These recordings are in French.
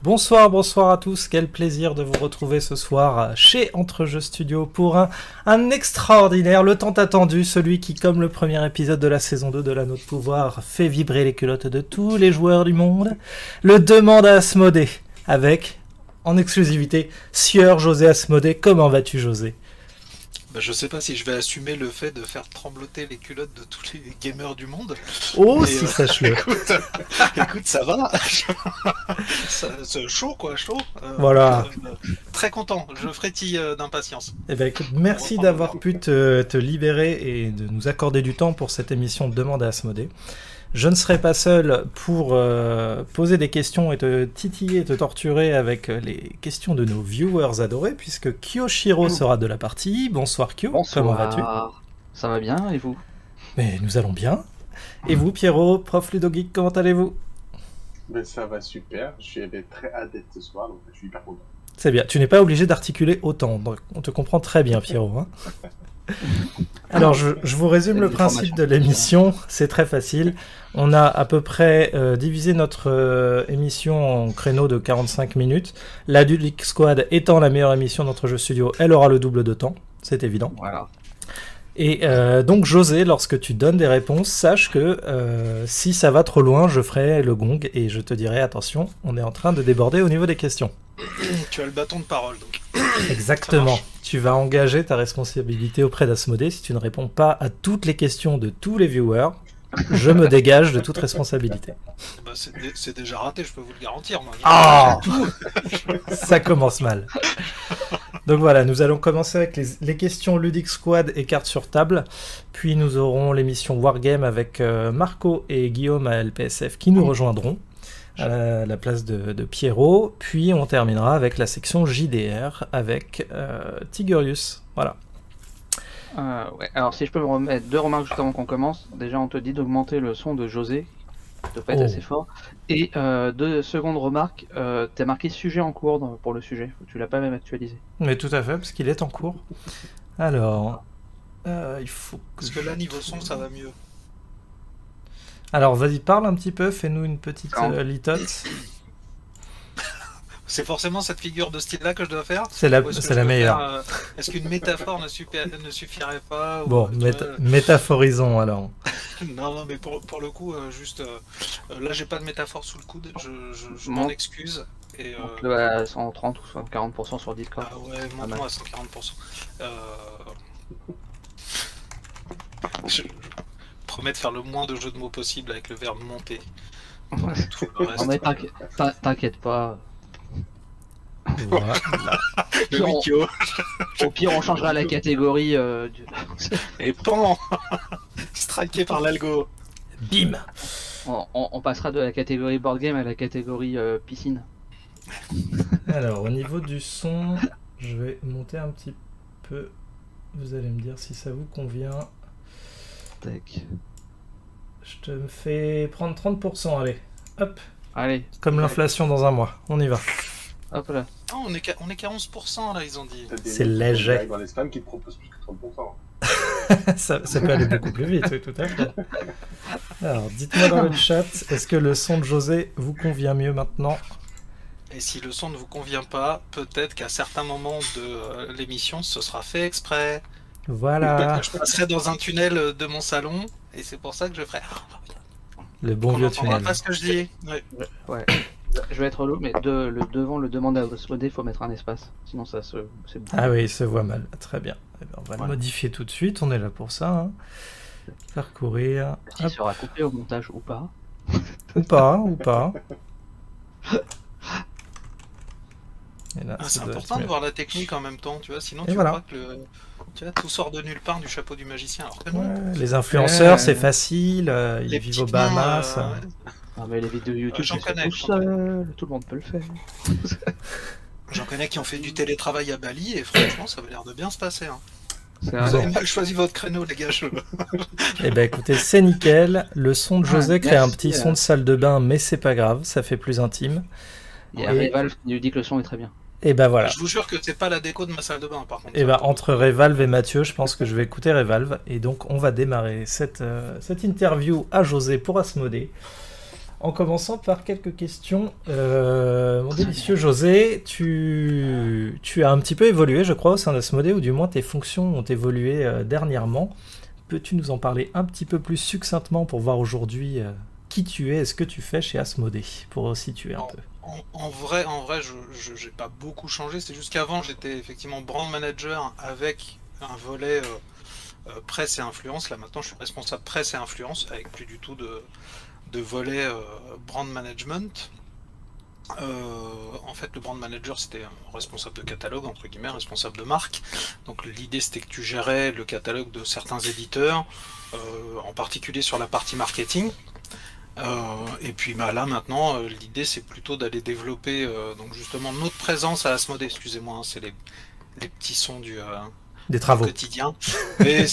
Bonsoir, bonsoir à tous, quel plaisir de vous retrouver ce soir chez Entrejeux Studio pour un extraordinaire, le tant attendu, celui qui, comme le premier épisode de la saison 2 de l'Anneau de Pouvoir, fait vibrer les culottes de tous les joueurs du monde, le Demande à Asmodée, avec, en exclusivité, Sieur José Asmodée. Comment vas-tu, José ? Je sais pas si je vais assumer le fait de faire trembloter les culottes de tous les gamers du monde. Oh, mais si, sache-le. Écoute, ça va. C'est chaud, quoi, chaud. Voilà. Très content, je frétille d'impatience. Eh ben, écoute, merci d'avoir pu te libérer et de nous accorder du temps pour cette émission Demande à Asmodée. Je ne serai pas seul pour poser des questions et te titiller et te torturer avec les questions de nos viewers adorés, puisque Kyoshiro sera de la partie. Bonsoir Kyo, bonsoir. Comment vas-tu ? Ça va bien, et vous ? Mais nous allons bien. Et vous Pierrot, prof Ludogeek, comment allez-vous ? Mais ça va super, j'avais très hâte d'être ce soir, donc je suis hyper content. C'est bien, tu n'es pas obligé d'articuler autant, donc on te comprend très bien Pierrot. Hein. Alors, je vous résume le principe de l'émission, c'est très facile. On a à peu près divisé notre émission en créneaux de 45 minutes. La Ludic Squad étant la meilleure émission d'Entrejeux Studio, elle aura le double de temps, c'est évident. Voilà. Et donc, José, lorsque tu donnes des réponses, sache que si ça va trop loin, je ferai le gong et je te dirai attention, on est en train de déborder au niveau des questions. Tu as le bâton de parole, donc. Exactement. Tu vas engager ta responsabilité auprès d'Asmodée. Si tu ne réponds pas à toutes les questions de tous les viewers, je me dégage de toute responsabilité. C'est déjà raté, je peux vous le garantir. Moi. Ah Ça commence mal. Donc voilà, nous allons commencer avec les questions Ludic Squad et cartes sur table. Puis nous aurons l'émission Wargame avec Marco et Guillaume à LPSF qui nous rejoindront à la place de Pierrot. Puis on terminera avec la section JDR avec Tigurius. Voilà. Ouais. Alors si je peux me remettre deux remarques juste avant qu'on commence. Déjà on te dit d'augmenter le son de José, de pas être assez fort. Et deux secondes remarques, t'as marqué sujet en cours pour le sujet, tu l'as pas même actualisé. Mais tout à fait, parce qu'il est en cours. Alors, il faut que... Parce que là, niveau son, ça va mieux. Alors vas-y, parle un petit peu, fais-nous une petite litote. C'est forcément cette figure de style-là que je dois faire ? C'est la meilleure. Est-ce qu'une métaphore ne suffirait pas ? Bon, métaphorisons alors. Non, mais pour le coup, juste... là, j'ai pas de métaphore sous le coude, je m'en excuse. Et, à 130 ou 140% sur Discord. Ah ouais, monte-moi à 140%. Je promets de faire le moins de jeux de mots possible avec le verbe monter. Tout le reste. Non mais t'inquiète pas. Voilà. Au pire, on changera la catégorie. Et pan striké par l'algo. Bim. On passera de la catégorie board game à la catégorie piscine. Alors, au niveau du son, je vais monter un petit peu. Vous allez me dire si ça vous convient. Tac. Je te fais prendre 30%, allez. Hop. Allez. Comme l'inflation dans un mois. On y va. Hop là. Oh, on est qu'à 11% là, ils ont dit. C'est léger. Dans les spams qui te proposent plus que 30%. ça peut aller beaucoup plus vite, oui, tout à fait. Alors, dites-moi dans le chat, est-ce que le son de José vous convient mieux maintenant ? Et si le son ne vous convient pas, peut-être qu'à certains moments de l'émission, ce sera fait exprès. Voilà. Je passerai dans un tunnel de mon salon, et c'est pour ça que je ferai... Le bon vieux tunnel. On pas ce que je dis. Ouais. Je vais être lourd, mais devant le demande à Asmodée, il faut mettre un espace. Sinon, c'est bon. Ah oui, il se voit mal. Très bien. Eh bien on va le modifier tout de suite. On est là pour ça. Hein. Parcourir. Il sera coupé au montage ou pas. Ou pas. Et là, c'est important de voir la technique en même temps, tu vois. Sinon, tu crois que tout sort de nulle part du chapeau du magicien. Alors que non. Les influenceurs, c'est facile. Ils vivent aux Bahamas. Non mais les vidéos YouTube, j'en connais. Tout le monde peut le faire. J'en connais qui ont fait du télétravail à Bali et franchement, ça avait l'air de bien se passer. Hein. Vous avez mal choisi votre créneau, les gars. Eh ben écoutez, c'est nickel. Le son de José crée un petit son de salle de bain, mais c'est pas grave, ça fait plus intime. Il y a Revalve qui nous dit que le son est très bien. Et ben voilà. Je vous jure que c'est pas la déco de ma salle de bain, par contre. Et ben entre Revalve et Mathieu, je pense que je vais écouter Revalve. Et donc on va démarrer cette interview à José pour Asmodée. En commençant par quelques questions. Mon délicieux José, tu as un petit peu évolué, je crois, au sein d'Asmodée, ou du moins tes fonctions ont évolué dernièrement. Peux-tu nous en parler un petit peu plus succinctement pour voir aujourd'hui qui tu es et ce que tu fais chez Asmodée, pour situer un peu? En vrai, je n'ai pas beaucoup changé. C'est juste qu'avant, j'étais effectivement brand manager avec un volet presse et influence. Là, maintenant, je suis responsable presse et influence avec plus du tout de volet brand management. En fait, le brand manager, c'était un responsable de catalogue, entre guillemets, responsable de marque. Donc l'idée, c'était que tu gérais le catalogue de certains éditeurs, en particulier sur la partie marketing. Et puis bah, là, maintenant, l'idée, c'est plutôt d'aller développer donc justement notre présence à Asmodée. Excusez-moi, hein, c'est les petits sons Des travaux. quotidien. Mais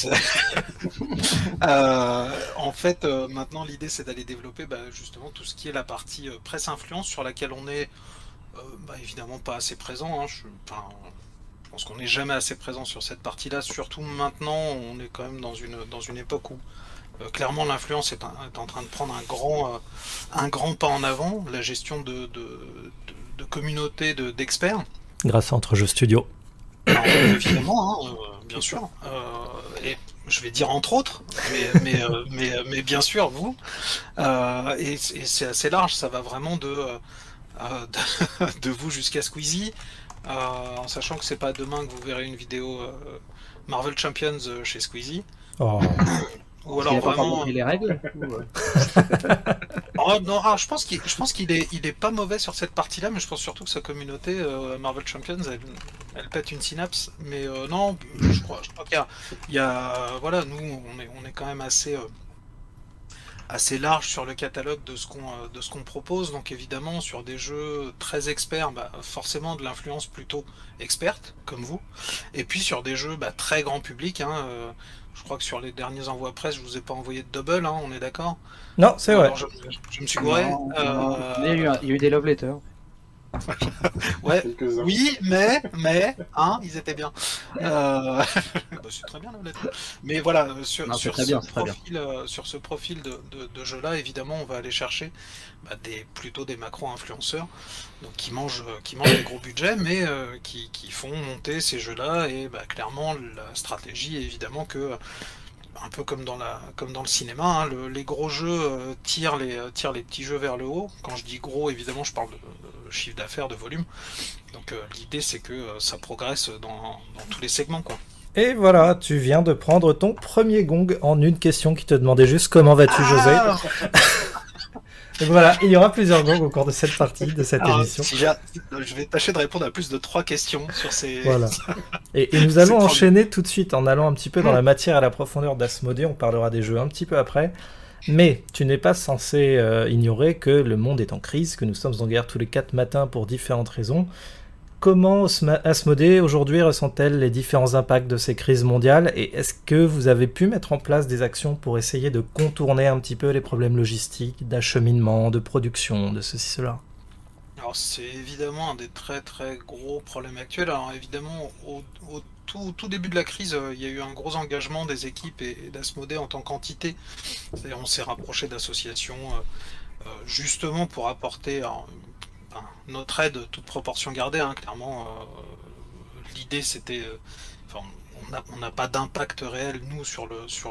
en fait, maintenant, l'idée, c'est d'aller développer justement tout ce qui est la partie presse-influence sur laquelle on est évidemment pas assez présent. Hein. Je pense qu'on n'est jamais assez présent sur cette partie-là. Surtout maintenant, on est quand même dans une époque où clairement l'influence est en train de prendre un grand pas en avant. La gestion de communautés d'experts. Grâce à Entrejeux Studio. Alors, évidemment, hein, bien sûr. Et je vais dire entre autres, mais bien sûr, vous. Et c'est assez large, ça va vraiment de vous jusqu'à Squeezie, en sachant que c'est pas demain que vous verrez une vidéo Marvel Champions chez Squeezie. Oh. Ou alors vraiment. Les règles Oh, non, je pense qu'il est pas mauvais sur cette partie-là, mais je pense surtout que sa communauté Marvel Champions, elle pète une synapse. Mais non, je crois qu'il y a, voilà, nous on est quand même assez large sur le catalogue de ce qu'on propose. Donc évidemment sur des jeux très experts, forcément de l'influence plutôt experte comme vous. Et puis sur des jeux très grand public. Hein, je crois que sur les derniers envois presse, je vous ai pas envoyé de double, hein, on est d'accord? Non, c'est vrai. Je me suis gouré. Il y a eu des love letters. Ouais, oui, mais, ils étaient bien. C'est très bien, la lettre. Mais voilà, sur ce profil de jeu-là, évidemment, on va aller chercher plutôt des macro-influenceurs, donc qui mangent des gros budgets, mais qui font monter ces jeux-là. Et clairement, la stratégie est évidemment que un peu comme dans le cinéma, hein, les gros jeux tirent les petits jeux vers le haut. Quand je dis gros, évidemment, je parle de chiffre d'affaires, de volume. Donc l'idée, c'est que ça progresse dans tous les segments, quoi. Et voilà, tu viens de prendre ton premier gong en une question qui te demandait juste comment vas-tu, José. Donc voilà, il y aura plusieurs gongs au cours de cette partie, de cette émission. Je vais tâcher de répondre à plus de 3 questions sur ces... Voilà. Et nous allons enchaîner tout de suite en allant un petit peu dans la matière et la profondeur d'Asmodée. On parlera des jeux un petit peu après. Mais tu n'es pas censé ignorer que le monde est en crise, que nous sommes en guerre tous les 4 matins pour différentes raisons. Comment Asmodée aujourd'hui ressent-elle les différents impacts de ces crises mondiales, et est-ce que vous avez pu mettre en place des actions pour essayer de contourner un petit peu les problèmes logistiques, d'acheminement, de production, de ceci, cela? Alors c'est évidemment un des très très gros problèmes actuels. Alors évidemment au tout début de la crise, il y a eu un gros engagement des équipes et d'Asmodée en tant qu'entité. C'est-à-dire on s'est rapproché d'associations justement pour apporter notre aide, toute proportion gardée, hein, clairement. L'idée c'était, on n'a pas d'impact réel nous sur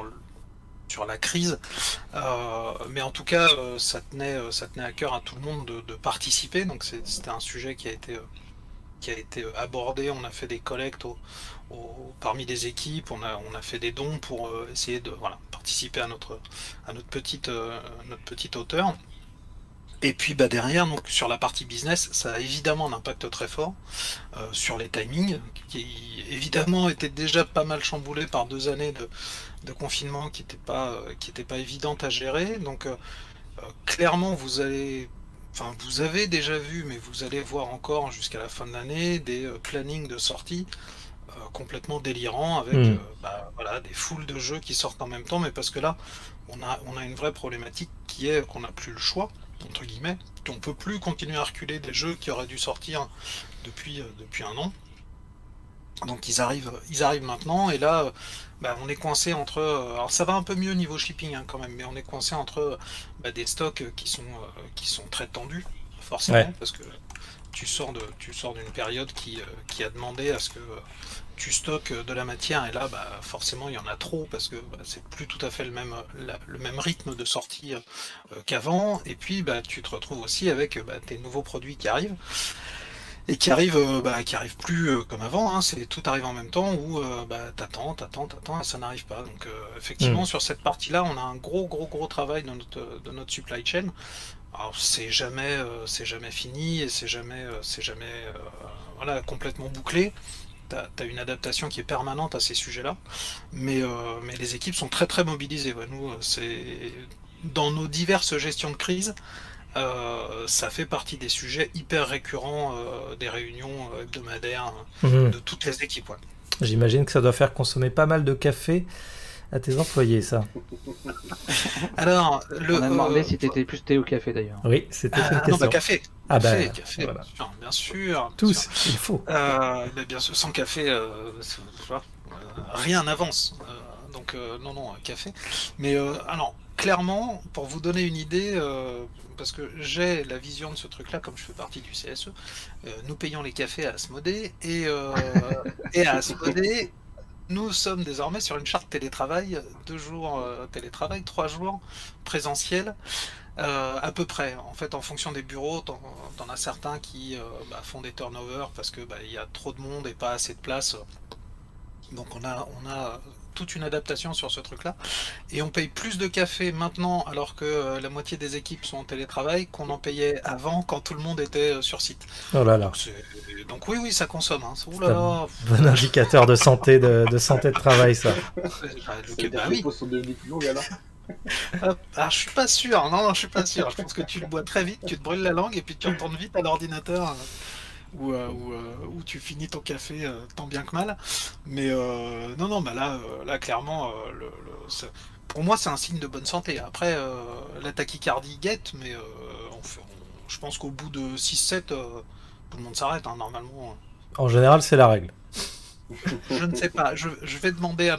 la crise, mais en tout cas ça tenait à cœur à tout le monde de participer. Donc c'était un sujet qui a été abordé. On a fait des collectes parmi les équipes, on a fait des dons pour essayer de participer à notre petite hauteur. Et puis derrière, donc sur la partie business, ça a évidemment un impact très fort sur les timings, qui évidemment étaient déjà pas mal chamboulés par 2 années de confinement qui n'étaient pas évidentes à gérer. Donc clairement, vous avez déjà vu, mais vous allez voir encore jusqu'à la fin de l'année des plannings de sortie complètement délirants avec des foules de jeux qui sortent en même temps, mais parce que là, on a une vraie problématique qui est qu'on n'a plus le choix, entre guillemets, qu'on peut plus continuer à reculer des jeux qui auraient dû sortir depuis 1 an. Donc ils arrivent maintenant, et là, on est coincé entre... alors ça va un peu mieux niveau shipping hein, quand même, mais on est coincé entre des stocks qui sont très tendus, forcément, parce que tu sors d'une période qui a demandé à ce que tu stockes de la matière, et là forcément il y en a trop, parce que c'est plus tout à fait le même rythme de sortie qu'avant, et puis tu te retrouves aussi avec tes nouveaux produits qui arrivent, et qui arrivent plus comme avant, hein, tout arrive en même temps, où t'attends, et ça n'arrive pas. Donc effectivement sur cette partie-là, on a un gros travail de notre supply chain. Alors c'est jamais fini, et c'est jamais voilà, complètement bouclé. T'as une adaptation qui est permanente à ces sujets-là, mais les équipes sont très mobilisées. Ouais. Nous, c'est dans nos diverses gestions de crise, ça fait partie des sujets hyper récurrents des réunions hebdomadaires de toutes les équipes. Ouais. J'imagine que ça doit faire consommer pas mal de café à tes employés, ça. Alors, on a demandé si t'étais plus thé ou café d'ailleurs. Oui, c'était une question. Non, café. Café, voilà. bien sûr. Tous, il faut. Bien sûr, sans café, rien n'avance. Donc non, café. Mais alors, clairement, pour vous donner une idée, parce que j'ai la vision de ce truc-là, comme je fais partie du CSE, nous payons les cafés à Asmodée, et à Asmodée, nous sommes désormais sur une charte télétravail, 2 jours télétravail, 3 jours présentiel, à peu près. En fait, en fonction des bureaux, t'en as certains qui font des turnovers parce que il y a trop de monde et pas assez de place. Donc on a toute une adaptation sur ce truc-là, et on paye plus de café maintenant, alors que la moitié des équipes sont en télétravail, qu'on en payait avant quand tout le monde était sur site. Oh là là. Donc oui, ça consomme. Hein. C'est un bon indicateur de santé de travail, ça. Les pauses sont devenues plus longues alors. Alors, je suis pas sûr. Non, je suis pas sûr. Je pense que tu le bois très vite, tu te brûles la langue, et puis tu retournes vite à l'ordinateur. Où tu finis ton café tant bien que mal, mais non, là clairement, pour moi c'est un signe de bonne santé. Après, la tachycardie guette, mais je pense qu'au bout de 6-7, tout le monde s'arrête, hein, normalement. En général, c'est la règle. Je ne sais pas, je vais demander à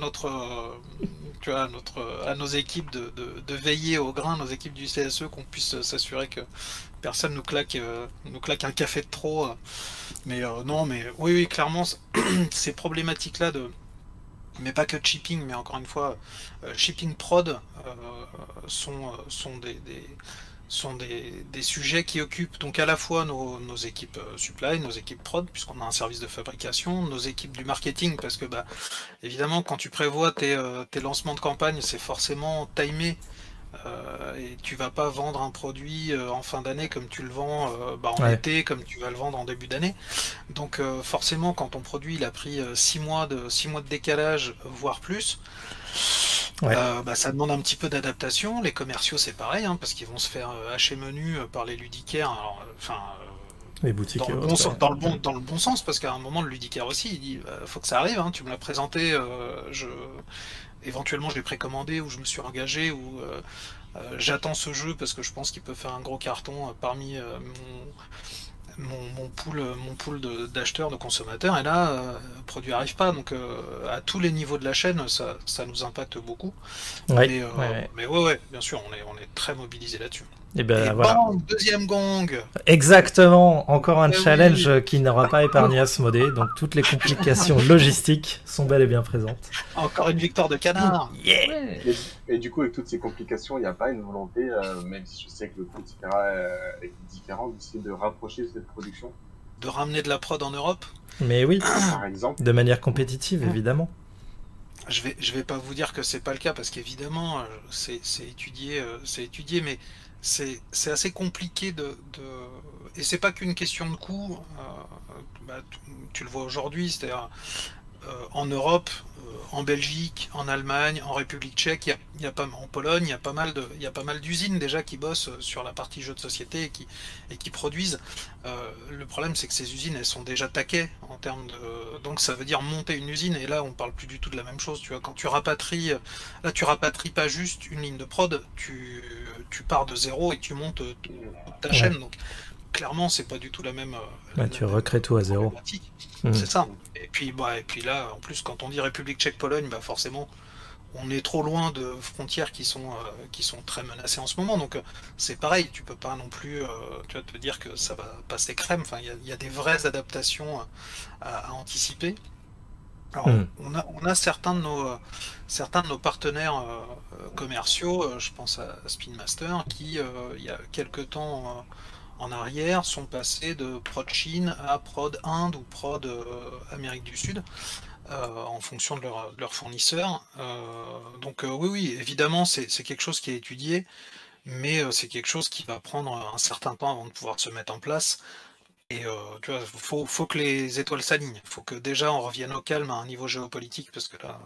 à nos équipes de veiller au grain, nos équipes du CSE, qu'on puisse s'assurer que personne nous claque un café de trop. Mais non, mais oui, clairement, ces problématiques-là mais pas que de shipping, mais encore une fois, shipping prod sont des sujets qui occupent donc à la fois nos équipes supply, nos équipes prod, puisqu'on a un service de fabrication, nos équipes du marketing, parce que évidemment quand tu prévois tes lancements de campagne, c'est forcément timé, et tu vas pas vendre un produit en fin d'année comme tu le vends en été, comme tu vas le vendre en début d'année. Donc forcément quand ton produit il a pris 6 mois de décalage, voire plus, ça demande un petit peu d'adaptation. Les commerciaux c'est pareil, hein, parce qu'ils vont se faire hacher menu par les ludicaires. Alors, les boutiques dans le bon sens, parce qu'à un moment le ludicaire aussi il dit faut que ça arrive, hein, tu me l'as présenté, éventuellement je l'ai précommandé, ou je me suis engagé, ou j'attends ce jeu parce que je pense qu'il peut faire un gros carton parmi mon pool d'acheteurs, de consommateurs, et là le produit arrive pas. Donc à tous les niveaux de la chaîne ça nous impacte beaucoup. Mais ouais, bien sûr, on est très mobilisé là-dessus. Et voilà. Bang, deuxième gong. Exactement, encore un challenge qui n'aura pas épargné Asmodée, donc toutes les complications logistiques sont bel et bien présentes. Encore une victoire de canard. Yeah. Et du coup, avec toutes ces complications, il n'y a pas une volonté, même si je sais que le coût est différent, d'essayer de rapprocher cette production, de ramener de la prod en Europe. Mais oui, par exemple, de manière compétitive, évidemment. Je vais pas vous dire que c'est pas le cas, parce qu'évidemment c'est étudié, mais c'est assez compliqué et c'est pas qu'une question de coût. Tu le vois aujourd'hui, c'est-à-dire en Europe, en Belgique, en Allemagne, en République tchèque, en Pologne, il y a pas mal d'usines déjà qui bossent sur la partie jeux de société et qui produisent. Le problème, c'est que ces usines, elles sont déjà taquées en termes de... Donc ça veut dire monter une usine, et là on parle plus du tout de la même chose. Tu vois, quand tu rapatries, là tu rapatries pas juste une ligne de prod, tu pars de zéro et tu montes toute ta chaîne. Donc clairement, c'est pas du tout la même. Tu recrées tout à zéro. C'est ça. Et puis là, en plus, quand on dit République tchèque-Pologne, bah forcément, on est trop loin de frontières qui sont très menacées en ce moment. Donc c'est pareil, tu peux pas non plus te dire que ça va passer crème. Enfin, il y a des vraies adaptations à anticiper. Alors, on a certains de nos partenaires commerciaux, je pense à Spin Master, qui il y a quelques temps en arrière sont passés de prod Chine à prod Inde ou prod Amérique du Sud. En fonction de leurs fournisseurs. Donc oui, évidemment, c'est quelque chose qui est étudié, mais c'est quelque chose qui va prendre un certain temps avant de pouvoir se mettre en place. Et tu vois, faut que les étoiles s'alignent. Faut que déjà on revienne au calme à un niveau géopolitique, parce que là,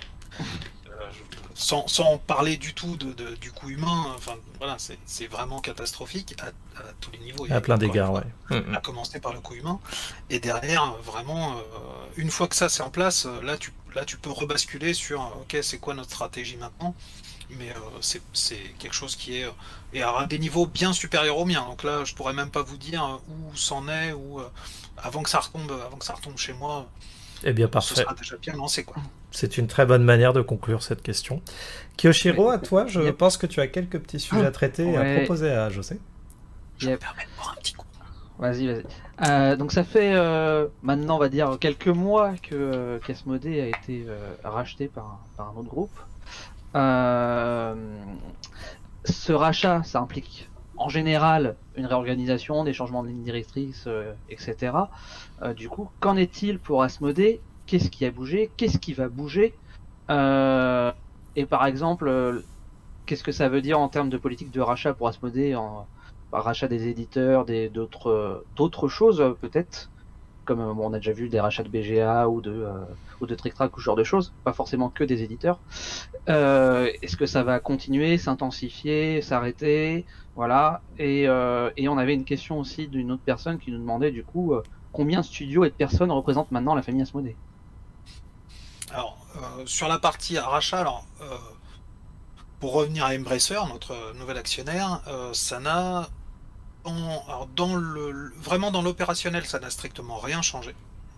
sans parler du tout du coût humain, enfin voilà, c'est vraiment catastrophique à tous les niveaux. À plein d'égards, ouais. À commencer par le coût humain. Et derrière, vraiment, une fois que ça c'est en place, là tu peux rebasculer sur ok, c'est quoi notre stratégie maintenant. Mais c'est quelque chose qui est à des niveaux bien supérieurs aux miens. Donc là, je pourrais même pas vous dire où c'en est, ou avant que ça retombe chez moi. Eh bien, parfait. Ce sera déjà bien lancé, quoi. C'est une très bonne manière de conclure cette question. Kiyoshiro, à toi, je pense que tu as quelques petits sujets à traiter et à proposer à José. Je me permets de boire un petit coup. Vas-y. Donc ça fait maintenant, on va dire, quelques mois que qu'Asmodée a été racheté par un autre groupe. Ce rachat, ça implique en général une réorganisation, des changements de ligne directrice, etc. Du coup, qu'en est-il pour Asmodée? Qu'est-ce qui a bougé? Qu'est-ce qui va bouger? Et par exemple, qu'est-ce que ça veut dire en termes de politique de rachat pour Asmodée, par rachat des éditeurs, d'autres choses peut-être, comme on a déjà vu des rachats de BGA ou de Trick Track ou ce genre de choses, pas forcément que des éditeurs. Est-ce que ça va continuer, s'intensifier, s'arrêter? Voilà. Et on avait une question aussi d'une autre personne qui nous demandait du coup combien de studios et de personnes représentent maintenant la famille Asmodée? Alors, sur la partie rachat, pour revenir à Embracer, notre nouvel actionnaire, ça n'a... Alors vraiment dans l'opérationnel, ça n'a strictement rien changé.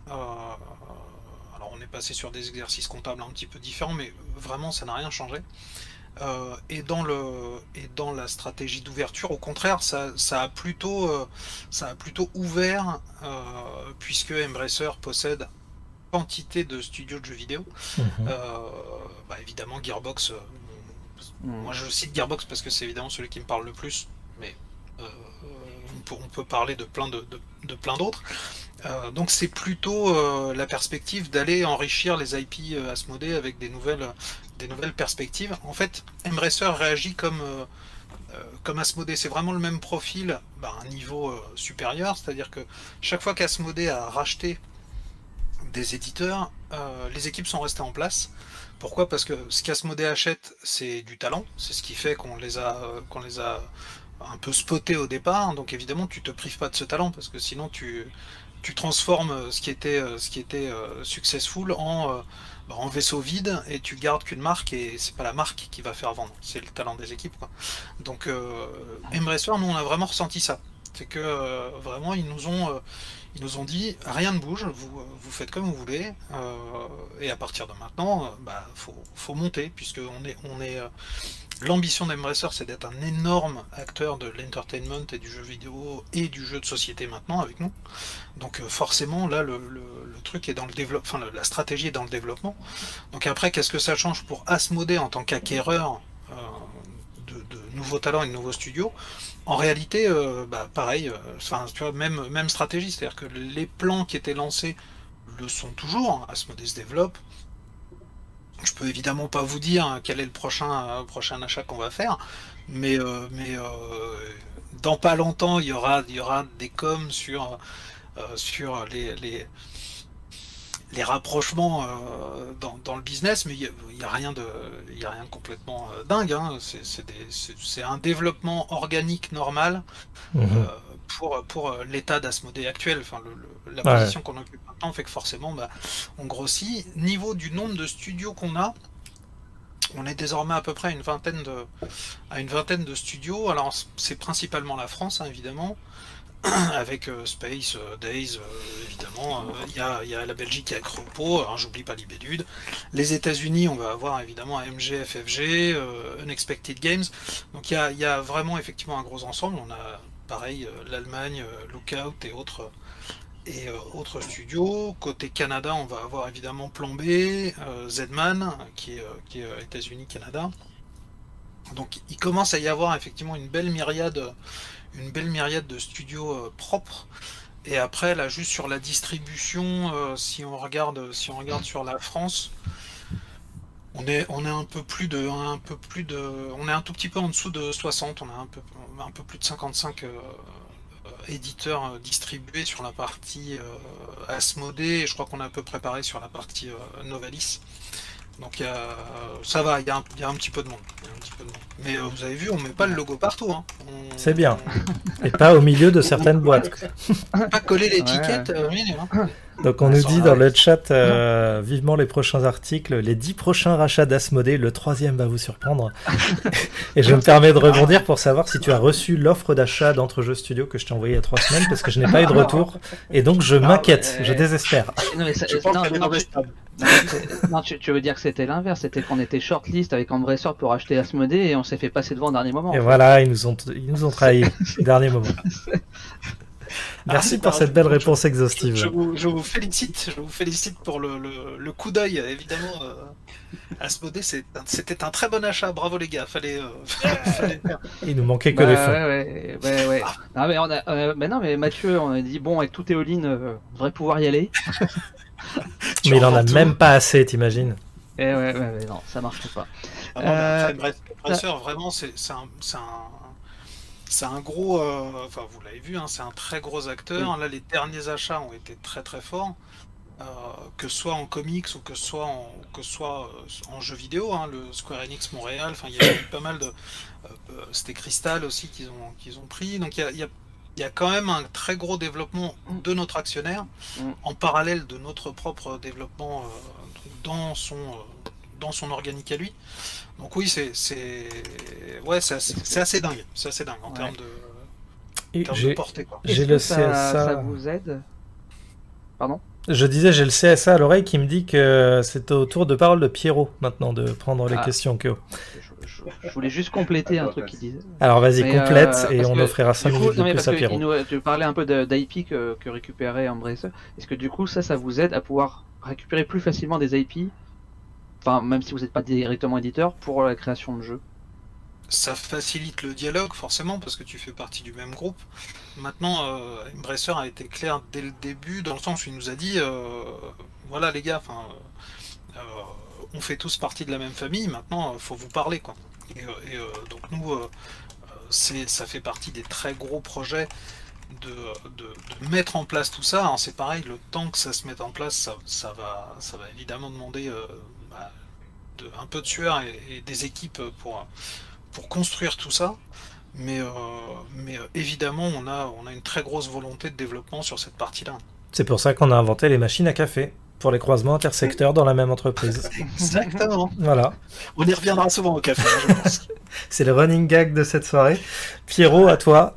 Alors on est passé sur des exercices comptables un petit peu différents, mais vraiment ça n'a rien changé. Et dans la stratégie d'ouverture, au contraire, ça a plutôt ouvert, puisque Embracer possède quantité de studios de jeux vidéo. Évidemment Gearbox, moi je cite Gearbox parce que c'est évidemment celui qui me parle le plus, mais on peut parler de plein d'autres. Donc c'est plutôt la perspective d'aller enrichir les IP Asmodée avec des nouvelles perspectives. En fait, Embracer réagit comme Asmodée, c'est vraiment le même profil, à un niveau supérieur, c'est-à-dire que chaque fois qu'Asmodée a racheté des éditeurs, les équipes sont restées en place. Pourquoi? Parce que ce qu'Asmodée achète, c'est du talent, c'est ce qui fait qu'on les a un peu spotés au départ, donc évidemment tu te prives pas de ce talent, parce que sinon tu transformes ce qui était successful en vaisseau vide, et tu gardes qu'une marque, et c'est pas la marque qui va faire vendre, c'est le talent des équipes, quoi. Donc Embracer, nous on a vraiment ressenti ça, c'est que vraiment ils nous ont dit rien ne bouge, vous faites comme vous voulez, et à partir de maintenant, faut monter, puisque on est l'ambition d'Embracer, c'est d'être un énorme acteur de l'entertainment et du jeu vidéo et du jeu de société maintenant avec nous. Donc forcément, là, le truc est dans le développement, enfin la stratégie est dans le développement. Donc après, qu'est-ce que ça change pour Asmodée en tant qu'acquéreur de nouveaux talents et de nouveaux studios? En réalité, pareil, tu vois, même stratégie, c'est-à-dire que les plans qui étaient lancés le sont toujours. Asmodée se développe. Je peux évidemment pas vous dire quel est le prochain achat qu'on va faire, mais dans pas longtemps, il y aura des coms sur les rapprochements dans le business, mais il y a rien de complètement dingue, hein. C'est un développement organique normal pour l'état d'Asmodée actuel. Enfin, la position qu'on occupe maintenant fait que forcément on grossit. Niveau du nombre de studios qu'on a, on est désormais à peu près à une vingtaine de studios. Alors c'est principalement la France, hein, évidemment. avec Space, Days, évidemment. Il y a la Belgique avec Repos, j'oublie pas Libellude. Les États-Unis, on va avoir évidemment AMG, FFG, Unexpected Games. Donc il y a vraiment effectivement un gros ensemble. On a pareil l'Allemagne, Lookout et autres studios. Côté Canada, on va avoir évidemment Plan B, Zedman, qui est États-Unis-Canada. Donc il commence à y avoir effectivement une belle myriade de studios propres. Et après, là, juste sur la distribution, si on regarde sur la France, on est un peu plus de, on est un tout petit peu en dessous de 60. On a un peu plus de 55 éditeurs distribués sur la partie Asmodée. Et je crois qu'on a un peu préparé sur la partie Novalis. Donc ça va, il y a un petit peu de monde. Mais vous avez vu, on met pas le logo partout. Hein. C'est bien. Et pas au milieu de certaines boîtes. Pas coller l'étiquette au milieu. Hein. Donc on nous dit dans le chat, vivement les prochains articles, les 10 prochains rachats d'Asmodée, le 3e va vous surprendre. Et je me permets de rebondir pour savoir si tu as reçu l'offre d'achat d'Entrejeux Studio que je t'ai envoyée il y a 3 semaines, parce que je n'ai pas eu de retour. Et donc je m'inquiète, je désespère. Non, mais Je pense qu'elle est investable. non, tu veux dire que c'était l'inverse, c'était qu'on était shortlist avec Embracer pour acheter Asmodée et on s'est fait passer devant au dernier moment. Et voilà, ils nous ont trahis au dernier moment. Merci pour cette belle réponse exhaustive. Je vous félicite pour le coup d'œil, évidemment. Asmodée, c'était un très bon achat, bravo les gars, fallait Il nous manquait que les fonds. Ouais. Non, mais Mathieu, on a dit bon, avec tout est all-in, on devrait pouvoir y aller. Mais il en a même pas assez, t'imagines? Et ouais, non, ça marche pas. Embracer, vraiment, c'est un gros, enfin vous l'avez vu, hein, c'est un très gros acteur. Là, les derniers achats ont été très très forts, que ce soit en comics ou que ce soit en jeux vidéo. Hein, le Square Enix Montréal, enfin il y a eu pas mal de, c'était Crystal aussi qu'ils ont pris. Donc il y a quand même un très gros développement de notre actionnaire en parallèle de notre propre développement dans son organique à lui. Donc oui, c'est assez dingue. C'est assez dingue en termes de portée. J'ai le CSA. Ça vous aide? Pardon? Je disais, j'ai le CSA à l'oreille qui me dit que c'est au tour de parole de Pierrot maintenant de prendre les questions, Kyo. Je voulais juste compléter un truc qu'il disait. Alors vas-y, complète et on offrira 5 minutes de plus à Pierrot. Tu parlais un peu d'IP que récupérait Embracer. Est-ce que du coup ça vous aide à pouvoir récupérer plus facilement des IP, enfin même si vous n'êtes pas directement éditeur, pour la création de jeux? Ça facilite le dialogue forcément parce que tu fais partie du même groupe. Maintenant, Embracer a été clair dès le début dans le sens où il nous a dit voilà les gars, on fait tous partie de la même famille, maintenant faut vous parler quoi. Donc nous, ça fait partie des très gros projets de mettre en place tout ça. C'est pareil, le temps que ça se mette en place, ça va évidemment demander un peu de sueur et des équipes pour construire tout ça. Mais évidemment, on a une très grosse volonté de développement sur cette partie-là. C'est pour ça qu'on a inventé les machines à café. Pour les croisements intersecteurs dans la même entreprise. Exactement. Voilà. On y reviendra souvent au café, je pense. C'est le running gag de cette soirée. Pierrot, à toi.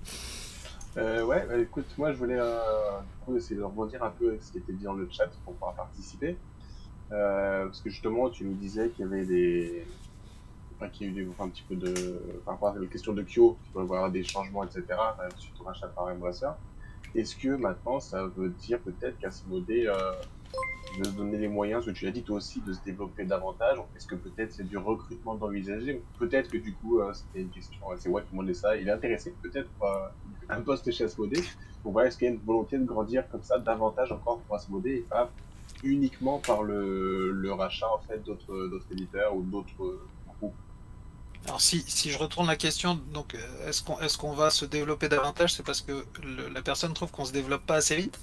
Écoute, moi je voulais essayer de rebondir un peu avec ce qui était dit dans le chat pour pouvoir participer. Parce que justement, tu nous disais qu'il y avait qu'il y a eu un petit peu par rapport à la question de Kyo, qu'il va y avoir des changements, etc. Suite au rachat par Embracer. Est-ce que maintenant ça veut dire peut-être qu'Asmodée de se donner les moyens, ce que tu as dit toi aussi, de se développer davantage? Est-ce que peut-être c'est du recrutement d'envisager? Peut-être que du coup, c'était une question, c'est moi qui m'en demandais ça, il est intéressé peut-être par un poste chez Asmodée. Donc voilà, est-ce qu'il y a une volonté de grandir comme ça davantage encore pour Asmodée et pas uniquement par le rachat en fait d'autres éditeurs ou d'autres groupes? Alors si je retourne la question, donc est-ce qu'on va se développer davantage? C'est parce que la personne trouve qu'on se développe pas assez vite?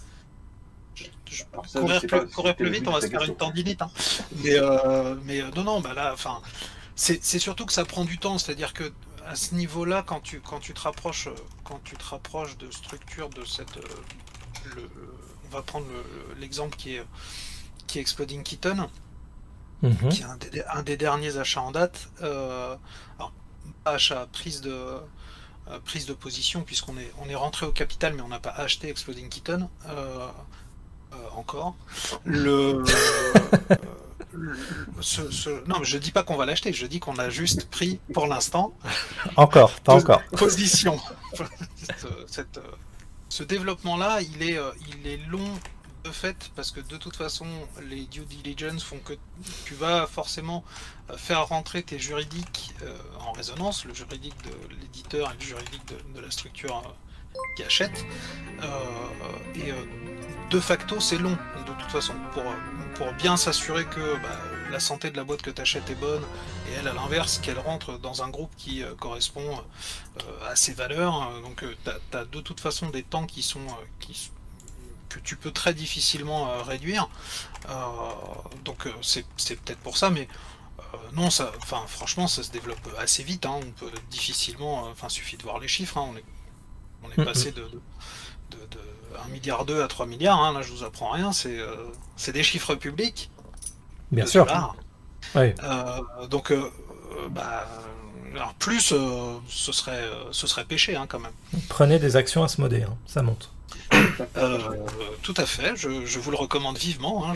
Courir plus vite, on va se faire une tendinite. Hein. Mais non, bah là, enfin, c'est surtout que ça prend du temps. C'est-à-dire que à ce niveau-là, quand tu te rapproches de structures de cette, on va prendre l'exemple qui est Exploding Kitten, qui est un des derniers achats en date. Alors, pas achat, prise de prise de position, puisqu'on est rentré au capital, mais on n'a pas acheté Exploding Kitten encore. Non, mais je dis pas qu'on va l'acheter, je dis qu'on a juste pris pour l'instant. Pas encore. Position. Ce développement-là, il est long de fait, parce que de toute façon, les due diligence font que tu vas forcément faire rentrer tes juridiques en résonance, le juridique de l'éditeur et le juridique de la structure qui achète. De facto, c'est long, de toute façon, pour bien s'assurer que la santé de la boîte que tu achètes est bonne, et elle, à l'inverse, qu'elle rentre dans un groupe qui correspond à ses valeurs. Donc, tu as de toute façon des temps que tu peux très difficilement réduire. Donc, c'est peut-être pour ça, mais non, franchement, ça se développe assez vite. Hein. On peut difficilement, suffit de voir les chiffres. Hein. On est passé de 1,2 milliard à 3 milliards, hein. Là je vous apprends rien, c'est des chiffres publics. Bien sûr. Oui. Donc, alors plus, ce serait péché, hein, quand même. Prenez des actions Asmodée, hein, ça monte. Tout à fait, je vous le recommande vivement. Hein,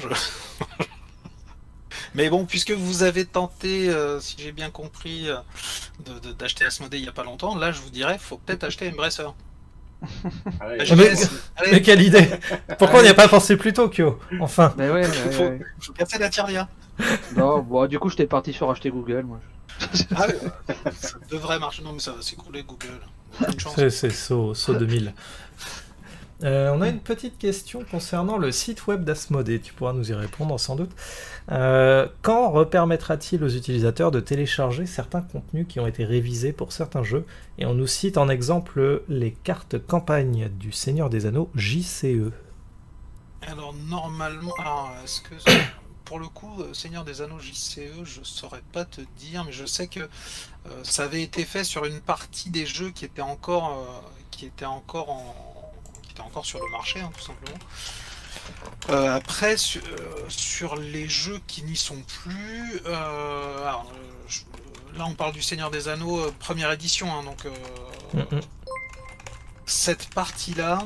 Mais bon, puisque vous avez tenté, si j'ai bien compris, d'acheter Asmodée il n'y a pas longtemps, là je vous dirais, faut peut-être acheter Embracer. Mais quelle idée! Pourquoi on n'y a pas pensé plus tôt, Kyo? Enfin. Mais ouais, faut casser la tirelire. Non, bon, du coup, j'étais parti sur acheter Google, moi. Ah oui, ça devrait marcher. Non, mais ça va s'écrouler, Google. C'est saut 2000. On a une petite question concernant le site web d'Asmodée. Tu pourras nous y répondre sans doute. Quand repermettra-t-il aux utilisateurs de télécharger certains contenus qui ont été révisés pour certains jeux? Et on nous cite en exemple les cartes campagne du Seigneur des Anneaux JCE. Alors normalement, est-ce que pour le coup, Seigneur des Anneaux JCE, je saurais pas te dire, mais je sais que ça avait été fait sur une partie des jeux qui étaient encore sur le marché, hein, tout simplement. Après, sur les jeux qui n'y sont plus, là on parle du Seigneur des Anneaux première édition, hein, donc cette partie-là,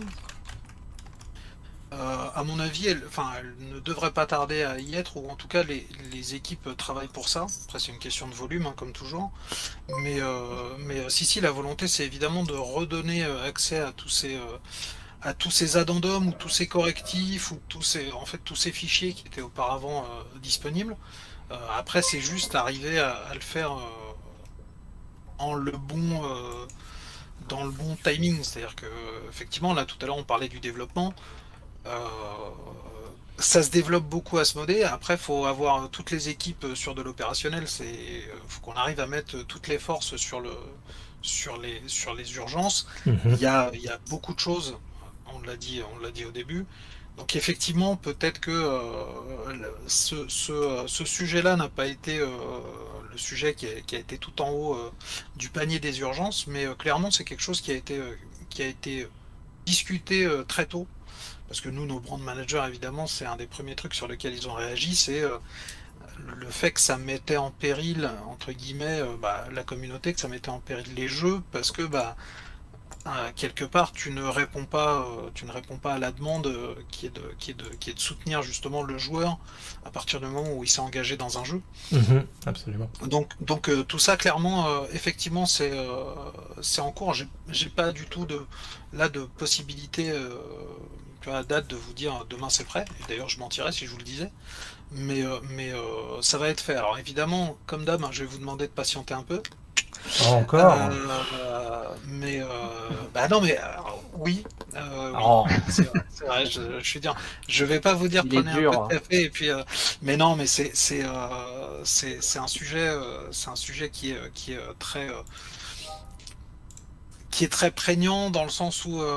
à mon avis, elle ne devrait pas tarder à y être, ou en tout cas les équipes travaillent pour ça. Après c'est une question de volume, hein, comme toujours, mais si la volonté c'est évidemment de redonner accès à tous ces addendums ou tous ces correctifs ou tous ces fichiers qui étaient auparavant disponibles. Après c'est juste arriver à le faire dans le bon timing, c'est-à-dire que effectivement là tout à l'heure on parlait du développement. Ça se développe beaucoup à Asmodée. Après, faut avoir toutes les équipes sur de l'opérationnel. Faut qu'on arrive à mettre toutes les forces sur les urgences. Il y a beaucoup de choses. On l'a dit au début. Donc effectivement, peut-être que ce sujet-là n'a pas été le sujet qui a été tout en haut du panier des urgences, mais clairement, c'est quelque chose qui a été discuté très tôt. Parce que nous, nos brand managers, évidemment, c'est un des premiers trucs sur lesquels ils ont réagi, c'est le fait que ça mettait en péril, entre guillemets, la communauté, que ça mettait en péril les jeux, parce que quelque part, tu ne réponds pas à la demande qui est de soutenir justement le joueur à partir du moment où il s'est engagé dans un jeu. Absolument. Donc tout ça, clairement, effectivement, c'est en cours. J'ai pas du tout de possibilité à date de vous dire demain c'est prêt. Et d'ailleurs, je mentirais si je vous le disais. Mais ça va être fait. Alors évidemment, comme d'hab, je vais vous demander de patienter un peu. Encore non, mais oui. C'est vrai, je suis dur. Je vais pas vous dire prenez un peu de café et puis. Mais non, mais c'est un sujet qui est très prégnant dans le sens où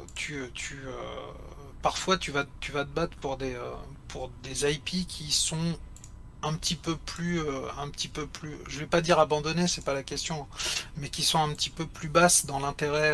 parfois tu vas te battre pour des IP qui sont un petit peu plus, je vais pas dire abandonnés, c'est pas la question, mais qui sont un petit peu plus basses dans l'intérêt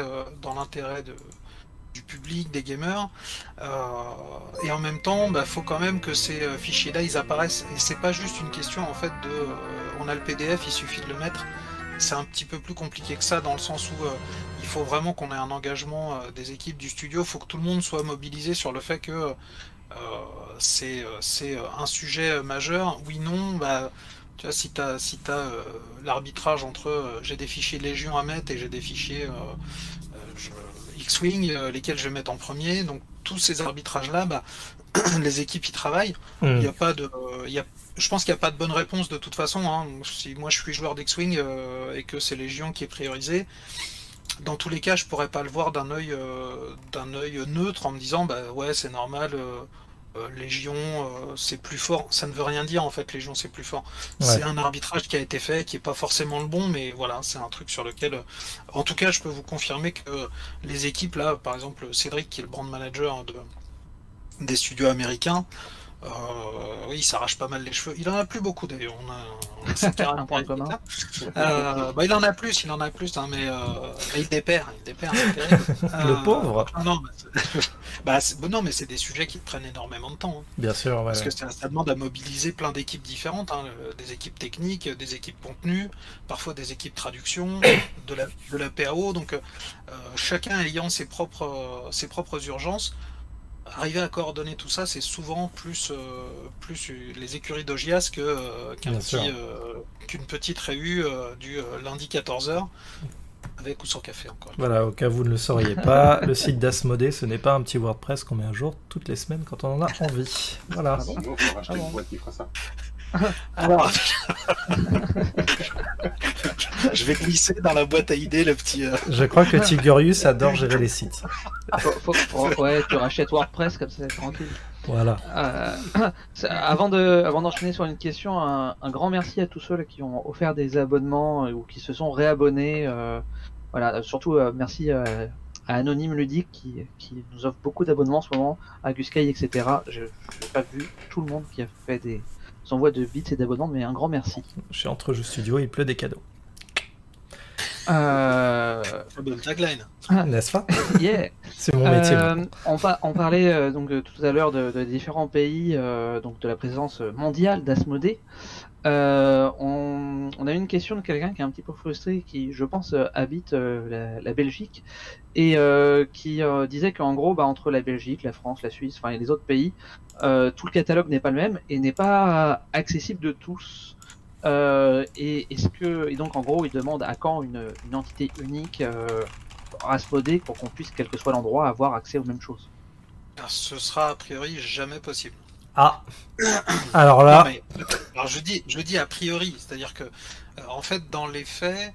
du public, des gamers, et en même temps, faut quand même que ces fichiers-là ils apparaissent, et c'est pas juste une question en fait de, on a le PDF, il suffit de le mettre. c'est un petit peu plus compliqué que ça, dans le sens où il faut vraiment qu'on ait un engagement des équipes du studio. Il faut que tout le monde soit mobilisé sur le fait que c'est un sujet majeur. Oui, non, bah, tu vois, si t'as l'arbitrage entre j'ai des fichiers Légion à mettre et j'ai des fichiers X-Wing, lesquels je vais mettre en premier, donc tous ces arbitrages-là, bah, les équipes y travaillent. Il y a pas de, je pense qu'il n'y a pas de bonne réponse de toute façon. Hein. Si moi je suis joueur d'X-Wing et que c'est Légion qui est priorisé, dans tous les cas, je pourrais pas le voir d'un œil neutre en me disant bah ouais c'est normal. Légion c'est plus fort, ça ne veut rien dire en fait. Légion c'est plus fort, c'est un arbitrage qui a été fait qui est pas forcément le bon, mais voilà, c'est un truc sur lequel en tout cas je peux vous confirmer que les équipes là, par exemple Cédric qui est le brand manager des studios américains, oui, il s'arrache pas mal les cheveux. Il en a plus beaucoup d'ailleurs. On a un point commun. Bah, il en a plus, hein, mais il déperd. Le pauvre. Non, non, mais c'est des sujets qui prennent énormément de temps. Hein. Bien sûr, ouais. Parce que ça demande à mobiliser plein d'équipes différentes, hein, des équipes techniques, des équipes contenu, parfois des équipes traduction, de la PAO. Donc chacun ayant ses propres urgences. Arriver à coordonner tout ça, c'est souvent plus les écuries d'Ogias qu'une petite réu du lundi 14h avec ou sans café encore. Voilà, au cas où vous ne le sauriez pas, le site d'Asmodée, ce n'est pas un petit WordPress qu'on met à jour toutes les semaines quand on en a envie. Voilà. Sinon, il faut racheter une boîte qui fera ça. Alors, je vais glisser dans la boîte à idées le petit. Je crois que Tigurius adore gérer les sites. Ouais, tu rachètes WordPress comme ça, c'est tranquille. Voilà. Avant d'enchaîner sur une question, un grand merci à tous ceux là, qui ont offert des abonnements ou qui se sont réabonnés. Voilà, surtout merci à Anonyme Ludique qui nous offre beaucoup d'abonnements en ce moment, à Guskai, etc. Je n'ai pas vu tout le monde qui a fait des envois de bits et d'abonnements, mais un grand merci. Chez Entrejeux Studio, il pleut des cadeaux. Bonne tagline. N'est-ce pas? Yeah. C'est mon métier. On parlait donc tout à l'heure de différents pays, donc de la présence mondiale d'Asmodée. On a eu une question de quelqu'un qui est un petit peu frustré, qui je pense habite la Belgique, et qui disait qu'en gros donc la Belgique, la France, la Suisse, enfin et les autres pays, tout le catalogue n'est pas le même et n'est pas accessible de tous. Et donc en gros il demande à quand une entité unique Asmodée pour qu'on puisse, quel que soit l'endroit, avoir accès aux mêmes choses. Alors, ce sera a priori jamais possible. Ah. Alors là. Non, mais, alors je dis a priori, c'est-à-dire que en fait dans les faits,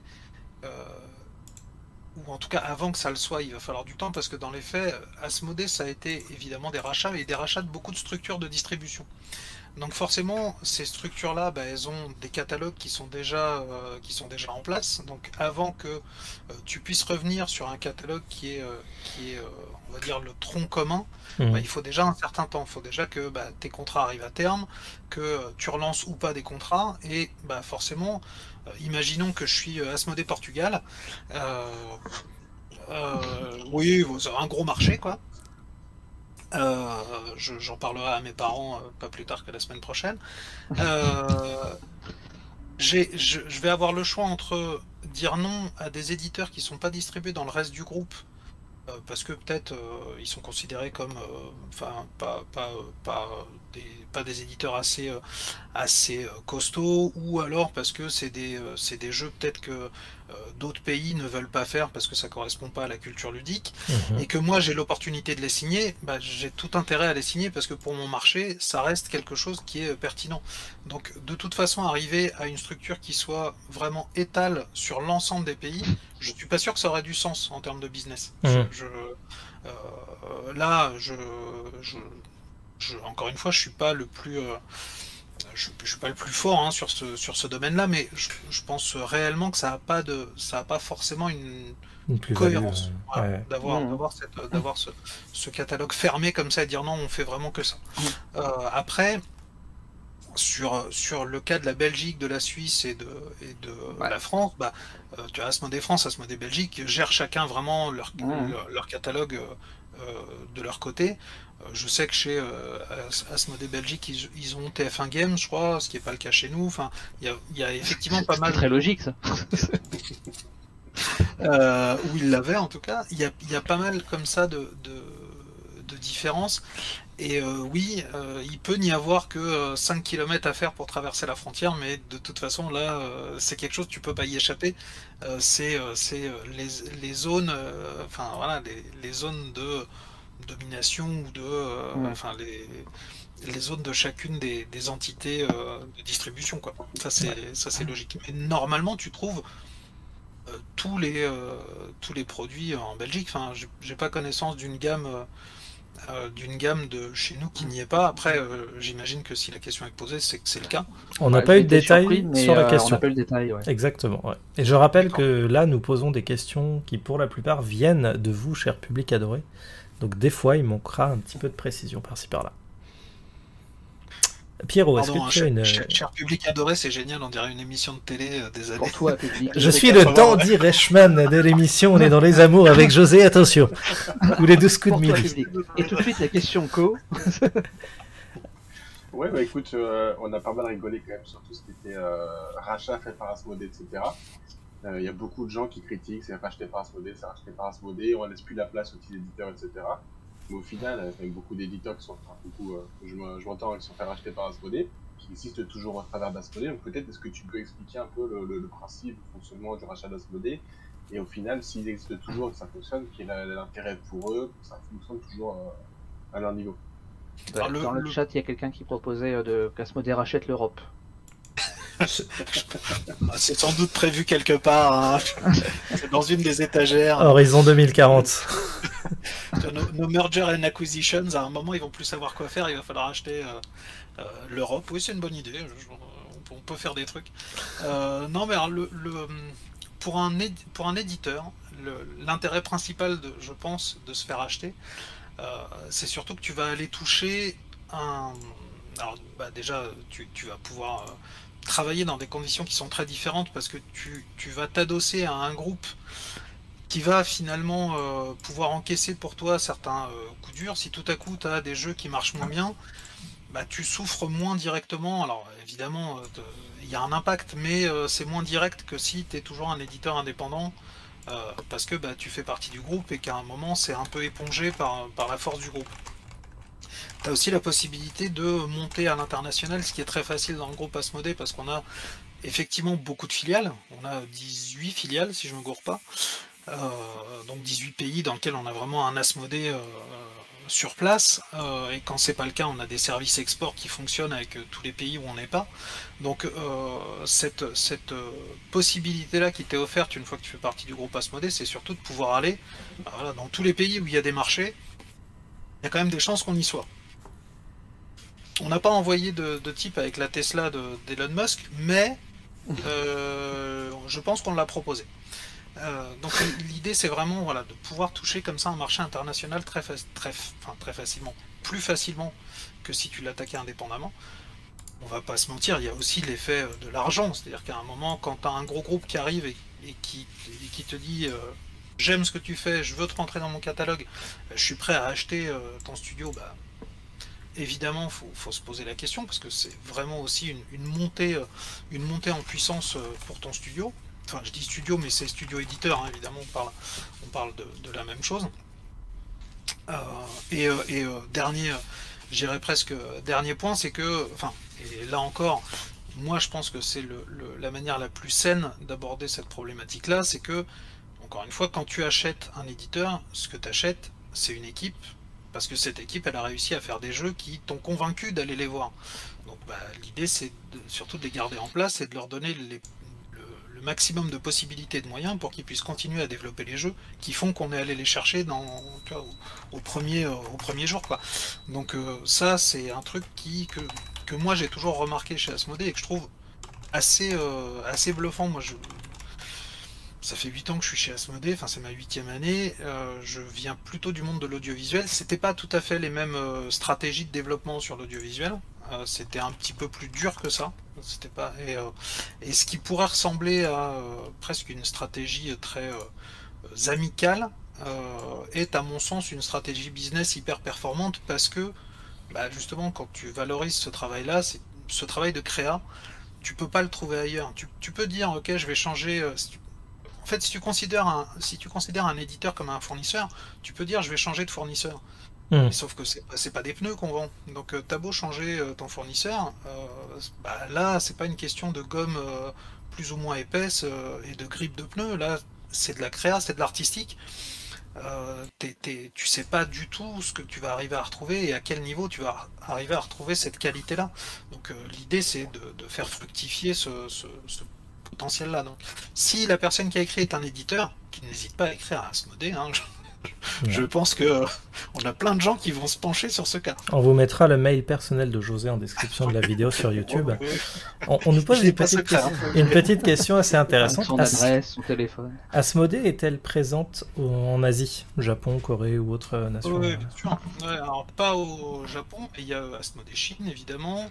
ou en tout cas avant que ça le soit, il va falloir du temps parce que dans les faits, Asmodée ça a été évidemment des rachats et des rachats de beaucoup de structures de distribution. Donc forcément, ces structures-là, elles ont des catalogues qui sont déjà en place. Donc avant que tu puisses revenir sur un catalogue qui est on va dire, le tronc commun, il faut déjà un certain temps. Il faut déjà que tes contrats arrivent à terme, que tu relances ou pas des contrats. Et forcément, imaginons que je suis Asmodée Portugal. Oui, un gros marché, quoi. J'en parlerai à mes parents pas plus tard que la semaine prochaine. Je vais avoir le choix entre dire non à des éditeurs qui sont pas distribués dans le reste du groupe parce que peut-être ils sont considérés comme pas des éditeurs assez costauds, ou alors parce que c'est des jeux peut-être que d'autres pays ne veulent pas faire parce que ça correspond pas à la culture ludique, et que moi j'ai l'opportunité de les signer, j'ai tout intérêt à les signer parce que pour mon marché ça reste quelque chose qui est pertinent. Donc de toute façon, arriver à une structure qui soit vraiment étale sur l'ensemble des pays, je suis pas sûr que ça aurait du sens en termes de business. Encore une fois, je suis pas le plus fort sur ce domaine-là, mais je pense réellement que ça a pas forcément une cohérence d'avoir ce catalogue fermé comme ça et dire non, on fait vraiment que ça. Après, sur le cas de la Belgique, de la Suisse et de la France, tu as Asmodée France, Asmodée Belgique gèrent chacun vraiment leur catalogue de leur côté. Je sais que chez Asmodée Belgique, ils ont TF1 Games, je crois, ce qui n'est pas le cas chez nous. Enfin, il y a effectivement pas mal. C'est très logique, ça. Où ils l'avaient en tout cas. Il y a pas mal comme ça de différences. Et oui, il peut n'y avoir que 5 km à faire pour traverser la frontière, mais de toute façon, là, c'est quelque chose, tu peux pas y échapper. C'est les zones, enfin voilà, les zones de domination ou de, enfin les zones de chacune des entités de distribution, quoi. Ça c'est logique. Mais normalement, tu trouves tous les produits en Belgique. Enfin, j'ai pas connaissance d'une gamme de chez nous qui n'y est pas. Après, j'imagine que si la question est posée, c'est que c'est le cas. On n'a pas eu de détails sur la On question. n'a pas eu le détail, ouais. Exactement. Ouais. Et je rappelle que là, nous posons des questions qui, pour la plupart, viennent de vous, cher public adoré. Donc, des fois, il manquera un petit peu de précision par-ci par-là. Pierrot, est-ce que tu as une... Cher public adoré, c'est génial, on dirait une émission de télé des années. Pour toi, public. Je suis le Dandy Reichmann de l'émission On est dans les amours avec José, attention. Ou les 12 coups de Pour toi, midi. public. Et tout de suite, la question co. Ouais, bah écoute, on a pas mal rigolé quand même sur tout ce qui était rachat fait par Asmodée, etc. Il y a beaucoup de gens qui critiquent, c'est racheté par Asmodée, c'est racheté par Asmodée, on laisse plus la place aux petits éditeurs, etc. Mais au final, il y a quand même beaucoup d'éditeurs qui sont, enfin, beaucoup, je m'entends, qui sont fait racheter par Asmodée, qui existent toujours au travers d'Asmodée. Donc peut-être, est-ce que tu peux expliquer un peu le principe, le fonctionnement du rachat d'Asmodée, et au final, s'ils existent toujours et que ça fonctionne, quel est l'intérêt pour eux, que ça fonctionne toujours à leur niveau. Dans le chat, il y a quelqu'un qui proposait qu'Asmodée rachète l'Europe. C'est sans doute prévu quelque part, hein. C'est dans une des étagères. Horizon 2040. Nos mergers and acquisitions, à un moment, ils vont plus savoir quoi faire, il va falloir acheter l'Europe. Oui, c'est une bonne idée, on peut faire des trucs. Non, mais alors, pour un éditeur, l'intérêt principal, je pense, de se faire acheter, c'est surtout que tu vas aller toucher un... Alors, déjà, tu vas pouvoir... travailler dans des conditions qui sont très différentes parce que tu vas t'adosser à un groupe qui va finalement pouvoir encaisser pour toi certains coups durs. Si tout à coup tu as des jeux qui marchent moins bien, tu souffres moins directement. Alors évidemment, il y a un impact, mais c'est moins direct que si tu es toujours un éditeur indépendant parce que tu fais partie du groupe et qu'à un moment c'est un peu épongé par la force du groupe. Tu as aussi la possibilité de monter à l'international, ce qui est très facile dans le groupe Asmodée parce qu'on a effectivement beaucoup de filiales. On a 18 filiales, si je ne me gourre pas. Donc 18 pays dans lesquels on a vraiment un Asmodée sur place. Et quand c'est pas le cas, on a des services export qui fonctionnent avec tous les pays où on n'est pas. Donc cette possibilité-là qui t'est offerte une fois que tu fais partie du groupe Asmodée, c'est surtout de pouvoir aller voilà, dans tous les pays où il y a des marchés. Il y a quand même des chances qu'on y soit. On n'a pas envoyé de type avec la Tesla d'Elon Musk, mais je pense qu'on l'a proposé. Donc l'idée c'est vraiment voilà, de pouvoir toucher comme ça un marché international très facilement, plus facilement que si tu l'attaquais indépendamment. On va pas se mentir, il y a aussi l'effet de l'argent, c'est-à-dire qu'à un moment quand tu as un gros groupe qui arrive et qui te dit j'aime ce que tu fais, je veux te rentrer dans mon catalogue, je suis prêt à acheter ton studio, évidemment, faut se poser la question parce que c'est vraiment aussi une montée en puissance pour ton studio. Enfin, je dis studio, mais c'est studio éditeur, hein, évidemment, on parle de la même chose. J'irais presque dernier point, c'est que, enfin, et là encore, moi je pense que c'est la manière la plus saine d'aborder cette problématique-là, c'est que, encore une fois, quand tu achètes un éditeur, ce que tu achètes, c'est une équipe. Parce que cette équipe, elle a réussi à faire des jeux qui t'ont convaincu d'aller les voir. Donc l'idée, c'est surtout de les garder en place et de leur donner le maximum de possibilités et de moyens pour qu'ils puissent continuer à développer les jeux qui font qu'on est allé les chercher au premier jour, quoi. Donc ça, c'est un truc que moi, j'ai toujours remarqué chez Asmodée et que je trouve assez bluffant. Moi, ça fait 8 ans que je suis chez Asmodée, enfin c'est ma 8e année, je viens plutôt du monde de l'audiovisuel. C'était pas tout à fait les mêmes stratégies de développement sur l'audiovisuel, c'était un petit peu plus dur que ça. C'était pas et ce qui pourrait ressembler à presque une stratégie très amicale, est à mon sens une stratégie business hyper performante parce que justement quand tu valorises ce travail-là, ce travail de créa, tu peux pas le trouver ailleurs. Tu peux dire ok je vais changer. En fait, si tu considères un éditeur comme un fournisseur, tu peux dire je vais changer de fournisseur. Sauf que c'est pas des pneus qu'on vend. Donc t'as beau changer ton fournisseur, là c'est pas une question de gomme plus ou moins épaisse et de grippe de pneus. Là c'est de la créa, c'est de l'artistique. Tu sais pas du tout ce que tu vas arriver à retrouver et à quel niveau tu vas arriver à retrouver cette qualité-là. Donc l'idée c'est de faire fructifier ce potentiel-là. Donc si la personne qui a écrit est un éditeur, qui n'hésite pas à écrire à Asmodée, hein, je pense que on a plein de gens qui vont se pencher sur ce cas. On vous mettra le mail personnel de José en description de la vidéo sur YouTube. On nous pose une petite question assez intéressante. Son adresse, son téléphone. Asmodée est-elle présente en Asie, Japon, Corée ou autre nation? Oui, bien sûr. Ouais, alors pas au Japon, mais il y a Asmodée Chine évidemment.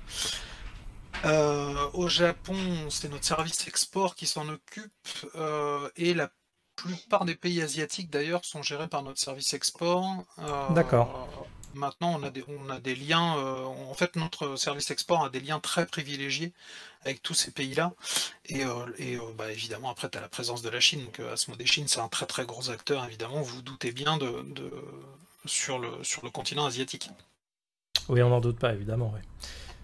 Au Japon, c'est notre service export qui s'en occupe et la plupart des pays asiatiques d'ailleurs sont gérés par notre service export. D'accord. Maintenant, on a des liens. En fait, notre service export a des liens très privilégiés avec tous ces pays-là. Et évidemment, après, tu as la présence de la Chine. Donc, Asmodée Chine, c'est un très très gros acteur, évidemment. Vous vous doutez bien sur le continent asiatique. Oui, on n'en doute pas, évidemment. Oui.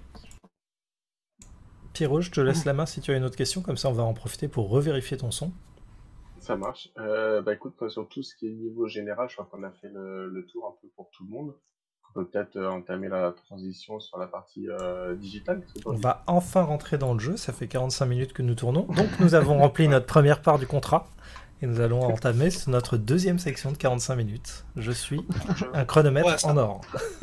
Pierrot, je te laisse la main si tu as une autre question. Comme ça, on va en profiter pour revérifier ton son. Ça marche. Écoute, sur tout ce qui est niveau général, je crois qu'on a fait le tour un peu pour tout le monde. On peut peut-être entamer la transition sur la partie digitale. On va enfin rentrer dans le jeu. Ça fait 45 minutes que nous tournons. Donc, nous avons rempli notre première part du contrat. Et nous allons entamer notre deuxième section de 45 minutes. Je suis un chronomètre en or.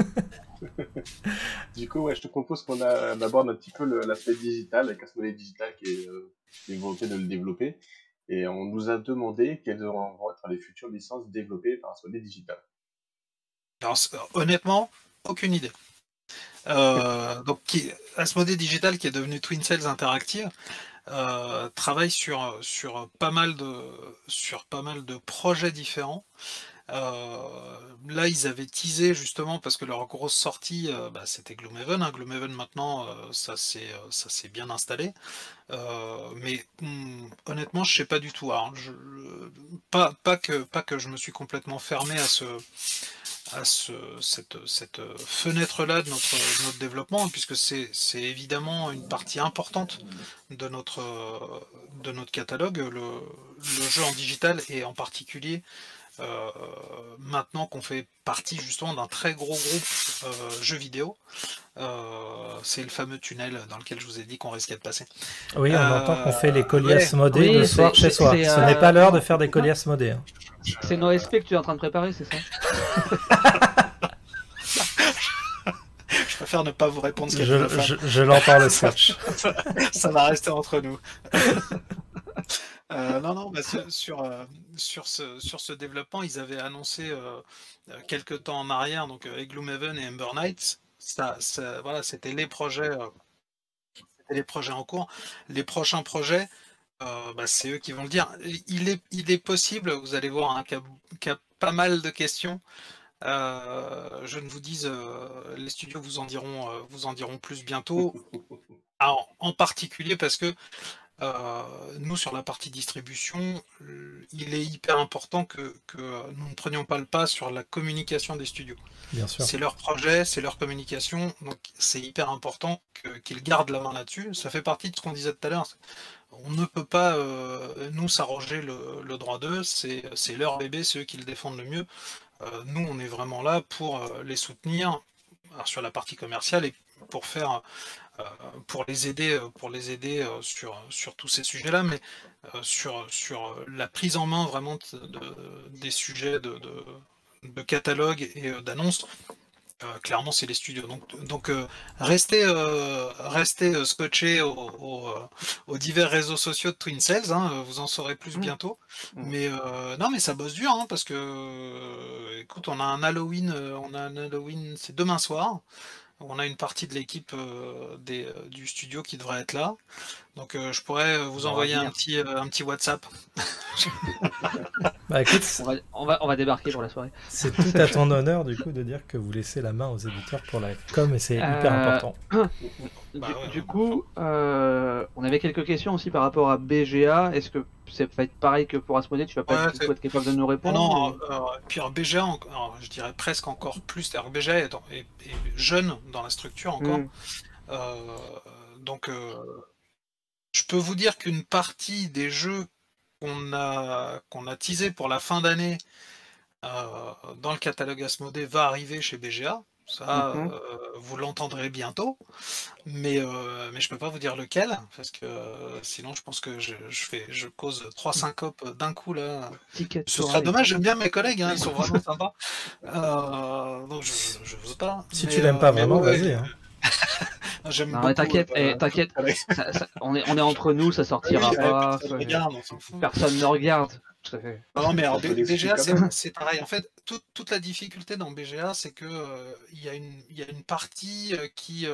Du coup, je te propose qu'on aborde un petit peu l'aspect digital, avec Asmodée Digital qui est une volonté de le développer. Et on nous a demandé quelles vont être les futures licences développées par Asmodée Digital. Alors, honnêtement, aucune idée. Donc, Asmodée Digital, qui est devenu Twin Cells Interactive, travaille sur pas mal de projets différents. Là, ils avaient teasé justement parce que leur grosse sortie, c'était Gloomhaven. Hein. Gloomhaven maintenant, ça s'est bien installé. Mais honnêtement, je sais pas du tout. Alors, pas que je me suis complètement fermé à cette fenêtre-là de notre développement, puisque c'est évidemment une partie importante de notre catalogue, le jeu en digital et en particulier. Maintenant qu'on fait partie justement d'un très gros groupe jeux vidéo, c'est le fameux tunnel dans lequel je vous ai dit qu'on risquait de passer. Oui, on entend qu'on fait les colis Asmodée le soir chez soi. Ce n'est pas l'heure de faire des colis Asmodée. Hein. C'est nos SP que tu es en train de préparer, c'est ça? Je préfère ne pas vous répondre ce je l'entends le sketch. Ça va rester entre nous. Non, sur ce développement, ils avaient annoncé quelques temps en arrière, donc avec Gloomhaven et Ember Knights, voilà, c'était les projets en cours. Les prochains projets, c'est eux qui vont le dire. Il est possible, vous allez voir, qu'il y a pas mal de questions. Je ne vous dise, les studios vous en diront plus bientôt. Alors, en particulier parce que nous, sur la partie distribution, il est hyper important que nous ne prenions pas le pas sur la communication des studios. Bien sûr. C'est leur projet, c'est leur communication, donc c'est hyper important qu'ils gardent la main là-dessus. Ça fait partie de ce qu'on disait tout à l'heure. On ne peut pas, nous, s'arroger le droit d'eux, c'est leur bébé, c'est eux qui le défendent le mieux. Nous, on est vraiment là pour les soutenir sur la partie commerciale et pour les aider sur tous ces sujets-là, mais sur la prise en main vraiment des sujets de catalogue et d'annonces. Clairement, c'est les studios. Donc restez scotchés aux divers réseaux sociaux de Twin Cells. Hein, vous en saurez plus bientôt. Mais non, mais ça bosse dur, hein, parce que écoute, on a un Halloween, c'est demain soir. On a une partie de l'équipe du studio qui devrait être là. Donc je pourrais vous envoyer un petit WhatsApp. Bah écoute, On va débarquer pour la soirée. c'est tout à ton honneur du coup de dire que vous laissez la main aux éditeurs pour la com et c'est hyper important. Du coup, on avait quelques questions aussi par rapport à BGA. Est-ce que ça va être pareil que pour Asmodée? Tu vas pas être capable de nous répondre? Non, puis alors BGA, alors, je dirais presque encore plus. C'est-à-dire que BGA est jeune dans la structure encore. Donc je peux vous dire qu'une partie des jeux qu'on a teasé pour la fin d'année dans le catalogue Asmodée va arriver chez BGA. Ça, vous l'entendrez bientôt, mais je peux pas vous dire lequel, parce que sinon je pense que je cause 3 syncopes d'un coup là. Ce serait dommage, j'aime bien mes collègues, hein, ils sont vraiment sympas. Donc je veux pas. Si tu l'aimes pas vraiment, vas-y. Hein. J'aime non, mais t'inquiète, on est entre nous, ça sortira pas. Personne ne regarde. Non, mais alors, BGA, c'est pareil. En fait, toute la difficulté dans BGA, c'est que il y a une partie qui,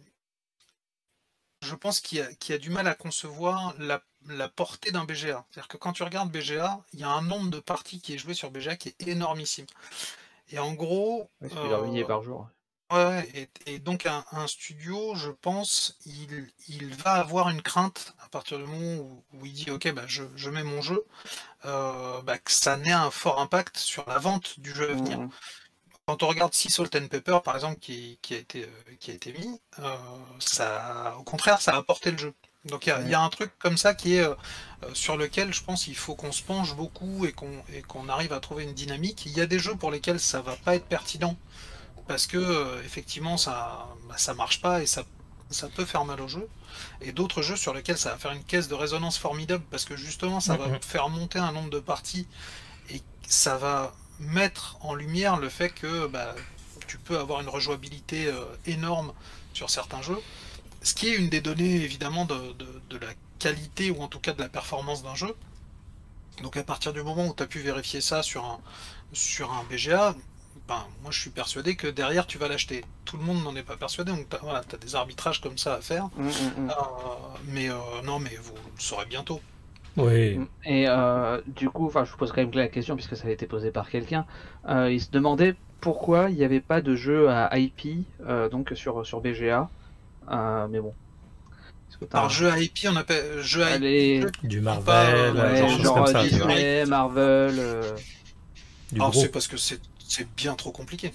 je pense, qui a du mal à concevoir la portée d'un BGA. C'est-à-dire que quand tu regardes BGA, il y a un nombre de parties qui est joué sur BGA qui est énormissime. Et en gros... c'est plusieurs milliers par jour. Ouais, et donc un studio, je pense, il va avoir une crainte à partir du moment où il dit ok, bah, je mets mon jeu, que ça n'ait un fort impact sur la vente du jeu à venir. Quand on regarde Sea Salt and Pepper par exemple qui a été mis, ça, au contraire, ça a apporté le jeu. Donc il y a un truc comme ça qui est sur lequel je pense qu'il faut qu'on se penche beaucoup et qu'on arrive à trouver une dynamique. Il y a des jeux pour lesquels ça va pas être pertinent. Parce que effectivement ça marche pas et ça peut faire mal au jeu, et d'autres jeux sur lesquels ça va faire une caisse de résonance formidable parce que justement ça va faire monter un nombre de parties et ça va mettre en lumière le fait que tu peux avoir une rejouabilité énorme sur certains jeux, ce qui est une des données évidemment de la qualité ou en tout cas de la performance d'un jeu. Donc à partir du moment où tu as pu vérifier ça sur un BGA, moi je suis persuadé que derrière tu vas l'acheter. Tout le monde n'en est pas persuadé, donc t'as des arbitrages comme ça à faire. Non, mais vous le saurez bientôt. Oui. Et du coup, je vous pose quand même la question puisque ça a été posé par quelqu'un. Il se demandait pourquoi il n'y avait pas de jeu à IP donc sur BGA. Mais bon. Par jeu à IP, on appelle jeu à IP. Du Marvel, genre Disney, Marvel. Alors c'est parce que c'est bien trop compliqué.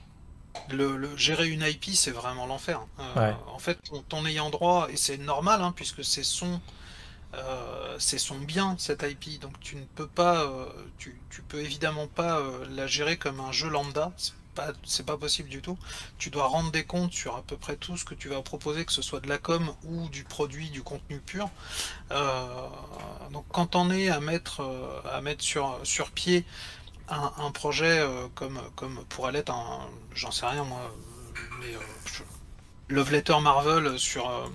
Gérer une IP, c'est vraiment l'enfer. En fait, ton ayant droit, et c'est normal, hein, puisque c'est son bien, cette IP, donc tu ne peux pas, tu peux évidemment pas la gérer comme un jeu lambda, c'est pas possible du tout. Tu dois rendre des comptes sur à peu près tout ce que tu vas proposer, que ce soit de la com ou du produit, du contenu pur. Donc quand on est à mettre sur pied un projet comme pourrait l'être j'en sais rien moi, mais Love Letter Marvel sur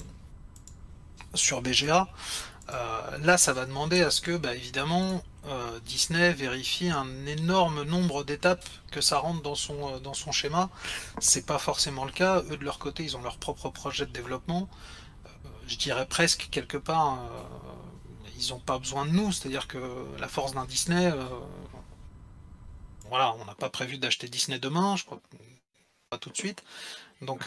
BGA, là ça va demander à ce que évidemment Disney vérifie un énorme nombre d'étapes, que ça rentre dans son schéma. C'est pas forcément le cas. Eux de leur côté ils ont leur propre projet de développement, je dirais presque quelque part ils n'ont pas besoin de nous, c'est-à-dire que la force d'un Disney, voilà, on n'a pas prévu d'acheter Disney demain, je crois, pas tout de suite. Donc,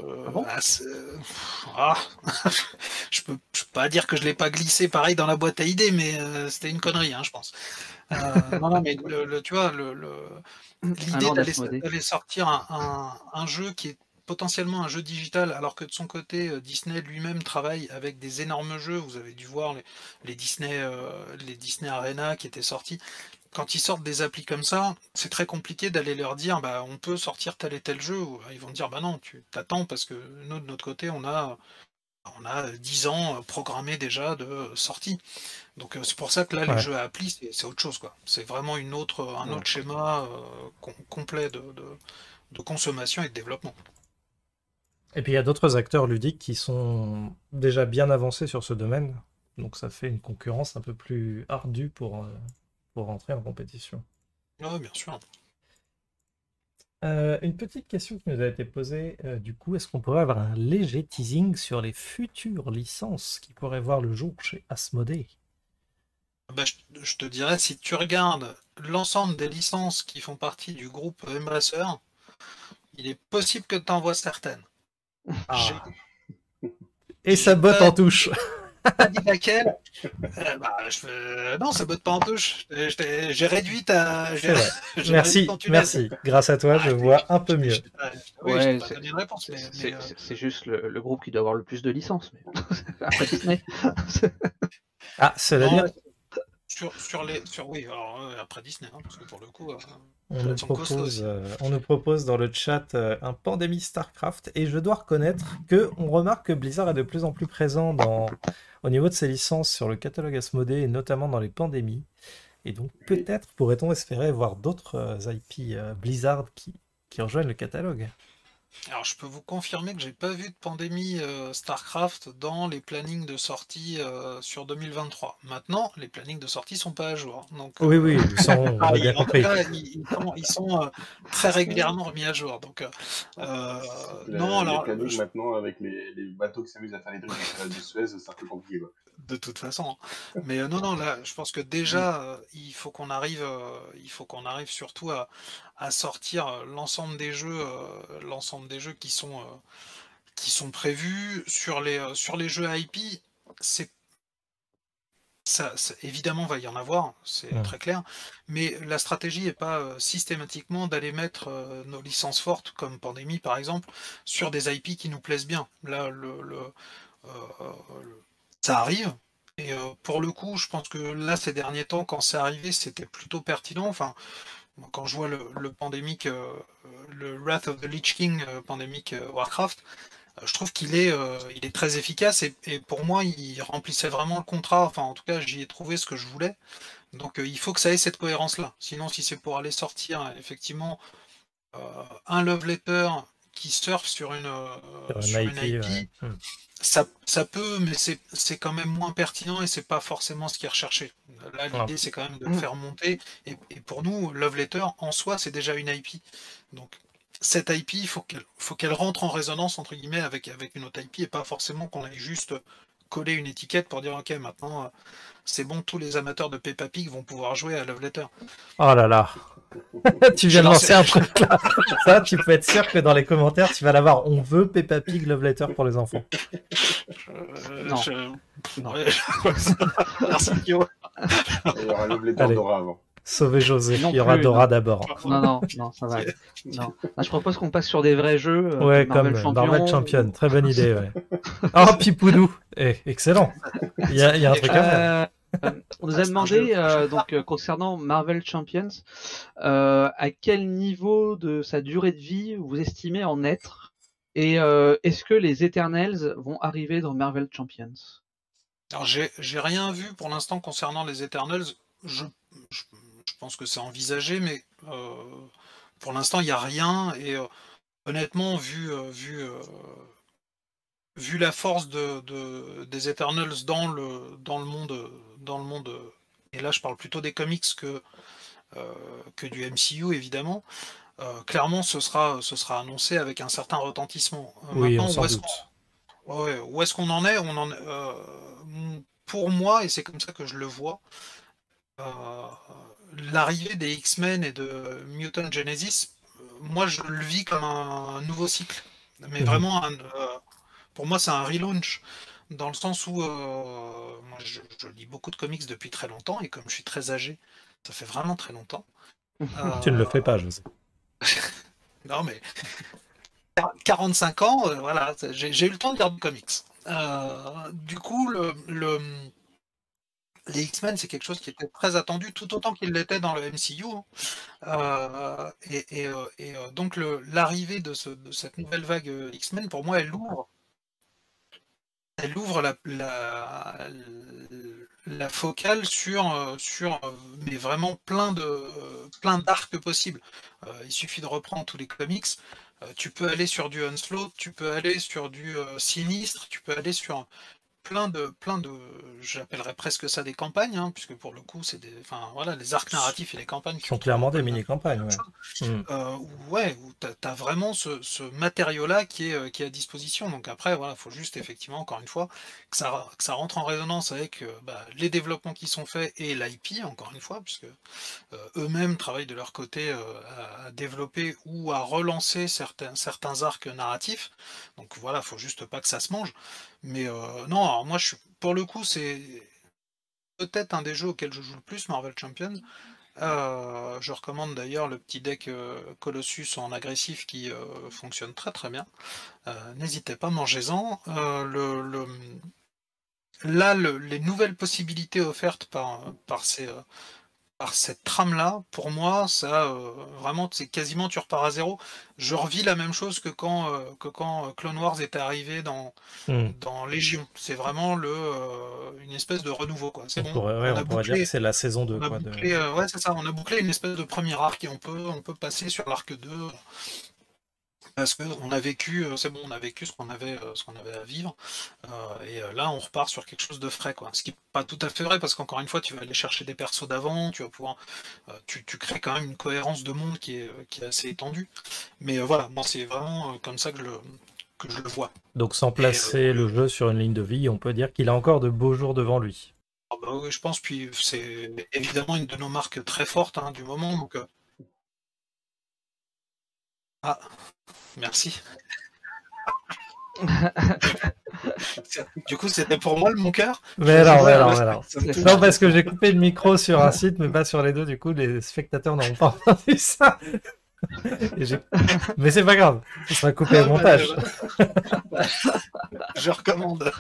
je peux pas dire que je l'ai pas glissé pareil dans la boîte à idées, mais c'était une connerie, hein, je pense. Non, mais tu vois, l'idée d'aller sortir un jeu qui est potentiellement un jeu digital, alors que de son côté, Disney lui-même travaille avec des énormes jeux. Vous avez dû voir les Disney Arena qui étaient sortis. Quand ils sortent des applis comme ça, c'est très compliqué d'aller leur dire on peut sortir tel et tel jeu. Ils vont dire non, tu t'attends parce que nous de notre côté on a 10 ans programmés déjà de sortie. Donc c'est pour ça que là les jeux à appli c'est autre chose quoi. C'est vraiment un autre schéma complet de consommation et de développement. Et puis il y a d'autres acteurs ludiques qui sont déjà bien avancés sur ce domaine, donc ça fait une concurrence un peu plus ardue pour rentrer en compétition. Oui, bien sûr. Une petite question qui nous a été posée, du coup, est-ce qu'on pourrait avoir un léger teasing sur les futures licences qui pourraient voir le jour chez Asmodée? Bah, je te dirais, si tu regardes l'ensemble des licences qui font partie du groupe Embracer, il est possible que tu en vois certaines. J'ai Et ça j'ai botte pas en touche. pas dit laquelle. Non, ça botte pas en touche. J'ai réduit ta. C'est vrai. J'ai réduit Merci, ton tunnel. merci. Grâce à toi, Ah, je vois un peu oui, mieux. oui, je Ouais, t'ai pas donné une réponse, mais, c'est juste le groupe qui doit avoir le plus de licences. Mais... Après Disney. Ah, cela non, dit, oui, alors après Disney, hein, parce que pour le coup, on nous elles sont costauds aussi. propose dans le chat un Pandémie StarCraft, et je dois reconnaître que on remarque que Blizzard est de plus en plus présent au niveau de ses licences sur le catalogue Asmodée, et notamment dans les pandémies. Et donc peut-être pourrait-on espérer voir d'autres IP Blizzard qui rejoignent le catalogue. Alors, je peux vous confirmer que j'ai pas vu de pandémie StarCraft dans les plannings de sortie sur 2023. Maintenant, les plannings de sortie sont pas à jour. Donc, Oui, oui, on a bien en tout compris. cas, ils sont très régulièrement remis à jour. Donc, non, Les alors, plannings maintenant, avec les bateaux qui s'amusent à faire les trucs dans du Suez, c'est un peu compliqué, quoi. de toute façon. Mais non, non, là, je pense que déjà, il faut qu'on arrive surtout à sortir l'ensemble des jeux qui sont prévus sur les jeux IP. C'est évidemment va y en avoir, c'est Mm. très clair, mais la stratégie n'est pas systématiquement d'aller mettre nos licences fortes comme Pandémie par exemple sur des IP qui nous plaisent bien. Là, ça arrive. Et pour le coup, je pense que là, ces derniers temps, quand c'est arrivé, c'était plutôt pertinent. Enfin, quand je vois le pandémique, le Wrath of the Lich King pandémique Warcraft, je trouve il est très efficace et pour moi, il remplissait vraiment le contrat. Enfin, en tout cas, j'y ai trouvé ce que je voulais. Donc, il faut que ça ait cette cohérence-là. Sinon, si c'est pour aller sortir effectivement un love letter qui surfe sur une IP, IP, ouais. Mm. ça peut, mais c'est quand même moins pertinent et c'est pas forcément ce qui est recherché. Là, Ah. l'idée, c'est quand même de le faire monter. Et pour nous, Love Letter, en soi, c'est déjà une IP. Donc, cette IP, il faut qu'elle rentre en résonance, entre guillemets, avec une autre IP et pas forcément qu'on aille juste coller une étiquette pour dire, OK, maintenant, c'est bon, tous les amateurs de Peppa Pig vont pouvoir jouer à Love Letter. Oh là là. Tu viens de lancer un truc là. Ça, tu peux être sûr que dans les commentaires, tu vas l'avoir. On veut Peppa Pig Love Letter pour les enfants. Non. Non. Merci, Guillaume. Il y aura Love Letter Allez. Dora avant. Sauver José. Non Il y aura plus, Dora non. d'abord. Non, ça va. Non. Là, je propose qu'on passe sur des vrais jeux. Ouais, Marvel comme Champion. Marvel Champion. Très bonne idée, ouais. Oh, Pipoudou. Excellent. Il y a un truc à faire. On nous a demandé, concernant Marvel Champions, à quel niveau de sa durée de vie vous estimez en être, et est-ce que les Eternals vont arriver dans Marvel Champions? Alors, j'ai rien vu pour l'instant concernant les Eternals. Je pense que c'est envisagé, mais pour l'instant, il n'y a rien. Et honnêtement, vu la force des Eternals dans le monde, et là je parle plutôt des comics que du MCU évidemment, clairement ce sera annoncé avec un certain retentissement. Oui, on Maintenant, s'en doute. où est-ce qu'on en est? Pour moi, et c'est comme ça que je le vois, l'arrivée des X-Men et de Mutant Genesis, moi je le vis comme un nouveau cycle. Mais vraiment, pour moi, c'est un relaunch, dans le sens où moi, je lis beaucoup de comics depuis très longtemps, et comme je suis très âgé, ça fait vraiment très longtemps. Tu ne le fais pas, José. Non, mais 45 ans, voilà, j'ai eu le temps de lire des comics. Du coup, les X-Men, c'est quelque chose qui était très attendu, tout autant qu'il l'était dans le MCU. Donc, l'arrivée de cette nouvelle vague X-Men, pour moi, elle ouvre la focale sur mais vraiment plein d'arcs possibles. Il suffit de reprendre tous les comics. Tu peux aller sur du Onslaught, tu peux aller sur du Sinistre, tu peux aller sur j'appellerais presque ça des campagnes, hein, puisque pour le coup, c'est les arcs narratifs et les campagnes qui sont clairement des mini-campagnes. Où t'as vraiment ce matériau-là qui est à disposition. Donc après, voilà, faut juste effectivement, encore une fois, que ça rentre en résonance avec les développements qui sont faits et l'IP, encore une fois, puisque eux-mêmes travaillent de leur côté à développer ou à relancer certains arcs narratifs. Donc voilà, faut juste pas que ça se mange. Mais non, alors moi, pour le coup, c'est peut-être un des jeux auxquels je joue le plus, Marvel Champions. Je recommande d'ailleurs le petit deck Colossus en agressif qui fonctionne très très bien. N'hésitez pas, mangez-en. Les nouvelles possibilités offertes par cette trame-là, pour moi, ça vraiment, c'est quasiment tu repars à zéro. Je revis la même chose que quand Clone Wars est arrivé dans Légion. C'est vraiment une espèce de renouveau, quoi. C'est on pourrait dire que c'est la saison 2. Ouais, c'est ça. On a bouclé une espèce de premier arc et on peut passer sur l'arc 2. Parce qu'on a vécu, c'est bon, on a vécu ce qu'on avait à vivre, et là on repart sur quelque chose de frais, quoi. Ce qui n'est pas tout à fait vrai, parce qu'encore une fois, tu vas aller chercher des persos d'avant, tu vas pouvoir, tu crées quand même une cohérence de monde qui est assez étendue. Mais voilà, moi c'est vraiment comme ça que je le vois. Donc sans placer le jeu sur une ligne de vie, on peut dire qu'il a encore de beaux jours devant lui. Oui, je pense, puis c'est évidemment une de nos marques très fortes du moment, donc... Ah, merci. Du coup, c'était pour moi mon cœur. Mais non. Non, parce que j'ai coupé le micro sur un site, mais pas sur les deux. Du coup, les spectateurs n'auront pas entendu ça. Mais c'est pas grave, ça sera coupé au montage. Je recommande.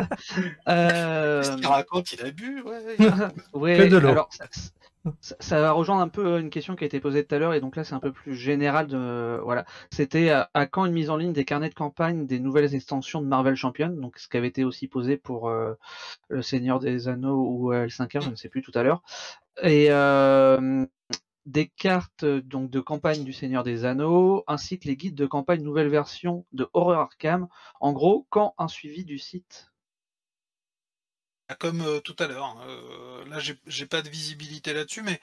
Ce qu'il raconte, il a bu, ouais. Que de l'eau. Alors, ça va rejoindre un peu une question qui a été posée tout à l'heure, et donc là c'est un peu plus général. Voilà, c'était à quand une mise en ligne des carnets de campagne des nouvelles extensions de Marvel Champions, donc ce qui avait été aussi posé pour le Seigneur des Anneaux ou L5R, je ne sais plus tout à l'heure, et des cartes donc de campagne du Seigneur des Anneaux, ainsi que les guides de campagne nouvelle version de Horror Arkham. En gros, quand un suivi du site? Comme tout à l'heure. Là, j'ai pas de visibilité là-dessus, mais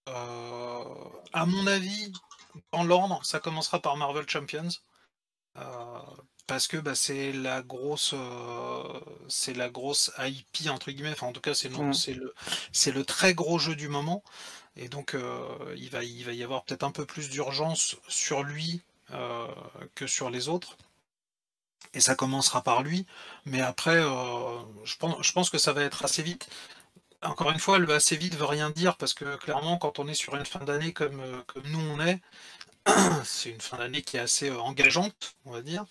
à mon avis, dans l'ordre, ça commencera par Marvel Champions. Parce que c'est la grosse IP entre guillemets, enfin en tout cas c'est le très gros jeu du moment, et donc il va y avoir peut-être un peu plus d'urgence sur lui que sur les autres, et ça commencera par lui, mais après je pense que ça va être assez vite. Encore une fois, le assez vite veut rien dire, parce que clairement quand on est sur une fin d'année comme nous on est, c'est une fin d'année qui est assez engageante, on va dire.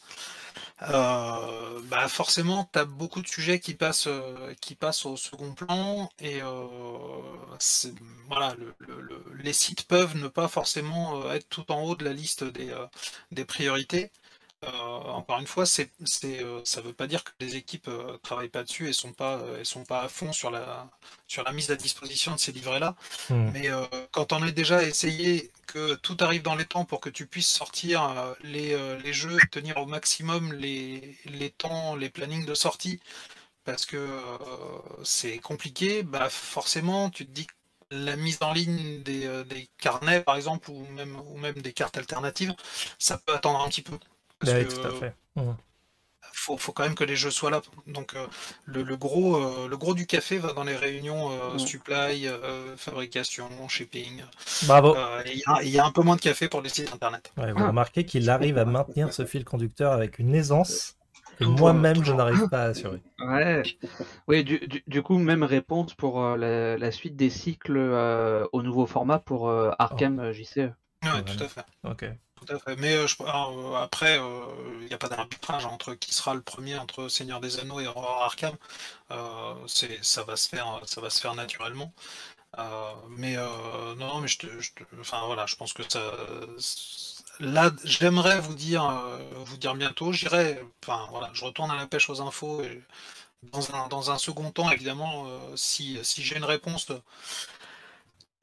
Forcément, tu as beaucoup de sujets qui passent au second plan, et voilà, les sites peuvent ne pas forcément être tout en haut de la liste des priorités. Encore une fois, ça veut pas dire que les équipes travaillent pas dessus et sont pas à fond sur la mise à disposition de ces livrets-là. Mais quand on est déjà essayé que tout arrive dans les temps pour que tu puisses sortir les jeux, tenir au maximum les temps, les plannings de sortie, parce que c'est compliqué, forcément tu te dis que la mise en ligne des carnets par exemple, ou même des cartes alternatives, ça peut attendre un petit peu. Oui, tout à fait. Faut quand même que les jeux soient là. Donc le gros du café va dans les réunions supply, fabrication, shipping. Bravo. Il y a un peu moins de café pour les sites internet. Ouais, vous remarquez qu'il arrive à maintenir ce fil conducteur avec une aisance que moi-même je n'arrive pas à assurer. Ouais. Oui, du coup, même réponse pour la suite des cycles au nouveau format pour Arkham JCE. Oui, tout à fait. Ok. Tout à fait. Mais après, il n'y a pas d'arbitrage entre qui sera le premier entre Seigneur des Anneaux et Horror Arkham. Ça va se faire naturellement. Mais non, mais voilà, je pense que ça. Là, j'aimerais vous dire bientôt. J'irai. Enfin voilà, je retourne à la pêche aux infos. Et dans un second temps, évidemment, si j'ai une réponse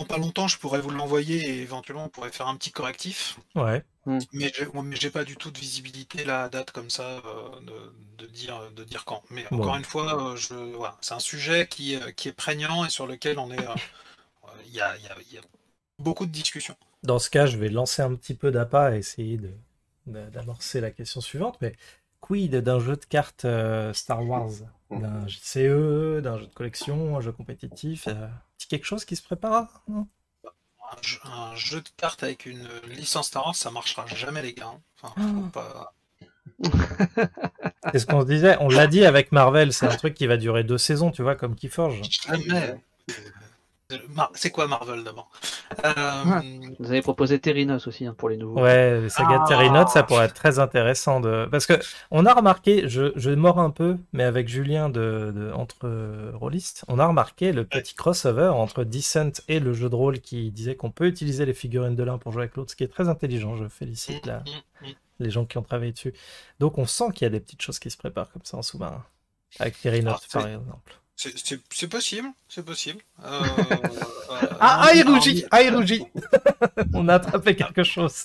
dans pas longtemps, je pourrais vous l'envoyer et éventuellement on pourrait faire un petit correctif. Ouais. Mais j'ai pas du tout de visibilité là, à date comme ça de dire quand. Mais Bon. encore une fois, voilà, c'est un sujet qui est prégnant et sur lequel on est. Il y a beaucoup de discussions. Dans ce cas, je vais lancer un petit peu d'appât et essayer d'amorcer la question suivante. Mais quid d'un jeu de cartes Star Wars? D'un JCE, d'un jeu de collection, un jeu compétitif? Petit quelque chose qui se prépare, non? Un jeu de cartes avec une licence Star Wars, ça marchera jamais, les gars. Hein. Enfin, faut pas... C'est ce qu'on se disait. On l'a dit avec Marvel, c'est un truc qui va durer 2 saisons, tu vois, comme Keyforge. Jamais. C'est quoi Marvel d'abord? Vous avez proposé Terrinos aussi pour les nouveaux. Ouais, saga de Terrinote, ça pourrait être très intéressant parce que on a remarqué, je mords un peu, mais avec Julien entre rôlistes, on a remarqué le petit crossover entre Descent et le jeu de rôle qui disait qu'on peut utiliser les figurines de l'un pour jouer avec l'autre, ce qui est très intelligent. Je félicite les gens qui ont travaillé dessus. Donc on sent qu'il y a des petites choses qui se préparent comme ça en sous-marin, avec Terrinote par exemple. C'est possible, c'est possible. Il rougit. On a attrapé quelque chose.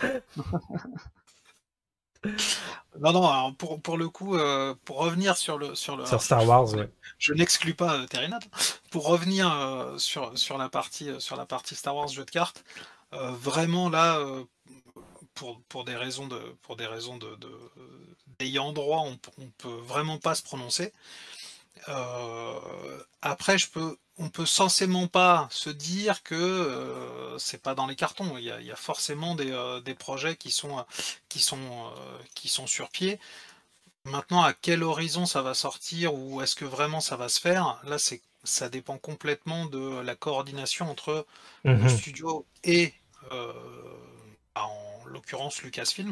Non, alors pour le coup, pour revenir sur Star Wars, ouais. Je n'exclus pas Terrinote. Pour revenir sur la partie Star Wars jeu de cartes, vraiment là, pour des raisons d'ayant droit, on peut vraiment pas se prononcer. Après, on peut censément pas se dire que c'est pas dans les cartons. Il y a forcément des projets qui sont sur pied. Maintenant, à quel horizon ça va sortir ou est-ce que vraiment ça va se faire? Là, ça dépend complètement de la coordination entre le studio et en l'occurrence Lucasfilm.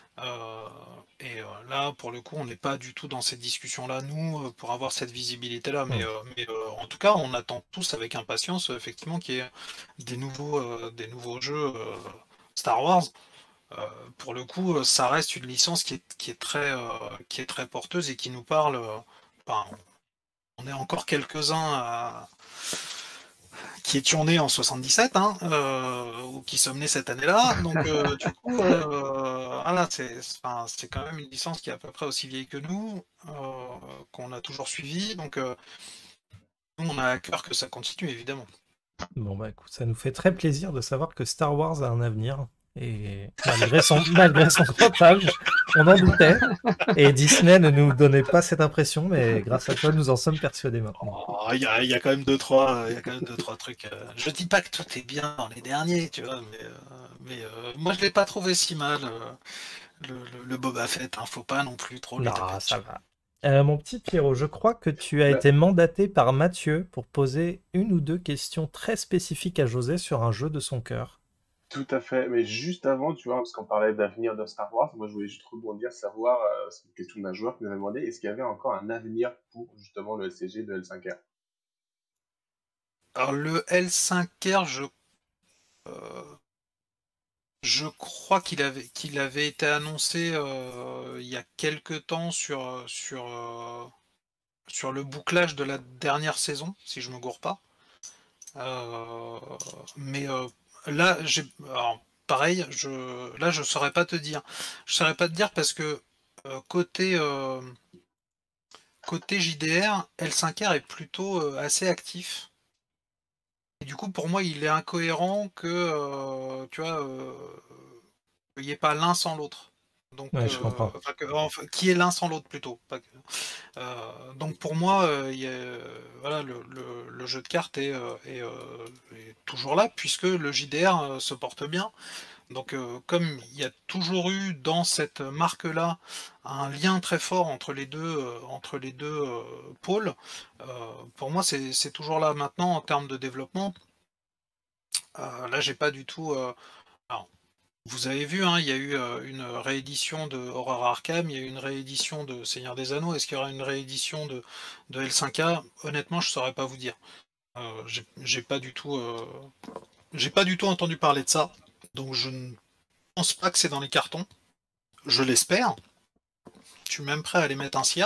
Là, pour le coup, on n'est pas du tout dans cette discussion-là, nous, pour avoir cette visibilité-là. Mais en tout cas, on attend tous avec impatience, effectivement, qu'il y ait des nouveaux jeux Star Wars. Pour le coup, ça reste une licence qui est très porteuse et qui nous parle. On est encore quelques-uns qui étions nés en 77, ou qui sommes nés cette année-là. Donc, du coup, voilà, c'est quand même une licence qui est à peu près aussi vieille que nous, qu'on a toujours suivi. Donc, nous, on a à cœur que ça continue, évidemment. Bon, bah écoute, ça nous fait très plaisir de savoir que Star Wars a un avenir. Et malgré son grand âge, on en doutait. Et Disney ne nous donnait pas cette impression, mais grâce à toi, nous en sommes persuadés maintenant. Il y a quand même deux, trois trucs. Je dis pas que tout est bien dans les derniers, tu vois, mais moi je l'ai pas trouvé si mal. Le Boba Fett, faut pas non plus trop le taper. Ça va. Mon petit Pierrot, je crois que tu as été mandaté par Mathieu pour poser 1 ou 2 questions très spécifiques à José sur un jeu de son cœur. Tout à fait, mais juste avant, tu vois, parce qu'on parlait d'avenir de Star Wars, moi je voulais juste rebondir, savoir, c'est une question d'un joueur qui nous a demandé, est-ce qu'il y avait encore un avenir pour justement le LCG de L5R? Alors le L5R, je crois qu'il avait été annoncé il y a quelques temps sur le bouclage de la dernière saison, si je me gourre pas. Mais là, pareil, je saurais pas te dire. Je saurais pas te dire parce que côté JDR, L5R est plutôt assez actif. Et du coup, pour moi, il est incohérent que tu vois, qu'il n'y ait pas l'un sans l'autre. Donc, ouais, je comprends. Qui est l'un sans l'autre plutôt. Donc pour moi, voilà, le jeu de cartes est toujours là puisque le JDR se porte bien. Donc comme il y a toujours eu dans cette marque-là un lien très fort entre les deux pôles, pour moi c'est toujours là. Maintenant en termes de développement, là j'ai pas du tout. Alors, vous avez vu, il y a eu une réédition de Horror Arkham, il y a eu une réédition de Seigneur des Anneaux. Est-ce qu'il y aura une réédition de L5A? Honnêtement, je saurais pas vous dire. J'ai pas du tout entendu parler de ça. Donc je ne pense pas que c'est dans les cartons. Je l'espère. Je suis même prêt à aller mettre un cierge.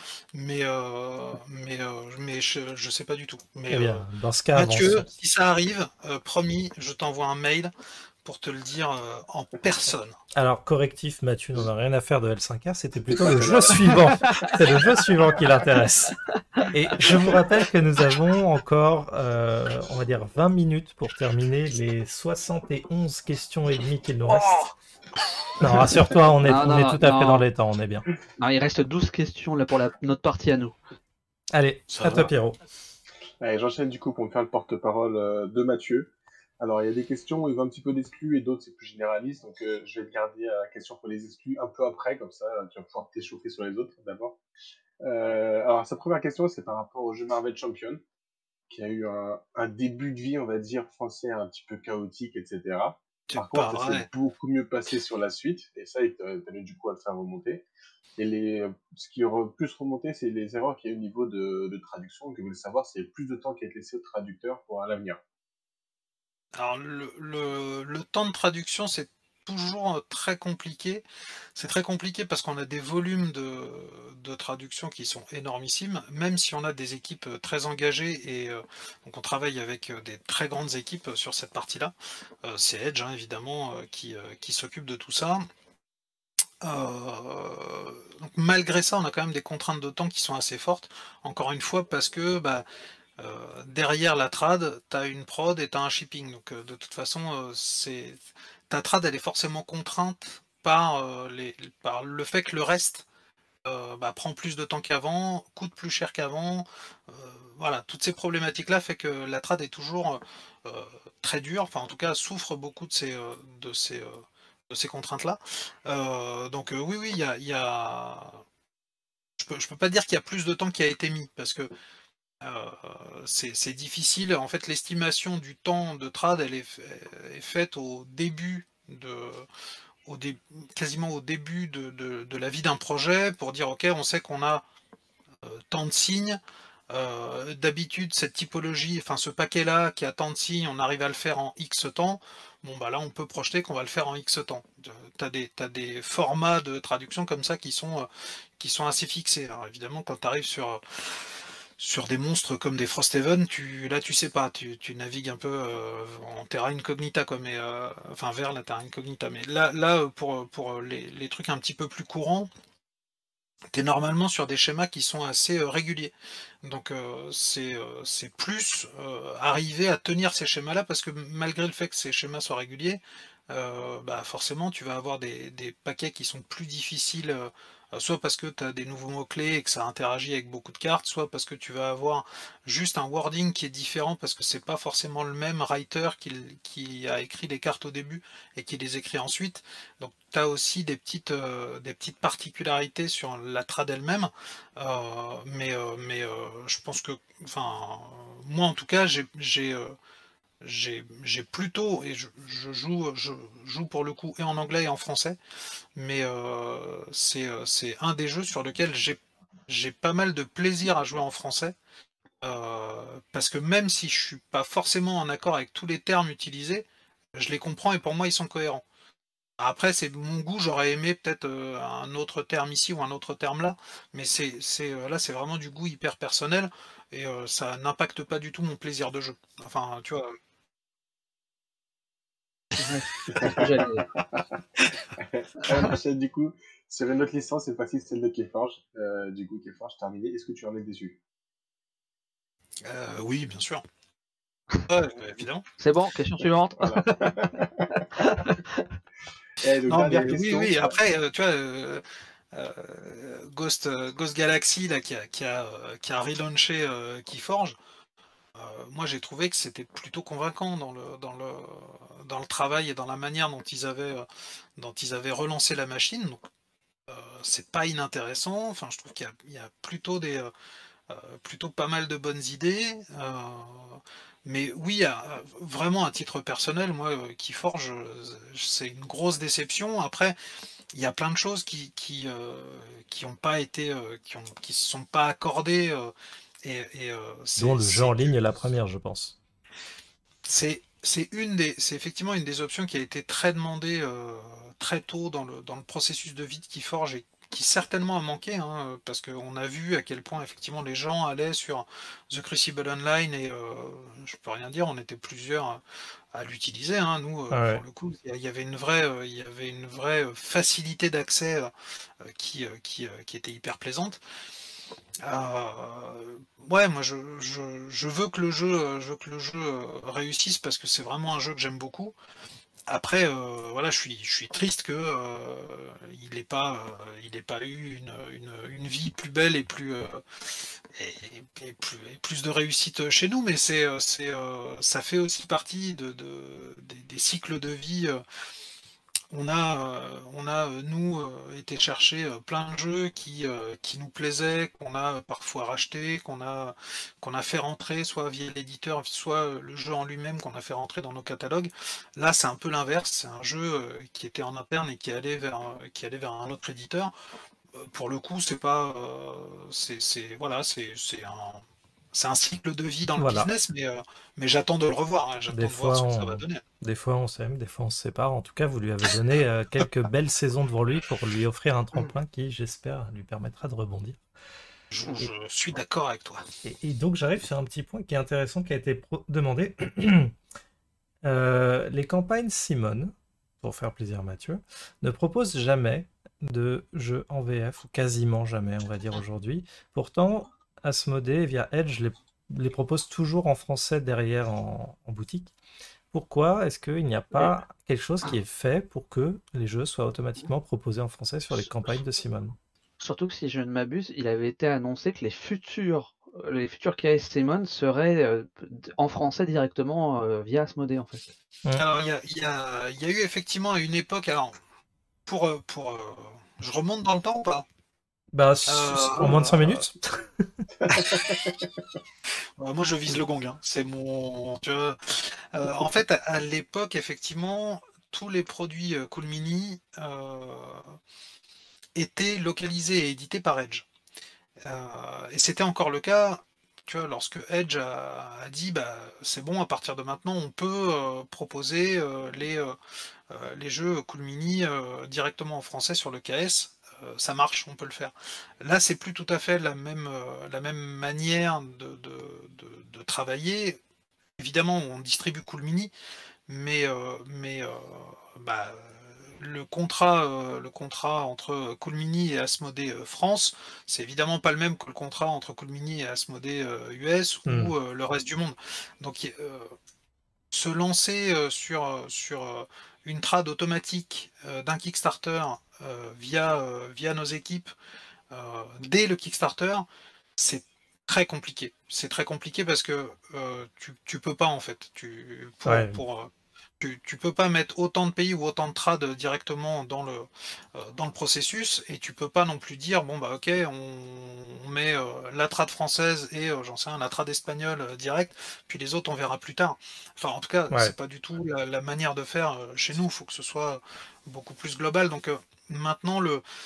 mais je sais pas du tout. Mais Eh bien, dans ce cas, Mathieu, avance. si ça arrive, promis, je t'envoie un mail pour te le dire en personne. Alors, correctif, Mathieu n'en a rien à faire de L5R, c'était plutôt le jeu suivant. C'est le jeu suivant qui l'intéresse. Et je vous rappelle que nous avons encore, on va dire, 20 minutes pour terminer les 71 questions et demie qu'il nous reste. Non, rassure-toi, on est tout à fait dans les temps, on est bien. Non, il reste 12 questions là pour notre partie à nous. Allez, Ça à va. toi, Pierrot. Allez, j'enchaîne du coup pour me faire le porte-parole de Mathieu. Alors, il y a des questions où il va un petit peu d'exclus et d'autres c'est plus généraliste. Donc, je vais te garder la question pour les exclus un peu après, comme ça, tu vas pouvoir t'échauffer sur les autres d'abord. Alors, sa première question, c'est par rapport au jeu Marvel Champion, qui a eu un début de vie, on va dire, français un petit peu chaotique, etc. C'est Par pas contre, ça vrai. s'est beaucoup mieux passé sur la suite, et ça, il t'avait du coup à le faire remonter. Et ce qui a plus remonté, c'est les erreurs qu'il y a eu au niveau de traduction. Donc, je voulais savoir s'il y a plus de temps qui a été laissé au traducteur pour l'avenir. Alors le temps de traduction, c'est toujours très compliqué. C'est très compliqué parce qu'on a des volumes de traduction qui sont énormissimes, même si on a des équipes très engagées et donc on travaille avec des très grandes équipes sur cette partie-là. C'est Edge, hein, évidemment, qui s'occupe de tout ça. Donc malgré ça, on a quand même des contraintes de temps qui sont assez fortes. Encore une fois, parce que derrière la trad, tu as une prod et tu as un shipping. Donc de toute façon, ta trad, elle est forcément contrainte par le fait que le reste prend plus de temps qu'avant, coûte plus cher qu'avant. Voilà, toutes ces problématiques-là fait que la trad est toujours très dure, enfin en tout cas souffre beaucoup de ces contraintes-là. Donc oui, oui, je peux pas dire qu'il y a plus de temps qui a été mis, parce que c'est difficile. En fait, l'estimation du temps de trad, elle est faite au début au dé- quasiment au début de la vie d'un projet pour dire ok, on sait qu'on a tant de signes. D'habitude, cette typologie, enfin ce paquet-là qui a tant de signes, on arrive à le faire en X temps. Bon, bah là, on peut projeter qu'on va le faire en X temps. T'as des formats de traduction comme ça qui sont assez fixés. Alors évidemment, quand tu arrives sur des monstres comme des Frosthaven, là tu sais pas, tu navigues un peu en terra incognita quoi, mais enfin vers la terra incognita. Mais là pour les trucs un petit peu plus courants, t'es normalement sur des schémas qui sont assez réguliers. Donc c'est plus arriver à tenir ces schémas-là, parce que malgré le fait que ces schémas soient réguliers, forcément tu vas avoir des paquets qui sont plus difficiles, soit parce que tu as des nouveaux mots-clés et que ça interagit avec beaucoup de cartes, soit parce que tu vas avoir juste un wording qui est différent, parce que c'est pas forcément le même writer qui a écrit les cartes au début et qui les écrit ensuite. Donc tu as aussi des petites particularités sur la trad elle-même, je pense que, enfin, moi en tout cas, j'ai plutôt, et je joue pour le coup et en anglais et en français, mais c'est un des jeux sur lequel j'ai pas mal de plaisir à jouer en français, parce que même si je suis pas forcément en accord avec tous les termes utilisés, je les comprends et pour moi ils sont cohérents. Après, c'est mon goût, j'aurais aimé peut-être un autre terme ici ou un autre terme là, mais là, c'est vraiment du goût hyper personnel et ça n'impacte pas du tout mon plaisir de jeu. Enfin, tu vois. C'est ce que j'allais dire. La prochaine, du coup, sur une autre licence, cette fois-ci, celle de Keyforge. Du coup, Keyforge terminé. Est-ce que tu en es déçu? Oui, bien sûr. Ouais, évidemment. C'est bon, question suivante. Voilà. Et donc, Non, mais dernière question. oui. Après, tu vois, Ghost Galaxy là, qui a relaunché Keyforge. Moi, j'ai trouvé que c'était plutôt convaincant dans le travail et dans la manière dont ils avaient relancé la machine. Donc, c'est pas inintéressant. Enfin, je trouve qu'il y a plutôt plutôt pas mal de bonnes idées. Mais oui, vraiment à titre personnel, moi, Keyforge, c'est une grosse déception. Après, il y a plein de choses qui ont pas été, qui se sont pas accordées. Dont le jeu en ligne est la première, je pense. C'est effectivement une des options qui a été très demandée très tôt dans le processus de vie de Keyforge et qui certainement a manqué, hein, parce qu'on a vu à quel point effectivement les gens allaient sur The Crucible Online et je peux rien dire, on était plusieurs à l'utiliser, hein, nous, Ouais. pour le coup, il y avait une vraie facilité d'accès qui était hyper plaisante. Ouais, moi je veux que le jeu, réussisse parce que c'est vraiment un jeu que j'aime beaucoup. Après, voilà, je suis triste que il ait pas eu une vie plus belle et plus et plus de réussite chez nous, mais ça fait aussi partie des cycles de vie. Nous, été chercher plein de jeux qui nous plaisaient, qu'on a parfois racheté, qu'on a fait rentrer soit via l'éditeur, soit le jeu en lui-même qu'on a fait rentrer dans nos catalogues. Là, c'est un peu l'inverse, c'est un jeu qui était en interne et qui allait vers un autre éditeur. Pour le coup, c'est pas, voilà, c'est un cycle de vie dans le Voilà. business, mais j'attends de le revoir, hein, j'attends Des de voir fois, ce que ça va donner. des fois on s'aime, des fois on se sépare. En tout cas, vous lui avez donné quelques belles saisons devant lui pour lui offrir un tremplin qui, j'espère, lui permettra de rebondir. Je suis d'accord avec toi. Et donc, j'arrive sur un petit point qui est intéressant, qui a été demandé. Les campagnes Simone, pour faire plaisir à Mathieu, ne proposent jamais de jeux en VF, ou quasiment jamais, on va dire aujourd'hui. Pourtant, Asmodée, via Edge, les propose toujours en français derrière en boutique. Pourquoi est-ce qu'il n'y a pas quelque chose qui est fait pour que les jeux soient automatiquement proposés en français sur les campagnes de Simone? Surtout que si je ne m'abuse, il avait été annoncé que les futurs KS Simon seraient en français directement via Asmodée en fait. Alors, il y a eu effectivement à une époque, alors, je remonte dans le temps ou pas? Bah, en moins de 5 minutes. Moi, je vise le gong, hein. C'est mon. En fait, à l'époque, effectivement, tous les produits Cool Mini étaient localisés et édités par Edge. Et c'était encore le cas, tu vois, lorsque Edge a dit, bah, c'est bon, à partir de maintenant, on peut proposer les jeux Cool Mini directement en français sur le KS. Ça marche, on peut le faire. Là, c'est plus tout à fait la même manière de travailler. Évidemment, on distribue Cool Mini, mais bah, le contrat entre Cool Mini et Asmodée France, c'est évidemment pas le même que le contrat entre Cool Mini et Asmodée US ou le reste du monde. Donc se lancer sur une trad automatique d'un Kickstarter via nos équipes dès le Kickstarter, c'est très compliqué. C'est très compliqué parce que tu peux pas en fait. Tu peux pas mettre autant de pays ou autant de trades directement dans le processus et tu peux pas non plus dire bon bah ok on met la trad française et j'en sais rien la trad espagnole direct puis les autres on verra plus tard. Enfin en tout cas c'est pas du tout la manière de faire chez nous. Il faut que ce soit beaucoup plus global. Donc maintenant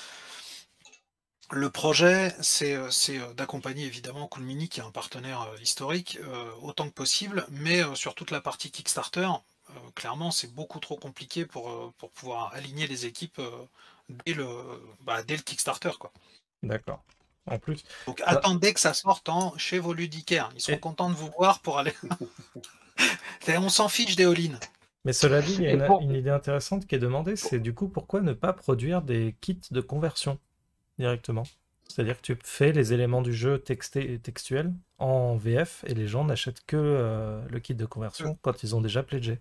le projet, c'est d'accompagner évidemment Cool Mini, qui est un partenaire historique, autant que possible, mais sur toute la partie Kickstarter, clairement, c'est beaucoup trop compliqué pour pouvoir aligner les équipes dès le Kickstarter, quoi. D'accord. En plus. Donc attendez que ça sorte chez vos ludicaires. Ils seront contents de vous voir pour aller. On s'en fiche des all-in. Mais cela dit, il y a une idée intéressante qui est demandée, c'est du coup pourquoi ne pas produire des kits de conversion directement. C'est-à-dire que tu fais les éléments du jeu textuels en VF et les gens n'achètent que le kit de conversion quand ils ont déjà pledgé.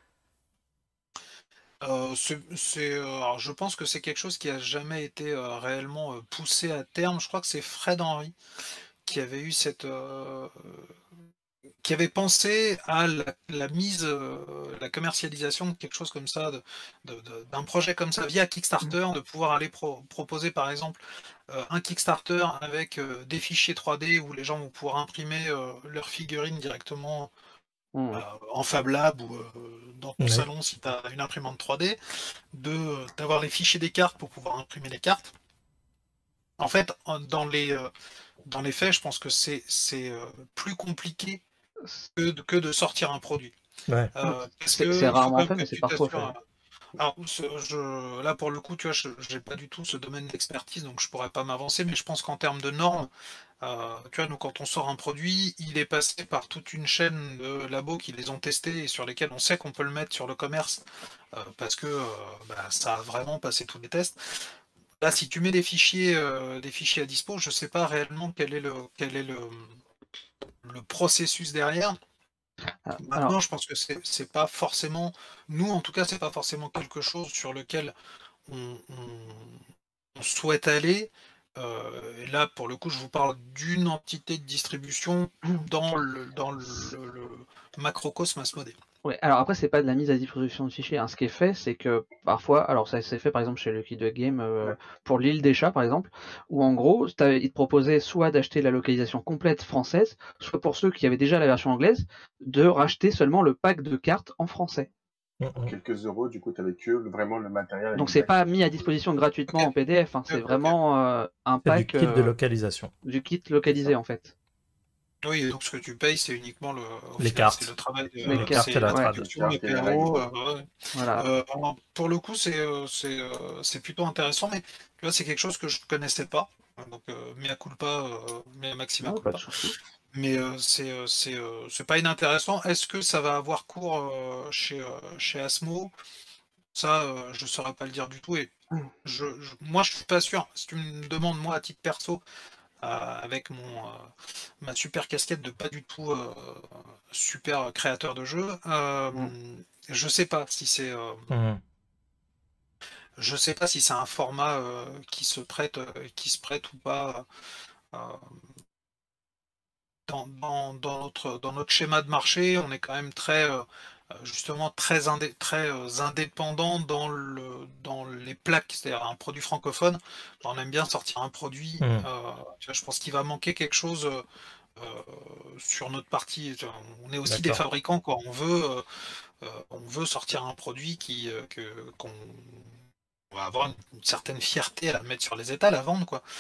Alors je pense que c'est quelque chose qui a jamais été réellement poussé à terme. Je crois que c'est Fred Henry qui avait eu qui avait pensé à la mise, la commercialisation de quelque chose comme ça, d'un projet comme ça via Kickstarter, de pouvoir aller proposer par exemple un Kickstarter avec des fichiers 3D où les gens vont pouvoir imprimer leurs figurines directement en Fab Lab ou dans ton salon si tu as une imprimante 3D, d'avoir les fichiers des cartes pour pouvoir imprimer les cartes. En fait, dans les faits, je pense que c'est plus compliqué que de sortir un produit. C'est rarement fait, mais c'est parfois fait. Alors, là, pour le coup, tu vois, j'ai pas du tout ce domaine d'expertise, donc je pourrais pas m'avancer, mais je pense qu'en termes de normes, tu vois, nous, quand on sort un produit, il est passé par toute une chaîne de labos qui les ont testés et sur lesquels on sait qu'on peut le mettre sur le commerce, parce que ça a vraiment passé tous les tests. Là, si tu mets des fichiers à dispo, je sais pas réellement quel est le processus derrière. Maintenant, Alors, je pense que c'est pas forcément, nous en tout cas, c'est pas forcément quelque chose sur lequel on souhaite aller. Et là, pour le coup, je vous parle d'une entité de distribution dans le macrocosme Asmodée. ouais, alors après, c'est pas de la mise à disposition de fichiers, hein. Ce qui est fait, c'est que parfois, alors ça s'est fait par exemple chez Lucky Duck Game Ouais. pour l'île des chats par exemple, où en gros, ils te proposaient soit d'acheter la localisation complète française, soit pour ceux qui avaient déjà la version anglaise, de racheter seulement le pack de cartes en français. Pour quelques euros, du coup, tu avais que vraiment le matériel. Donc c'est pas mis à disposition gratuitement en PDF, hein, c'est Ok. vraiment un C'est pack du kit de localisation. du kit localisé en fait. Oui, donc ce que tu payes, c'est uniquement au Les final, cartes. c'est le travail de Les cartes et la trad. traduction, les Les cartes et les PRO, règles. ouais. Voilà. Alors, pour le coup, c'est plutôt intéressant, mais tu vois, c'est quelque chose que je connaissais pas. Donc, mea culpa, mea maxima Non, culpa. pas de souci. Mais c'est pas inintéressant. Est-ce que ça va avoir cours chez Asmo? Ça, je saurais pas le dire du tout. Et moi, je suis pas sûr. Si tu me demandes, moi, à titre perso, avec ma super casquette de pas du tout super créateur de jeu, je sais pas si c'est je sais pas si c'est un format qui se prête ou pas euh, dans notre schéma de marché. On est quand même justement très indépendant dans les plaques, c'est-à-dire un produit francophone. On aime bien sortir un produit. Tu vois, je pense qu'il va manquer quelque chose sur notre partie. On est aussi des D'accord. fabricants, quoi. On veut sortir un produit qu'on va avoir une certaine fierté à la mettre sur les étals, à vendre, quoi.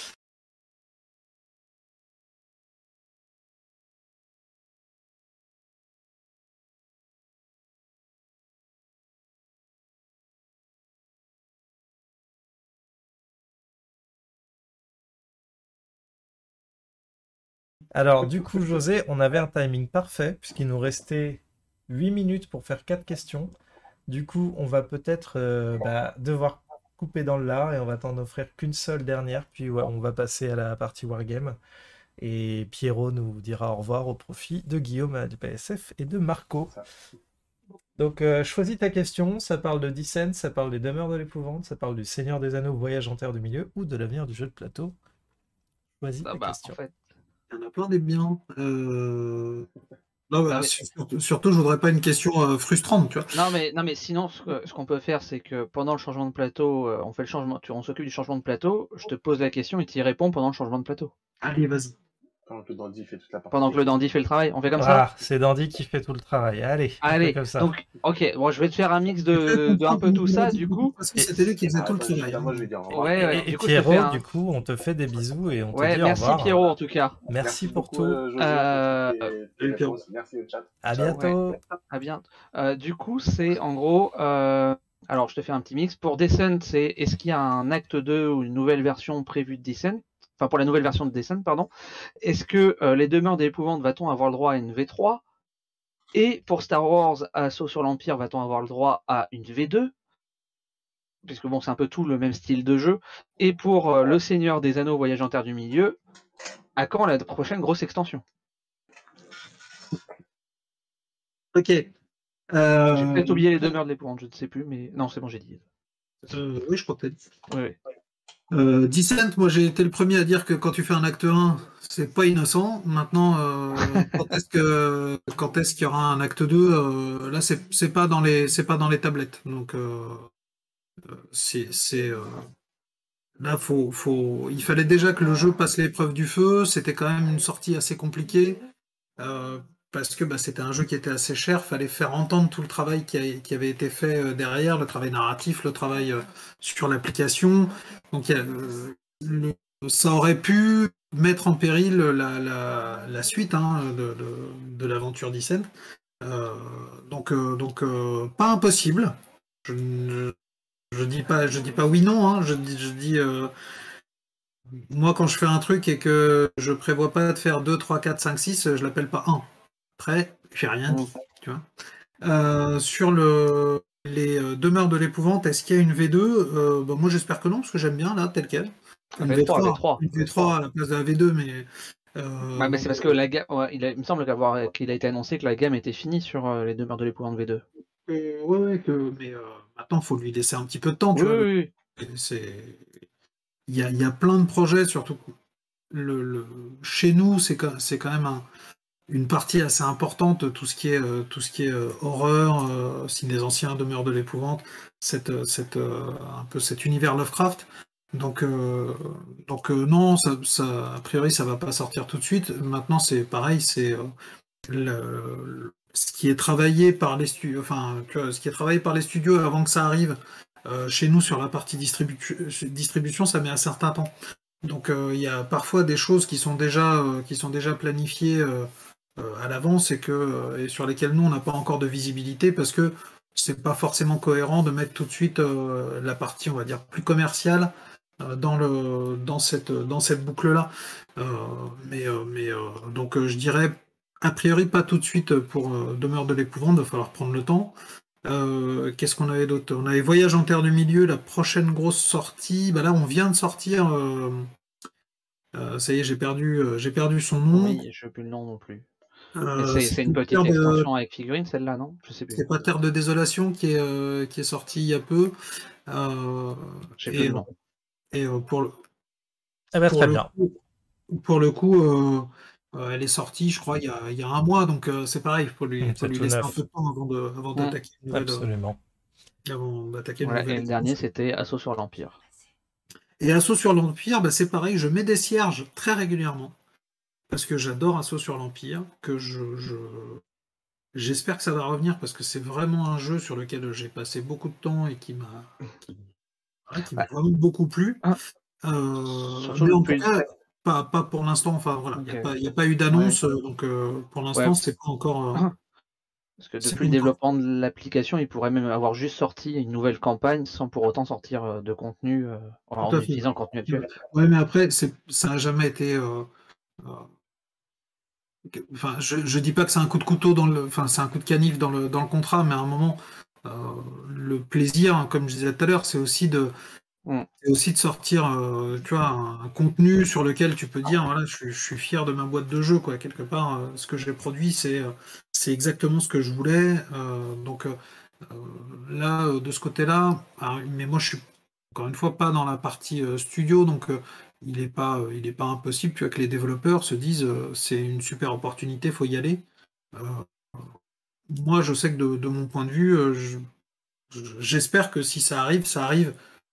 Alors, du coup, José, on avait un timing parfait, puisqu'il nous restait 8 minutes pour faire 4 questions. Du coup, on va peut-être devoir couper dans le lard et on va t'en offrir qu'une seule dernière, puis ouais, on va passer à la partie Wargame. Et Pierrot nous dira au revoir au profit de Guillaume du PSF et de Marco. Ça. Donc, choisis ta question. Ça parle de Descent, ça parle des Demeures de l'Épouvante, ça parle du Seigneur des Anneaux, Voyage en Terre du Milieu ou de l'avenir du jeu de plateau. Choisis ta question. En fait, Il y en a plein des biens. Non, Ah, mais- surtout, je voudrais pas une question frustrante, tu vois. non, mais sinon, ce qu'on peut faire, c'est que pendant le changement de plateau, on fait le changement, on s'occupe du changement de plateau, je te pose la question et tu y réponds pendant le changement de plateau. Allez, vas-y. Pendant que le dandy fait toute la partie. Pendant que le dandy fait le travail, on fait comme ça? Ah, c'est Dandy qui fait tout le travail. Allez, on fait Allez, comme ça. donc, ok, bon, je vais te faire un mix de un peu tout ça, du coup. Parce que c'était lui qui faisait tout le Attends, travail. moi, je vais dire au revoir. Ouais, Et du coup, je te fais Pierrot, un... du coup, on te fait des bisous et on te Ouais, dit au merci revoir. Pierrot, en tout cas. Merci pour beaucoup, tout. José, pour tes Salut, Pierrot. réponses. Merci au chat. À Ciao. bientôt. À bien. Du coup, c'est en gros. Alors, je te fais un petit mix. Pour Descent, c'est est-ce qu'il y a un acte 2 ou une nouvelle version prévue de Descent? Enfin, pour la nouvelle version de Descent, pardon. Est-ce que les Demeures de l'Épouvante, va-t-on avoir le droit à une V3? Et pour Star Wars, Assaut sur l'Empire, va-t-on avoir le droit à une V2? Puisque bon, c'est un peu tout le même style de jeu. Et pour Le Seigneur des Anneaux, Voyage en Terre du Milieu, à quand la prochaine grosse extension? Ok. J'ai peut-être oublié les Demeures de l'Épouvante, je ne sais plus, mais non, c'est bon, j'ai dit. Oui, je crois que t'as dit. Oui. Descent, moi j'ai été le premier à dire que quand tu fais un acte 1, c'est pas innocent. Maintenant, quand est-ce qu'il y aura un acte 2, là c'est pas dans les tablettes. Donc là il fallait déjà que le jeu passe l'épreuve du feu. C'était quand même une sortie assez compliquée. Parce que c'était un jeu qui était assez cher, fallait faire entendre tout le travail qui avait été fait derrière, le travail narratif, le travail sur l'application. Donc ça aurait pu mettre en péril la suite de l'aventure Descent. Donc pas impossible. je dis pas oui non, hein, je dis moi quand je fais un truc et que je prévois pas de faire 2, 3, 4, 5, 6, je l'appelle pas 1. Après, j'ai rien dit, tu vois. Sur les demeures de l'épouvante, est-ce qu'il y a une V2? Bah, moi j'espère que non, parce que j'aime bien là, tel quel. Une V3 à la place de la V2, mais. Mais c'est parce que la gamme, il me semble qu'il a été annoncé que la gamme était finie sur les demeures de l'épouvante V2. Ouais, mais maintenant il faut lui laisser un petit peu de temps, tu vois. Oui. Il y a plein de projets, surtout chez nous, c'est quand même une partie assez importante, tout ce qui est horreur, si les anciens demeures de l'épouvante, un peu cet univers Lovecraft. Donc non, a priori ça va pas sortir tout de suite. Maintenant c'est pareil, c'est ce qui est travaillé par les studios, ce qui est travaillé par les studios avant que ça arrive chez nous sur la partie distribution, ça met un certain temps. Donc il y a parfois des choses qui sont déjà planifiées à l'avance et sur lesquelles nous on n'a pas encore de visibilité parce que c'est pas forcément cohérent de mettre tout de suite la partie, on va dire, plus commerciale dans cette boucle-là. Donc je dirais a priori pas tout de suite pour Demeure de l'épouvante, il va falloir prendre le temps. Qu'est-ce qu'on avait d'autre? On avait Voyage en Terre du Milieu, la prochaine grosse sortie. Bah là, on vient de sortir. Ça y est, j'ai perdu son nom. Oui, je n'ai plus le nom non plus. C'est une petite extension avec figurine, celle-là, non? Je sais plus. C'est pas Terre de Désolation qui est sortie il y a peu. J'ai plus le nom. Et pour le. Très bien. Pour le coup. Elle est sortie, je crois, il y a un mois, donc c'est pareil, il faut lui laisser un peu de temps avant d'attaquer une nouvelle. Absolument. Avant d'attaquer une nouvelle. Et le dernier, c'était Assaut sur l'Empire. Et Assaut sur l'Empire, bah, c'est pareil, je mets des cierges très régulièrement, parce que j'adore Assaut sur l'Empire, que j'espère que ça va revenir, parce que c'est vraiment un jeu sur lequel j'ai passé beaucoup de temps et qui m'a vraiment beaucoup plu. Mais en tout cas, pas pour l'instant, enfin voilà, il n'y a pas eu d'annonce, donc pour l'instant, c'est pas encore. Parce que depuis le développement de l'application, il pourrait même avoir juste sorti une nouvelle campagne sans pour autant sortir de contenu en utilisant le contenu actuel. Oui, mais après, ça n'a jamais été. Enfin, je dis pas que c'est un coup de couteau c'est un coup de canif dans le contrat, mais à un moment, le plaisir, hein, comme je disais tout à l'heure, c'est aussi de sortir, tu vois, un contenu sur lequel tu peux dire, voilà, je suis fier de ma boîte de jeu, quoi. Quelque part, ce que j'ai produit, c'est exactement ce que je voulais. Donc là, de ce côté-là, mais moi, je suis encore une fois pas dans la partie studio, donc il est pas impossible, tu vois, que les développeurs se disent, c'est une super opportunité, faut y aller. Moi, je sais que de mon point de vue, j'espère que si ça arrive, ça arrive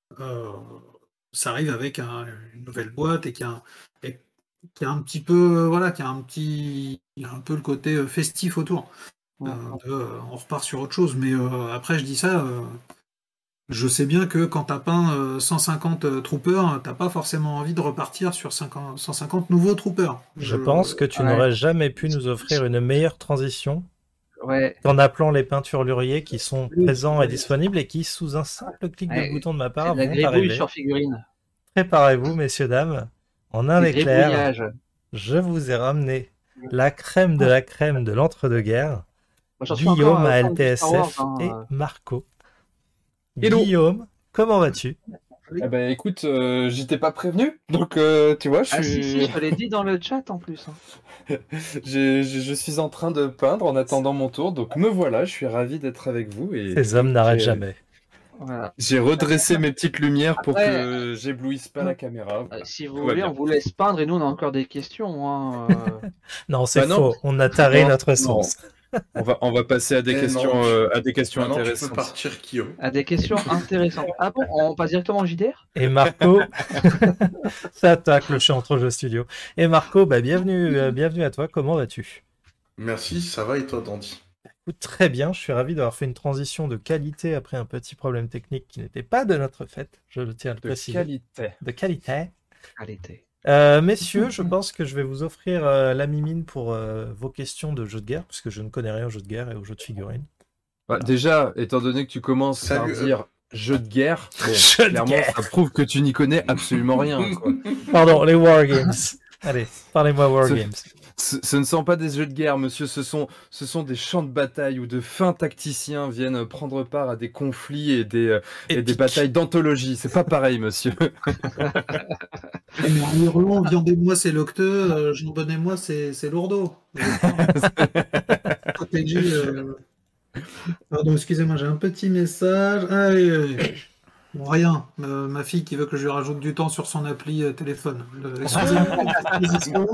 avec une nouvelle boîte et qui a un petit peu, voilà, il a un peu le côté festif autour. On repart sur autre chose, mais après je dis ça, je sais bien que quand t'as peint 150 troopers, t'as pas forcément envie de repartir sur 150 nouveaux troopers. Je pense que tu n'aurais jamais pu nous offrir une meilleure transition qu'en appelant les peinturluriers qui sont présents et disponibles et qui, sous un simple clic de bouton de ma part, vont arriver. Sur figurine. Préparez-vous, messieurs, dames. En un éclair, je vous ai ramené la crème de la crème de l'entre-deux-guerres. Guillaume à LTSF et Marco. Hello. Guillaume, comment vas-tu? Eh ben écoute, j'étais pas prévenu, donc tu vois, je te l'ai dit dans le chat en plus. Je suis en train de peindre en attendant mon tour, donc me voilà, je suis ravi d'être avec vous. Et ces hommes n'arrêtent jamais. Voilà. J'ai redressé mes petites lumières pour que j'éblouisse pas la caméra. Voilà. Si vous voulez, on vous laisse peindre et nous on a encore des questions. Hein. Non, c'est faux, on a taré notre sens. On va passer à des questions intéressantes. Tu peux partir, Guillaume. À des questions intéressantes. Ah bon, on passe directement au JDR? Et Marco, ça attaque le chien entre jeux studio. Et Marco, bienvenue à toi, comment vas-tu? Merci, ça va et toi, Dandy? Très bien, je suis ravi d'avoir fait une transition de qualité après un petit problème technique qui n'était pas de notre fait, je le tiens à le préciser. De qualité. Messieurs, je pense que je vais vous offrir la mimine pour vos questions de jeux de guerre, puisque je ne connais rien aux jeux de guerre et aux jeux de figurines. Bah, déjà, étant donné que tu commences par Salut, dire jeu de guerre, bon, Jeu de clairement, guerre. ça prouve que tu n'y connais absolument rien, quoi. Pardon, les Wargames. Allez, parlez-moi Wargames. Ce ne sont pas des jeux de guerre, monsieur, ce sont des champs de bataille où de fins tacticiens viennent prendre part à des conflits et des Épique. batailles d'anthologie. C'est pas pareil, monsieur. Hurlant, viandez-moi, c'est Locteux, jambonnez-moi, c'est Lourdeau. Stratégie. Pardon, excusez-moi, j'ai un petit message. Ah, oui. Bon, rien. Ma fille qui veut que je lui rajoute du temps sur son appli téléphone. Excusez-moi.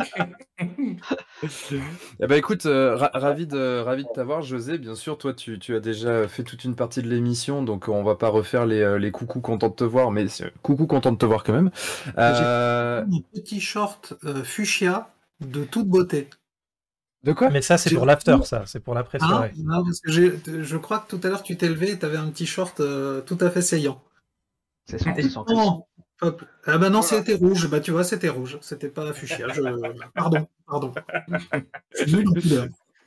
Eh ben écoute, ravi de t'avoir, José. Bien sûr, toi, tu as déjà fait toute une partie de l'émission, donc on va pas refaire les coucous contents de te voir, mais coucou content de te voir quand même. Un petit short fuchsia de toute beauté. De quoi? Mais ça, c'est pour l'after, ça. C'est pour l'après-soirée. Non, parce que je crois que tout à l'heure, tu t'es levé et tu avais un petit short tout à fait saillant. C'est son Non, hop. Ah bah non, c'était rouge. Bah tu vois, c'était rouge. C'était pas fuchsia. Pardon. Je suis nul en couleur.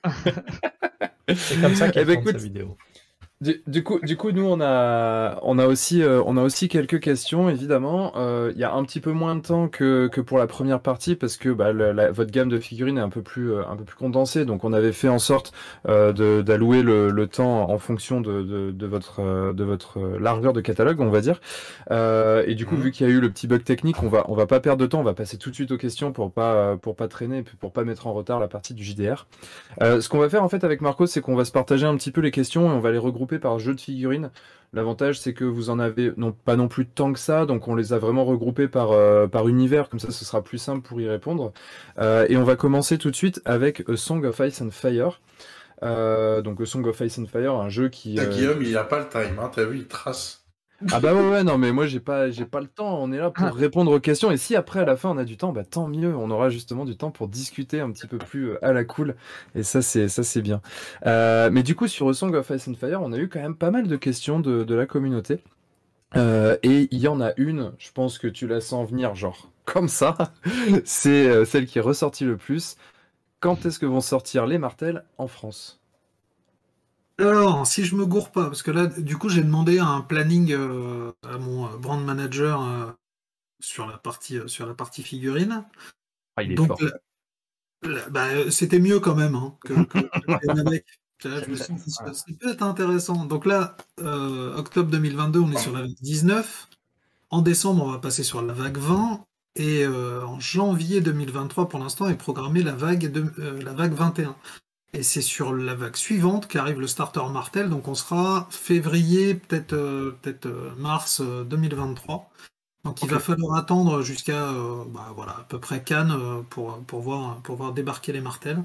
C'est comme ça qu'il Eh ben, tourne sa écoute, vidéo. Du coup, nous on a aussi quelques questions évidemment. Il y a un petit peu moins de temps que pour la première partie parce que votre gamme de figurines est un peu plus condensée. Donc on avait fait en sorte d'allouer le temps en fonction de votre largeur de catalogue, on va dire. Et du coup, vu qu'il y a eu le petit bug technique, on va pas perdre de temps. On va passer tout de suite aux questions pour pas traîner, et puis pour pas mettre en retard la partie du JDR. Ce qu'on va faire en fait avec Marco, c'est qu'on va se partager un petit peu les questions et on va les regrouper par jeu de figurines. L'avantage, c'est que vous en avez pas non plus tant que ça, donc on les a vraiment regroupés par univers, comme ça ce sera plus simple pour y répondre. Et on va commencer tout de suite avec A Song of Ice and Fire. Donc A Song of Ice and Fire, un jeu qui... Guillaume, il a pas le time, hein, t'as vu, il trace. Ah bah ouais, non mais moi j'ai pas le temps, on est là pour répondre aux questions et si après à la fin on a du temps, bah tant mieux, on aura justement du temps pour discuter un petit peu plus à la cool et ça c'est bien. Mais du coup sur A Song of Ice and Fire, on a eu quand même pas mal de questions de la communauté et il y en a une, je pense que tu la sens venir genre comme ça, c'est celle qui est ressortie le plus. Quand est-ce que vont sortir les martels en France? Alors, si je me gourre pas, parce que là, du coup, j'ai demandé un planning à mon brand manager sur la partie figurine. Ah, il est Donc, fort. c'était mieux quand même hein, que avec. Là, je me suis dit, ça peut être intéressant. Donc là, octobre 2022, on est sur la vague 19. En décembre, on va passer sur la vague 20. Et en janvier 2023, pour l'instant, est programmée la vague 21. Et c'est sur la vague suivante qu'arrive le starter Martel, donc on sera février, peut-être mars 2023. Donc il va falloir attendre jusqu'à à peu près Cannes pour voir débarquer les Martels.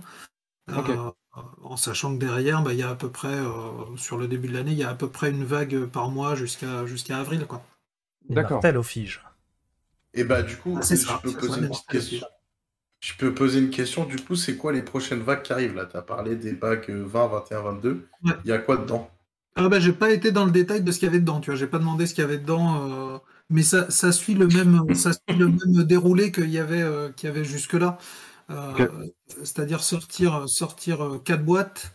En sachant que derrière, il y a à peu près, sur le début de l'année, il y a à peu près une vague par mois jusqu'à avril, quoi. D'accord. Martel au fige. Et bah du coup, C'est je ça, peux c'est poser ça, une petite question. Je peux poser une question, du coup, c'est quoi les prochaines vagues qui arrivent là? Tu as parlé des vagues 20, 21, 22. Ouais. Il y a quoi dedans? J'ai pas été dans le détail de ce qu'il y avait dedans, tu vois, j'ai pas demandé ce qu'il y avait dedans, mais ça suit le même déroulé qu'il y avait jusque-là. C'est-à-dire sortir 4 boîtes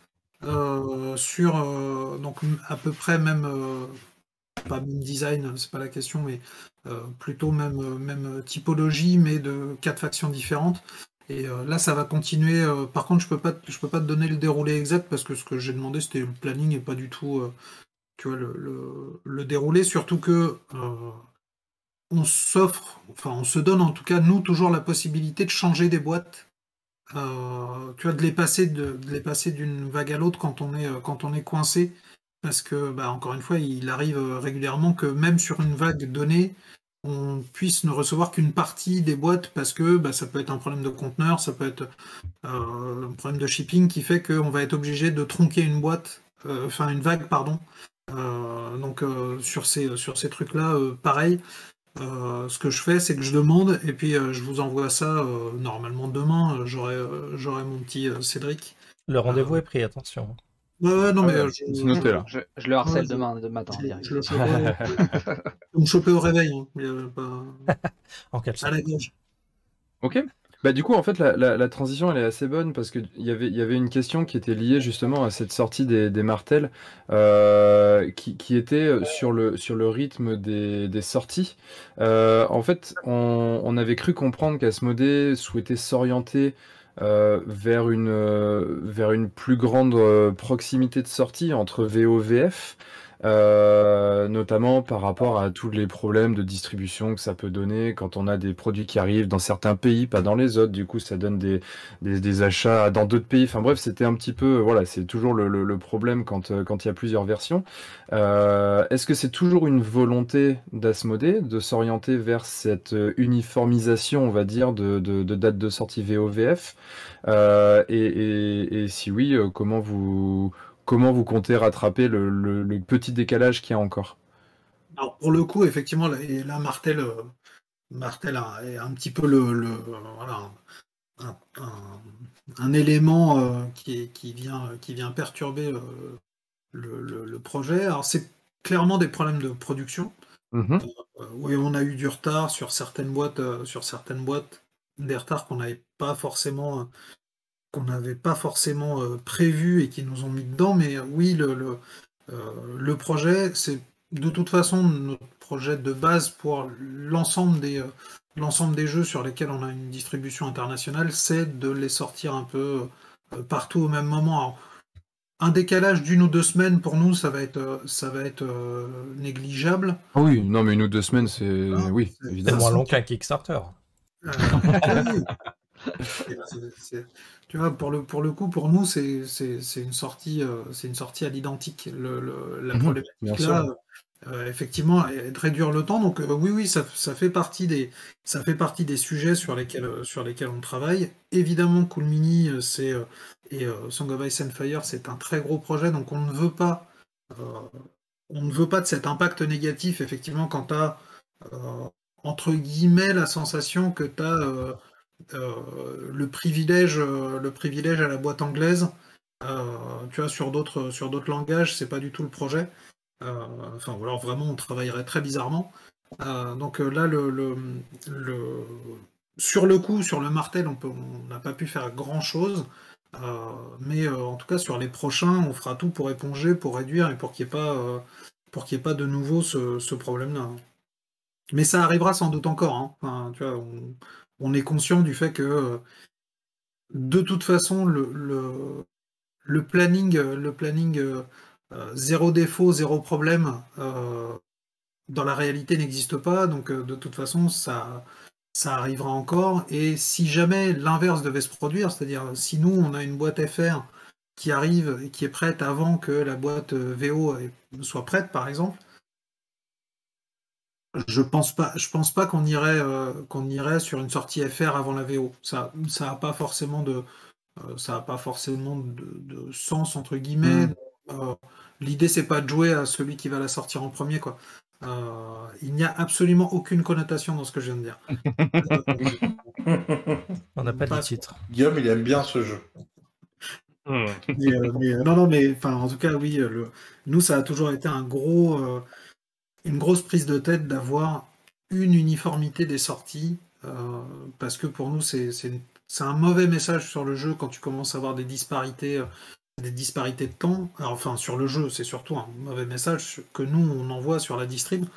sur donc à peu près même pas même design, c'est pas la question, mais plutôt même typologie, mais de 4 factions différentes. Et là, ça va continuer. Par contre, je peux pas te donner le déroulé exact parce que ce que j'ai demandé, c'était le planning et pas du tout, tu vois, le déroulé. Surtout que on se donne en tout cas nous toujours la possibilité de changer des boîtes. Tu vois, de les passer d'une vague à l'autre quand on est coincé. Parce que, encore une fois, il arrive régulièrement que même sur une vague donnée, on puisse ne recevoir qu'une partie des boîtes parce que ça peut être un problème de conteneur, ça peut être un problème de shipping qui fait qu'on va être obligé de tronquer une vague, pardon. Donc sur ces trucs-là, pareil. Ce que je fais, c'est que je demande et puis je vous envoie ça normalement demain. J'aurai mon petit Cédric. Le rendez-vous est pris, attention. Ouais, non, mais c'est noté là. Je le harcèle demain matin. Je le choper au réveil. Hein. En quelle À la gauche. Ok. Du coup, en fait, la transition, elle est assez bonne parce qu'il y avait une question qui était liée justement à cette sortie des Martels, qui était sur sur le rythme des sorties. En fait, on avait cru comprendre qu'Asmodée souhaitait s'orienter vers une plus grande proximité de sortie entre VO et VF. Notamment par rapport à tous les problèmes de distribution que ça peut donner quand on a des produits qui arrivent dans certains pays, pas dans les autres. Du coup, ça donne des achats dans d'autres pays. Enfin bref, c'était un petit peu, voilà, c'est toujours le problème quand il y a plusieurs versions. Est-ce que c'est toujours une volonté d'Asmodée de s'orienter vers cette uniformisation, on va dire, de date de sortie VO-VF? Et si oui, comment vous comptez rattraper le petit décalage qu'il y a encore? Alors, pour le coup, effectivement, là Martel est un petit peu voilà, un- un élément qui vient perturber le projet. Alors, c'est clairement des problèmes de production. Mhm. Oui, on a eu du retard sur certaines boîtes, des retards qu'on n'avait pas forcément prévus et qui nous ont mis dedans. Mais oui, le projet, c'est de toute façon notre projet de base pour l'ensemble des jeux sur lesquels on a une distribution internationale, c'est de les sortir un peu partout au même moment. Alors, un décalage d'1 ou 2 semaines pour nous, ça va être négligeable. Ah oui, non, mais une ou deux semaines, c'est... Hein, Oui, C'est évidemment. moins long qu'un Kickstarter. oui. Tu vois, pour le coup, pour nous, c'est une sortie à l'identique. La Mhm, bien problématique sûr. là, effectivement, est de réduire le temps. Donc, oui, oui, ça fait partie ça fait partie des sujets sur lesquels on travaille. Évidemment, Cool Mini, Song of Ice and Fire, c'est un très gros projet. Donc, euh, on ne veut pas de cet impact négatif, effectivement, quand tu as, entre guillemets, la sensation que tu as le privilège à la boîte anglaise. Tu vois, sur d'autres langages, c'est pas du tout le projet. Enfin, ou alors vraiment, on travaillerait très bizarrement. Donc là, le- sur le coup, sur le Martel, on n'a pas pu faire grand-chose. Mais en tout cas, sur les prochains, on fera tout pour éponger, pour réduire et pour qu'il n'y ait pas de nouveau ce problème-là. Mais ça arrivera sans doute encore. Hein. Enfin, tu vois, on est conscient du fait que de toute façon, le planning zéro défaut, zéro problème, dans la réalité n'existe pas. Donc, de toute façon, ça arrivera encore. Et si jamais l'inverse devait se produire, c'est-à-dire si nous, on a une boîte FR qui arrive et qui est prête avant que la boîte VO soit prête, par exemple, je pense pas qu'on irait sur une sortie FR avant la VO. Ça a pas forcément ça a pas forcément de sens entre guillemets. Mm. Euh, L'idée c'est pas de jouer à celui qui va la sortir en premier quoi. Il n'y a absolument aucune connotation dans ce que je viens de dire. On n'a pas de Pas- titre. Guillaume, il aime bien ce jeu. non non mais enfin en tout cas oui nous ça a toujours été une grosse prise de tête d'avoir une uniformité des sorties, parce que pour nous, c'est un mauvais message sur le jeu quand tu commences à avoir des disparités de temps. Alors, enfin, sur le jeu, c'est surtout un mauvais message que nous, on envoie sur la distrib.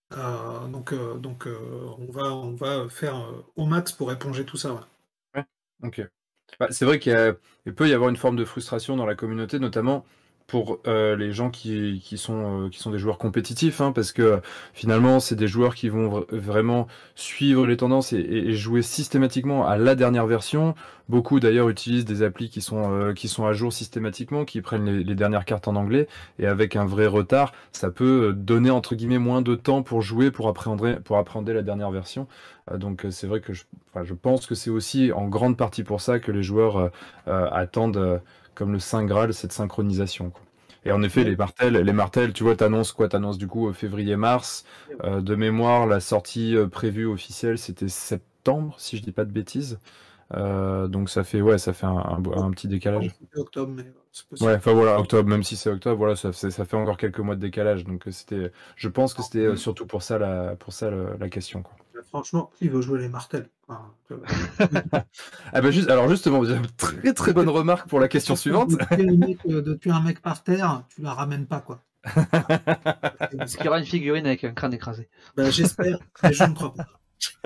On va faire au max pour éponger tout ça. Ouais. Ouais, ok. C'est vrai il peut y avoir une forme de frustration dans la communauté, notamment pour les gens qui sont des joueurs compétitifs, hein, parce que finalement, c'est des joueurs qui vont vraiment suivre les tendances et jouer systématiquement à la dernière version. Beaucoup d'ailleurs utilisent des applis qui sont à jour systématiquement, qui prennent les dernières cartes en anglais, et avec un vrai retard, ça peut donner entre guillemets moins de temps pour jouer, pour appréhender la dernière version. Donc c'est vrai que je pense que c'est aussi en grande partie pour ça que les joueurs attendent comme le Saint Graal cette synchronisation, quoi. Et en effet, les martels, tu vois, t'annonces quoi? T'annonces du coup février-mars. De mémoire, la sortie prévue officielle, c'était septembre, si je dis pas de bêtises. Donc ça fait un petit décalage. C'était octobre, mais c'est Ouais, possible. enfin voilà, octobre, même si c'est octobre, voilà, ça fait encore quelques mois de décalage. Donc je pense que c'était surtout pour ça la question, quoi. Franchement, qui veut jouer les martels? Enfin, Ah bah alors justement, très très bonne remarque pour la question suivante. de tuer un mec par terre, tu la ramènes pas, quoi. Est-ce qu'il y aura une figurine avec un crâne écrasé? Bah, j'espère, mais je ne crois pas.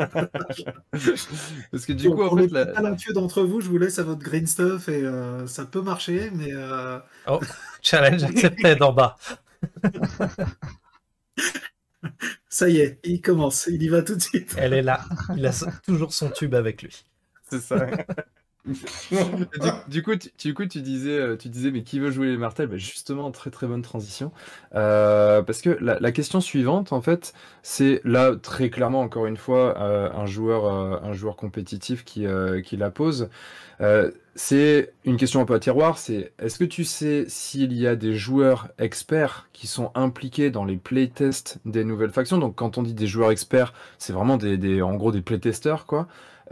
Parce que du coup, en pour fait, les plus talentueux d'entre vous, je vous laisse à votre green stuff et ça peut marcher, mais Oh, challenge accepté d'en bas. ça y est, il commence, il y va tout de suite. Elle est là. Il a toujours son tube avec lui. c'est ça. Du coup, tu disais, mais qui veut jouer les martels? Bah, justement, très très bonne transition. Parce que la question suivante, en fait, c'est là très clairement, encore une fois, un joueur compétitif qui la pose. C'est une question un peu à tiroir. C'est est-ce que tu sais s'il y a des joueurs experts qui sont impliqués dans les playtests des nouvelles factions? Donc, quand on dit des joueurs experts, c'est vraiment en gros des playtesters, quoi.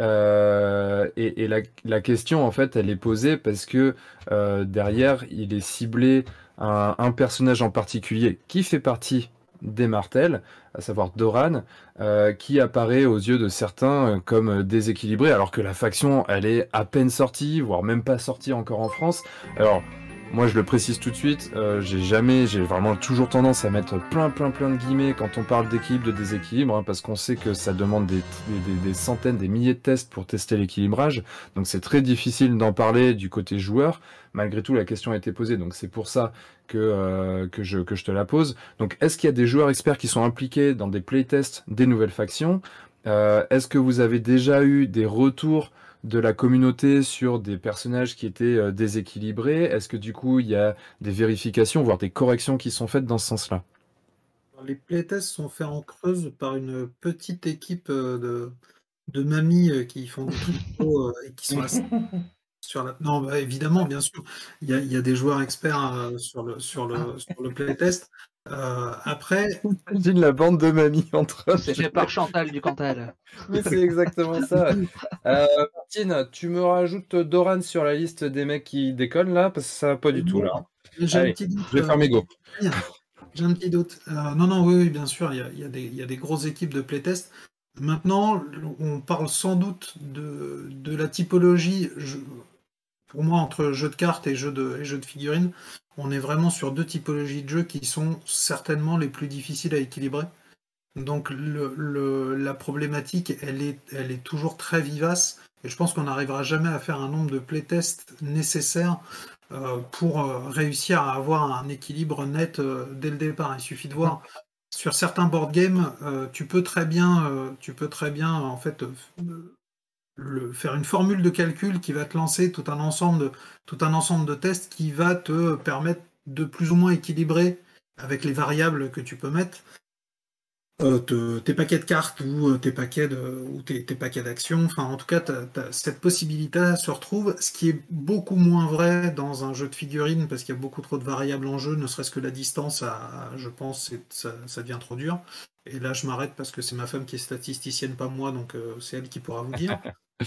Et la question, en fait, elle est posée parce que derrière, il est ciblé un personnage en particulier qui fait partie des Martels, à savoir Doran, qui apparaît aux yeux de certains comme déséquilibré, alors que la faction, elle est à peine sortie, voire même pas sortie encore en France. Alors, moi, je le précise tout de suite, j'ai vraiment toujours tendance à mettre plein de guillemets quand on parle d'équilibre, de déséquilibre, hein, parce qu'on sait que ça demande des centaines, des milliers de tests pour tester l'équilibrage. Donc c'est très difficile d'en parler du côté joueur. Malgré tout, la question a été posée, donc c'est pour ça que je te la pose. Donc est-ce qu'il y a des joueurs experts qui sont impliqués dans des playtests des nouvelles factions? Est-ce que vous avez déjà eu des retours de la communauté sur des personnages qui étaient déséquilibrés? Est-ce que du coup il y a des vérifications, voire des corrections qui sont faites dans ce sens-là? Les playtests sont faits en Creuse par une petite équipe de mamies qui font des cryptos et qui sont assez sur la... Non, bah, évidemment, bien sûr, il y a des joueurs experts sur le playtest. Après, Imagine la bande de mamies entre eux. C'est fait par Chantal du Cantal. Mais c'est exactement ça. Martine, tu me rajoutes Doran sur la liste des mecs qui déconnent là, parce que ça va pas du tout là. j'ai un Allez, petit doute. je vais faire mes go. J'ai un petit doute. Non, oui, bien sûr, il y a des grosses équipes de playtest. Maintenant, on parle sans doute de la typologie. Pour moi, entre jeu de cartes et jeu de figurines, on est vraiment sur deux typologies de jeux qui sont certainement les plus difficiles à équilibrer. Donc la problématique, elle est toujours très vivace. Et je pense qu'on n'arrivera jamais à faire un nombre de playtests nécessaires pour réussir à avoir un équilibre net dès le départ. Il suffit de voir sur certains board games, tu peux très bien en fait faire une formule de calcul qui va te lancer tout un ensemble de tests qui va te permettre de plus ou moins équilibrer avec les variables que tu peux mettre tes paquets de cartes ou tes paquets d'actions. Enfin, en tout cas, cette possibilité se retrouve, ce qui est beaucoup moins vrai dans un jeu de figurines parce qu'il y a beaucoup trop de variables en jeu, ne serait-ce que la distance, je pense, ça devient trop dur. Et là, je m'arrête parce que c'est ma femme qui est statisticienne, pas moi, donc c'est elle qui pourra vous dire.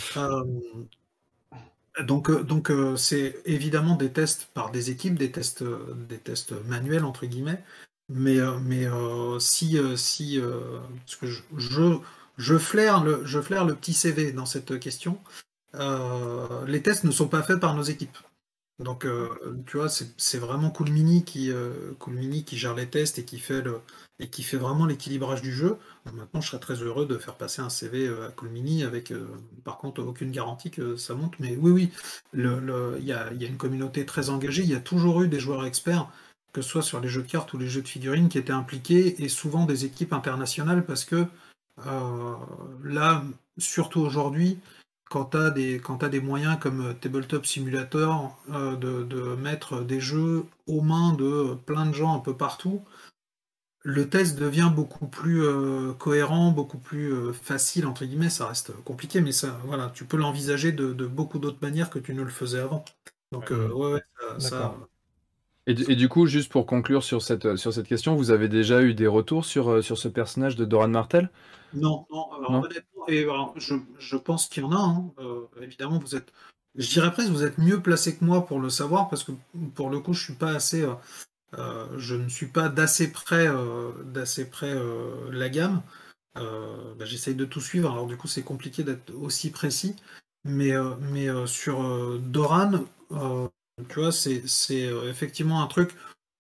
Donc c'est évidemment des tests par des équipes, des tests manuels entre guillemets, mais si parce que je flaire le petit CV dans cette question, les tests ne sont pas faits par nos équipes. Donc tu vois, c'est vraiment Cool Mini qui gère les tests et qui fait vraiment l'équilibrage du jeu. Maintenant, je serais très heureux de faire passer un CV à Cool Mini avec, par contre, aucune garantie que ça monte. Mais oui, il y a une communauté très engagée. Il y a toujours eu des joueurs experts, que ce soit sur les jeux de cartes ou les jeux de figurines, qui étaient impliqués, et souvent des équipes internationales, parce que là, surtout aujourd'hui, quand tu as des moyens comme Tabletop Simulator de mettre des jeux aux mains de plein de gens un peu partout, le test devient beaucoup plus cohérent, beaucoup plus facile, entre guillemets. Ça reste compliqué, mais ça, voilà, tu peux l'envisager de beaucoup d'autres manières que tu ne le faisais avant. Donc, ouais, ça. Et du coup, juste pour conclure sur cette question, vous avez déjà eu des retours sur ce personnage de Doran Martell? Non, alors, honnêtement, et alors, je pense qu'il y en a, hein. Évidemment, je dirais presque, vous êtes mieux placé que moi pour le savoir, parce que pour le coup, je ne suis pas d'assez près la gamme. j'essaye de tout suivre, alors du coup c'est compliqué d'être aussi précis, mais sur Doran, tu vois, c'est effectivement un truc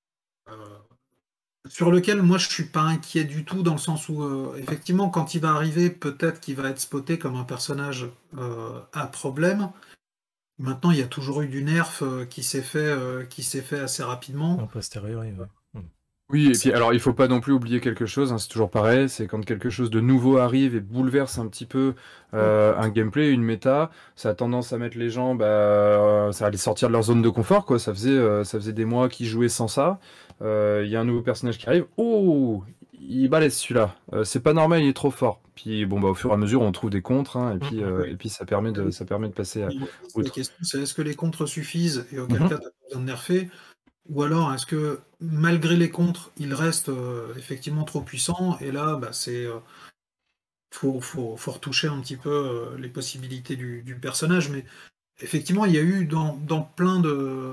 sur lequel moi je suis pas inquiet du tout, dans le sens où effectivement quand il va arriver, peut-être qu'il va être spoté comme un personnage à problème. Maintenant, il y a toujours eu du nerf qui s'est fait assez rapidement. A posteriori, ouais. Oui, et puis alors il faut pas non plus oublier quelque chose, hein, c'est toujours pareil, c'est quand quelque chose de nouveau arrive et bouleverse un petit peu un gameplay, une méta, ça a tendance à mettre les gens, ça va les sortir de leur zone de confort, quoi. Ça faisait des mois qu'ils jouaient sans ça. Il y a un nouveau personnage qui arrive, oh, il balèze celui-là, c'est pas normal, il est trop fort. Puis bon, au fur et à mesure, on trouve des contres, hein, et puis ça permet de passer à La outre. question, c'est est-ce que les contres suffisent et auquel cas tu as besoin de nerfer, ou alors est-ce que malgré les contres, il reste effectivement trop puissant, et là, faut retoucher un petit peu les possibilités du personnage, mais effectivement, il y a eu dans plein de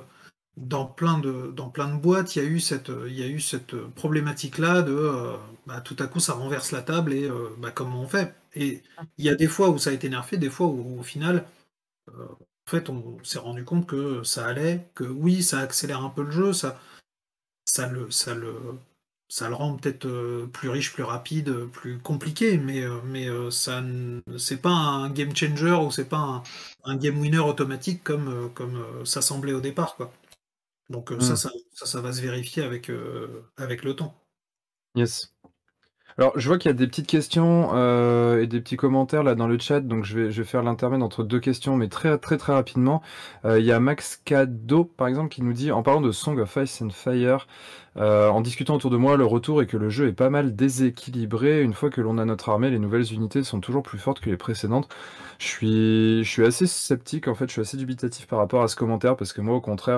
boîtes, il y a eu cette problématique-là de tout à coup ça renverse la table et comment on fait? Et il y a des fois où ça a été nerfé, des fois où au final, en fait, on s'est rendu compte que ça allait, que oui, ça accélère un peu le jeu, ça le, ça le, ça le rend peut-être plus riche, plus rapide, plus compliqué, mais c'est pas un game changer ou c'est pas un game winner automatique comme ça semblait au départ, quoi. Donc ça va se vérifier avec le temps. Yes. Alors, je vois qu'il y a des petites questions et des petits commentaires là dans le chat, donc je vais faire l'intermède entre deux questions, mais très très très rapidement. Il y a Max Cado, par exemple, qui nous dit, en parlant de Song of Ice and Fire, en discutant autour de moi, le retour est que le jeu est pas mal déséquilibré. Une fois que l'on a notre armée, les nouvelles unités sont toujours plus fortes que les précédentes. Je suis assez sceptique, en fait, je suis assez dubitatif par rapport à ce commentaire, parce que moi, au contraire,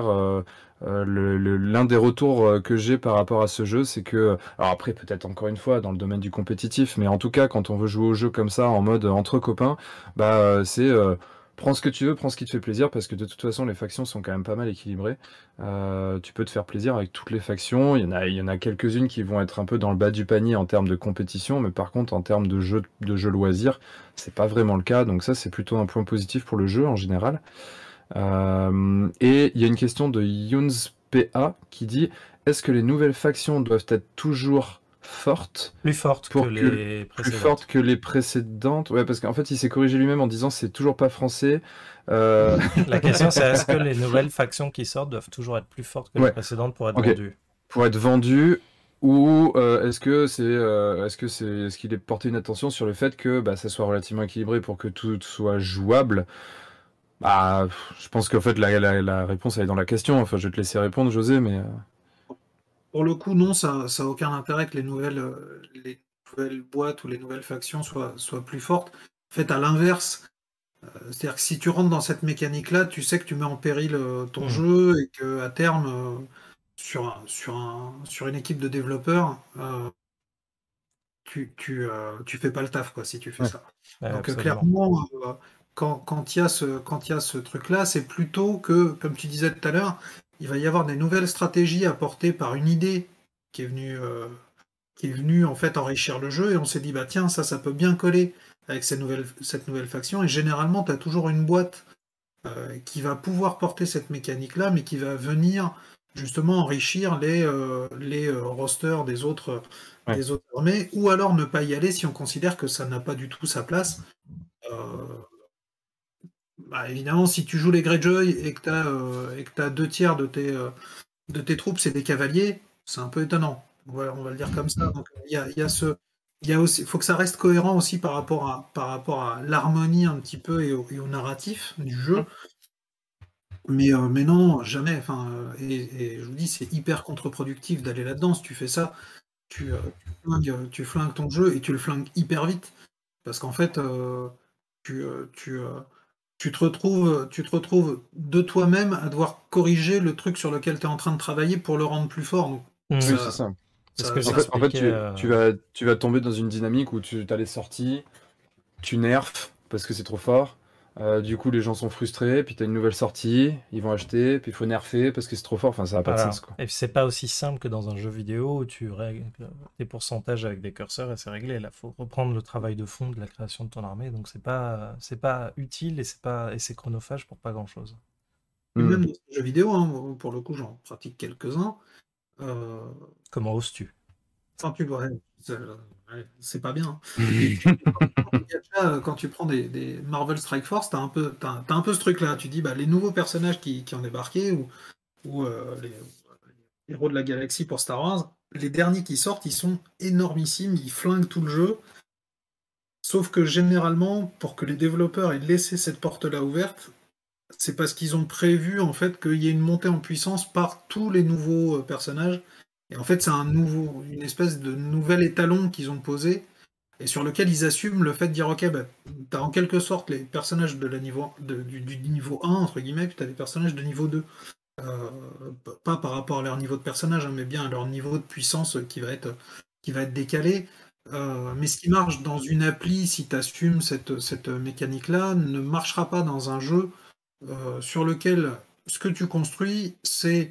l'un des retours que j'ai par rapport à ce jeu, c'est que, alors après, peut-être encore une fois, dans le domaine du compétitif, mais en tout cas, quand on veut jouer au jeu comme ça, en mode entre copains, c'est prends ce que tu veux, prends ce qui te fait plaisir, parce que de toute façon, les factions sont quand même pas mal équilibrées. Tu peux te faire plaisir avec toutes les factions. Il y en a quelques-unes qui vont être un peu dans le bas du panier en termes de compétition, mais par contre, en termes de jeu loisir, c'est pas vraiment le cas. Donc ça, c'est plutôt un point positif pour le jeu en général. Et il y a une question de YunsPA qui dit: est-ce que les nouvelles factions doivent être toujours fortes, Plus fortes que les plus précédentes. fortes que les précédentes? Ouais, parce qu'en fait, il s'est corrigé lui-même en disant c'est toujours pas français. La question, c'est est-ce que les nouvelles factions qui sortent doivent toujours être plus fortes que les précédentes pour être vendues? Pour être vendues, ou est-ce qu'il est porté une attention sur le fait que ça soit relativement équilibré pour que tout soit jouable? Je pense qu'en fait la réponse elle est dans la question. Enfin, je vais te laisser répondre, José, mais Pour le coup, non, ça a aucun intérêt que les nouvelles boîtes ou les nouvelles factions soient plus fortes. En fait, à l'inverse, c'est-à-dire que si tu rentres dans cette mécanique-là, tu sais que tu mets en péril ton jeu et que à terme, sur une équipe de développeurs, tu fais pas le taf, quoi, si tu fais ça. Donc clairement, quand il y a ce truc-là, c'est plutôt que, comme tu disais tout à l'heure, il va y avoir des nouvelles stratégies apportées par une idée qui est venue en fait enrichir le jeu, et on s'est dit tiens, ça peut bien coller avec cette nouvelle faction, et généralement tu as toujours une boîte qui va pouvoir porter cette mécanique-là, mais qui va venir justement enrichir les rosters des autres armées, ou alors ne pas y aller si on considère que ça n'a pas du tout sa place. Évidemment, si tu joues les Greyjoy et que tu as 2 tiers de tes troupes, c'est des cavaliers, c'est un peu étonnant. Voilà, on va le dire comme ça. Donc, il faut que ça reste cohérent aussi par rapport à l'harmonie un petit peu et au narratif du jeu. Mais non, jamais. Enfin, et je vous dis, c'est hyper contre-productif d'aller là-dedans. Si tu fais ça, tu flingues ton jeu, et tu le flingues hyper vite. Parce qu'en fait, tu te retrouves de toi-même à devoir corriger le truc sur lequel tu es en train de travailler pour le rendre plus fort. Donc, oui, c'est ça. En fait, tu vas tomber dans une dynamique où tu as les sorties, tu nerfs parce que c'est trop fort. Du coup, les gens sont frustrés, puis t'as une nouvelle sortie, ils vont acheter, puis il faut nerfer parce que c'est trop fort. Enfin, ça n'a pas de Voilà. sens, quoi. Et puis c'est pas aussi simple que dans un jeu vidéo où tu règles des pourcentages avec des curseurs et c'est réglé. Là, faut reprendre le travail de fond de la création de ton armée. Donc c'est pas utile et c'est chronophage pour pas grand-chose. Et même dans ces jeux vidéo, hein, pour le coup, j'en pratique quelques-uns. Comment oses-tu? Enfin, c'est pas bien. Quand tu prends des Marvel Strike Force, t'as un peu ce truc-là. Tu dis, bah, les nouveaux personnages qui ont débarqué ou les héros de la galaxie pour Star Wars, les derniers qui sortent, ils sont énormissimes, ils flinguent tout le jeu. Sauf que généralement, pour que les développeurs aient laissé cette porte-là ouverte, c'est parce qu'ils ont prévu en fait qu'il y ait une montée en puissance par tous les nouveaux personnages. Et en fait, c'est une espèce de nouvel étalon qu'ils ont posé et sur lequel ils assument le fait de dire ok, bah, t'as en quelque sorte les personnages du niveau 1, entre guillemets, puis t'as les personnages de niveau 2. Pas par rapport à leur niveau de personnage, hein, mais bien à leur niveau de puissance qui va être décalé. Mais ce qui marche dans une appli, si tu assumes cette mécanique-là, ne marchera pas dans un jeu sur lequel ce que tu construis, c'est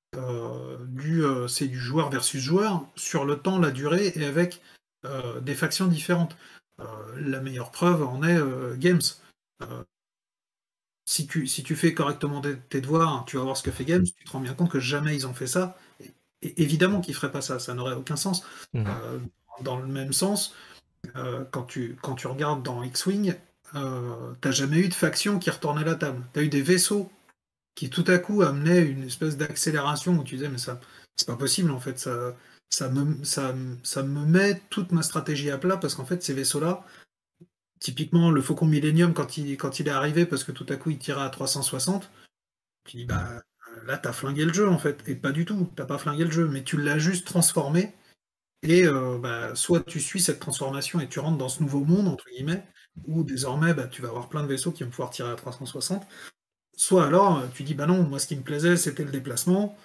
du joueur versus joueur, sur le temps, la durée, et avec des factions différentes. La meilleure preuve en est Games. Si tu fais correctement tes devoirs, tu vas voir ce que fait Games, tu te rends bien compte que jamais ils ont fait ça. Et évidemment qu'ils feraient pas ça, ça n'aurait aucun sens. Dans le même sens, quand tu regardes dans X-Wing, t'as jamais eu de faction qui retournait la table. T'as eu des vaisseaux qui tout à coup amenaient une espèce d'accélération où tu disais mais ça c'est pas possible en fait, ça me met toute ma stratégie à plat parce qu'en fait ces vaisseaux-là, typiquement le Faucon Millennium quand il est arrivé parce que tout à coup il tirait à 360, tu dis bah là t'as flingué le jeu en fait, et pas du tout, t'as pas flingué le jeu, mais tu l'as juste transformé. Et bah, soit tu suis cette transformation et tu rentres dans ce nouveau monde, entre guillemets, où désormais bah, tu vas avoir plein de vaisseaux qui vont pouvoir tirer à 360, soit alors tu dis bah non, moi ce qui me plaisait c'était le déplacement,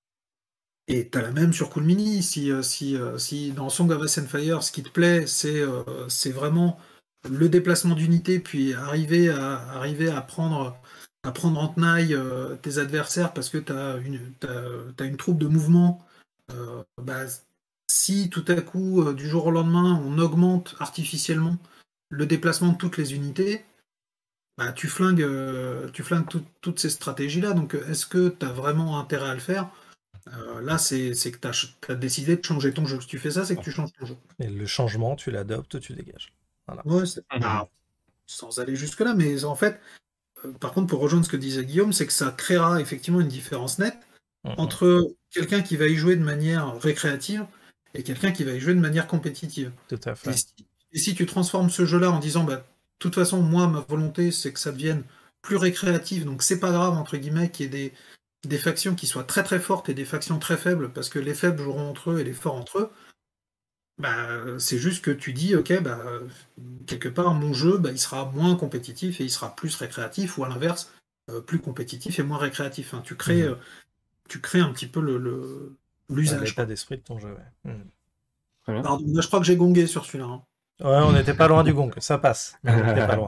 et t'as la même sur Cool Mini, si dans Song of Ice and Fire ce qui te plaît c'est vraiment le déplacement d'unité, puis arriver à prendre en tenaille tes adversaires parce que t'as une troupe de mouvement, bah, si tout à coup, du jour au lendemain, on augmente artificiellement le déplacement de toutes les unités, bah, tu flingues toutes ces stratégies-là. Donc, est-ce que tu as vraiment intérêt à le faire? Là, c'est que tu as décidé de changer ton jeu. Si tu fais ça, c'est que tu changes ton jeu. Et le changement, tu l'adoptes, tu dégages. Voilà. Ouais, sans aller jusque-là, mais en fait, par contre, pour rejoindre ce que disait Guillaume, c'est que ça créera effectivement une différence nette entre quelqu'un qui va y jouer de manière récréative et quelqu'un qui va y jouer de manière compétitive. Tout à fait. Et si tu transformes ce jeu-là en disant, bah, de toute façon, moi, ma volonté, c'est que ça devienne plus récréatif, donc c'est pas grave, entre guillemets, qu'il y ait des factions qui soient très très fortes et des factions très faibles, parce que les faibles joueront entre eux et les forts entre eux, bah, c'est juste que tu dis, ok, bah, quelque part, mon jeu, bah, il sera moins compétitif et il sera plus récréatif, ou à l'inverse, plus compétitif et moins récréatif. Hein. Tu crées un petit peu l'usage. L'état d'esprit de ton jeu, ouais. Pardon, moi, je crois que j'ai gongé sur celui-là. Hein. Ouais, on n'était pas loin du gong, ça passe. On n'était pas loin.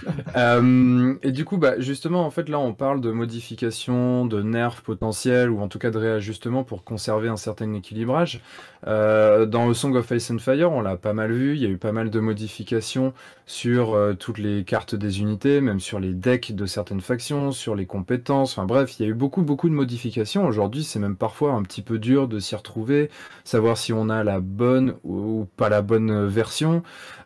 Et du coup, bah, justement, en fait, là, on parle de modifications, de nerfs potentiels, ou en tout cas de réajustements pour conserver un certain équilibrage. Dans le Song of Ice and Fire, on l'a pas mal vu, il y a eu pas mal de modifications sur toutes les cartes des unités, même sur les decks de certaines factions, sur les compétences, enfin bref, il y a eu beaucoup de modifications. Aujourd'hui, c'est même parfois un petit peu dur de s'y retrouver, savoir si on a la bonne ou pas la bonne version.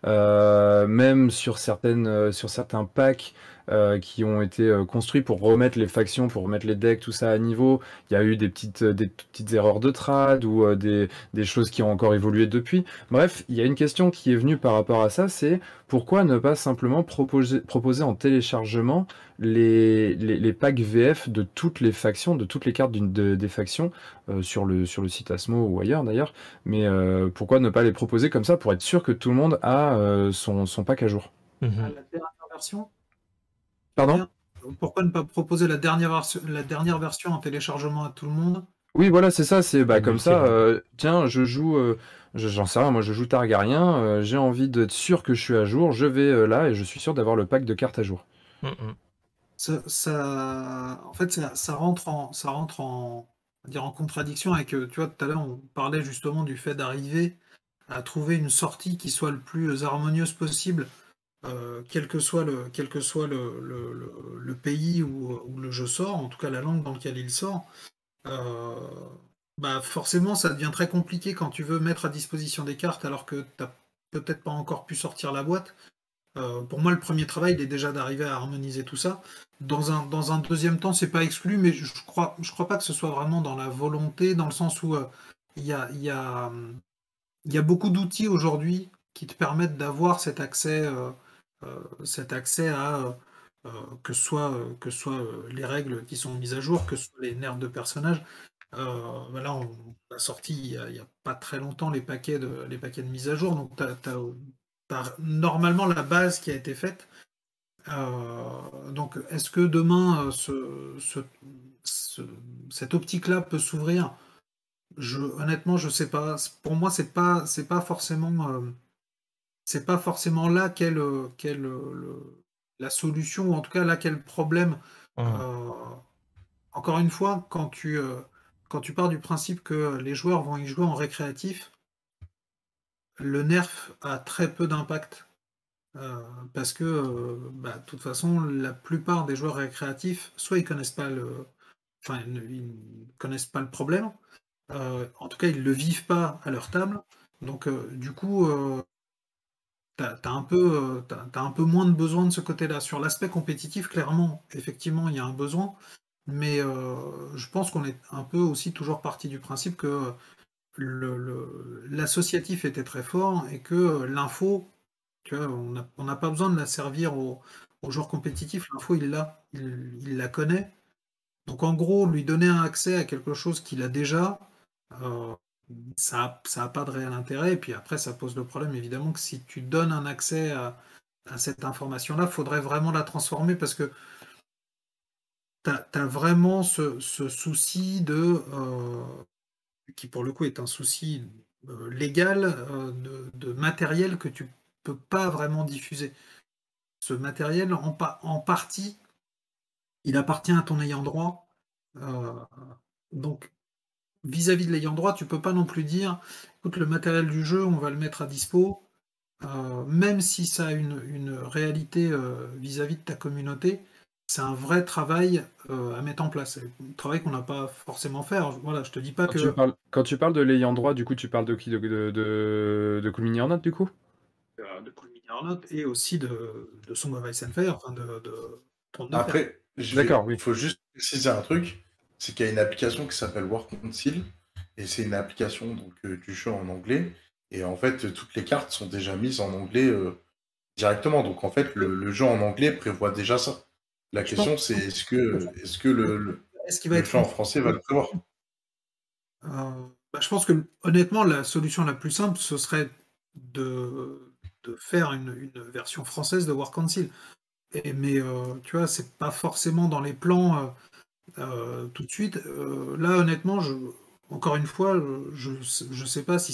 Même sur certains packs qui ont été construits pour remettre les factions, pour remettre les decks, tout ça à niveau, il y a eu des petites erreurs de trad ou des choses qui ont encore évolué depuis. Bref, il y a une question qui est venue par rapport à ça, c'est pourquoi ne pas simplement proposer en téléchargement les packs VF de toutes les factions, de toutes les cartes des factions sur le site Asmo ou ailleurs d'ailleurs, mais pourquoi ne pas les proposer comme ça pour être sûr que tout le monde a son pack à jour. La dernière version? Pardon? Pourquoi ne pas proposer la dernière version en téléchargement à tout le monde? Oui, voilà, c'est ça, c'est comme ça, tiens, je joue, j'en sais rien, moi je joue Targaryen, j'ai envie d'être sûr que je suis à jour, je vais là et je suis sûr d'avoir le pack de cartes à jour. Mm. En fait, on va dire en contradiction avec, tu vois, tout à l'heure, on parlait justement du fait d'arriver à trouver une sortie qui soit le plus harmonieuse possible, quel que soit le pays où le jeu sort, en tout cas la langue dans laquelle il sort. Euh, Bah forcément, ça devient très compliqué quand tu veux mettre à disposition des cartes alors que tu n'as peut-être pas encore pu sortir la boîte. Pour moi, le premier travail, il est déjà d'arriver à harmoniser tout ça. Dans un deuxième temps, c'est pas exclu, mais je crois pas que ce soit vraiment dans la volonté, dans le sens où il y a, il y a, il y a beaucoup d'outils aujourd'hui qui te permettent d'avoir cet accès à que ce soit les règles qui sont mises à jour, que ce soit les nerfs de personnages. Là, on a sorti il y a pas très longtemps les paquets de mise à jour, donc t'as normalement la base qui a été faite. Donc, est-ce que demain, cette optique-là peut s'ouvrir? Honnêtement, je sais pas. Pour moi, c'est pas forcément là la solution, ou en tout cas là quel problème. Mm. Euh, Encore une fois, quand tu pars du principe que les joueurs vont y jouer en récréatif, le nerf a très peu d'impact. Euh, Parce que, de toute façon, la plupart des joueurs récréatifs, soit ils connaissent pas enfin, ils ne connaissent pas le problème, en tout cas, ils le vivent pas à leur table. Donc, du coup, t'as un peu moins de besoin de ce côté-là. Sur l'aspect compétitif, clairement, effectivement, il y a un besoin, mais je pense qu'on est un peu aussi toujours parti du principe que l'associatif était très fort et que l'info, tu vois, on n'a pas besoin de la servir aux joueurs compétitifs, l'info il la connaît. Donc en gros, lui donner un accès à quelque chose qu'il a déjà, euh, ça a pas de réel intérêt. Et puis après, ça pose le problème évidemment que si tu donnes un accès à cette information-là, il faudrait vraiment la transformer parce que tu as vraiment ce souci qui pour le coup est un souci légal, de matériel que tu peux pas vraiment diffuser. Ce matériel, en partie, il appartient à ton ayant droit. Euh, donc, vis-à-vis de l'ayant droit, tu peux pas non plus dire, écoute, le matériel du jeu, on va le mettre à dispo, même si ça a une réalité vis-à-vis de ta communauté. C'est un vrai travail à mettre en place. C'est un travail qu'on n'a pas forcément fait. Alors, voilà, je te dis pas que Quand tu parles de l'ayant droit, du coup, tu parles de qui? De Cool Mini Ornate, du coup? de Cool Mini Ornate et aussi de Song of Ice and Fire, enfin de Trône de Fer. Après, D'accord, il oui. faut juste préciser un truc, c'est qu'il y a une application qui s'appelle War Council, et c'est une application donc, du jeu en anglais, et en fait, toutes les cartes sont déjà mises en anglais directement, donc en fait, le jeu en anglais prévoit déjà ça. La Je pense, question, c'est est-ce que est-ce qu'il va le être jeu en français va le prévoir? Je pense que honnêtement, la solution la plus simple, ce serait de faire une version française de War Council. Mais tu vois, c'est pas forcément dans les plans tout de suite. Là, honnêtement, encore une fois, je sais pas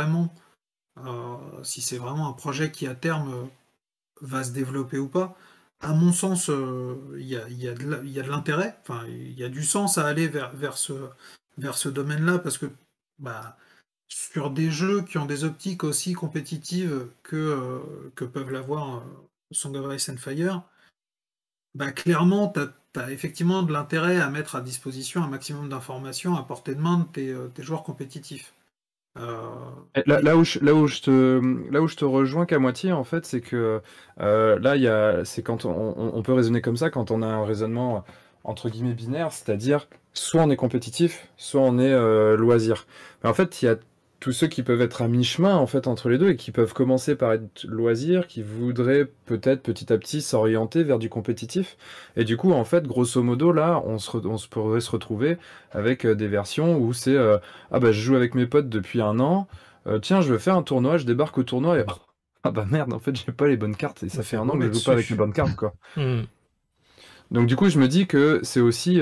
si c'est vraiment un projet qui à terme va se développer ou pas. À mon sens, il y a de l'intérêt, enfin, il y a du sens à aller vers ce domaine-là parce que bah, sur des jeux qui ont des optiques aussi compétitives que peuvent l'avoir Song of Ice and Fire, bah, clairement, tu as effectivement de l'intérêt à mettre à disposition un maximum d'informations à portée de main de tes joueurs compétitifs. Euh, Et mais là où je te rejoins qu'à moitié, en fait, c'est que là, c'est quand on peut raisonner comme ça, quand on a un raisonnement entre guillemets binaire, c'est-à-dire soit on est compétitif, soit on est loisir. Mais en fait, il y a tous ceux qui peuvent être à mi-chemin en fait entre les deux et qui peuvent commencer par être loisir, qui voudraient peut-être petit à petit s'orienter vers du compétitif. Et du coup, en fait, grosso modo, là, pourrait se retrouver avec des versions où c'est ah bah je joue avec mes potes depuis un an. Tiens, je veux faire un tournoi, je débarque au tournoi et ah bah merde, en fait, j'ai pas les bonnes cartes et ça fait un an que je joue pas avec les bonnes cartes, quoi. Mm. Donc du coup, je me dis que c'est aussi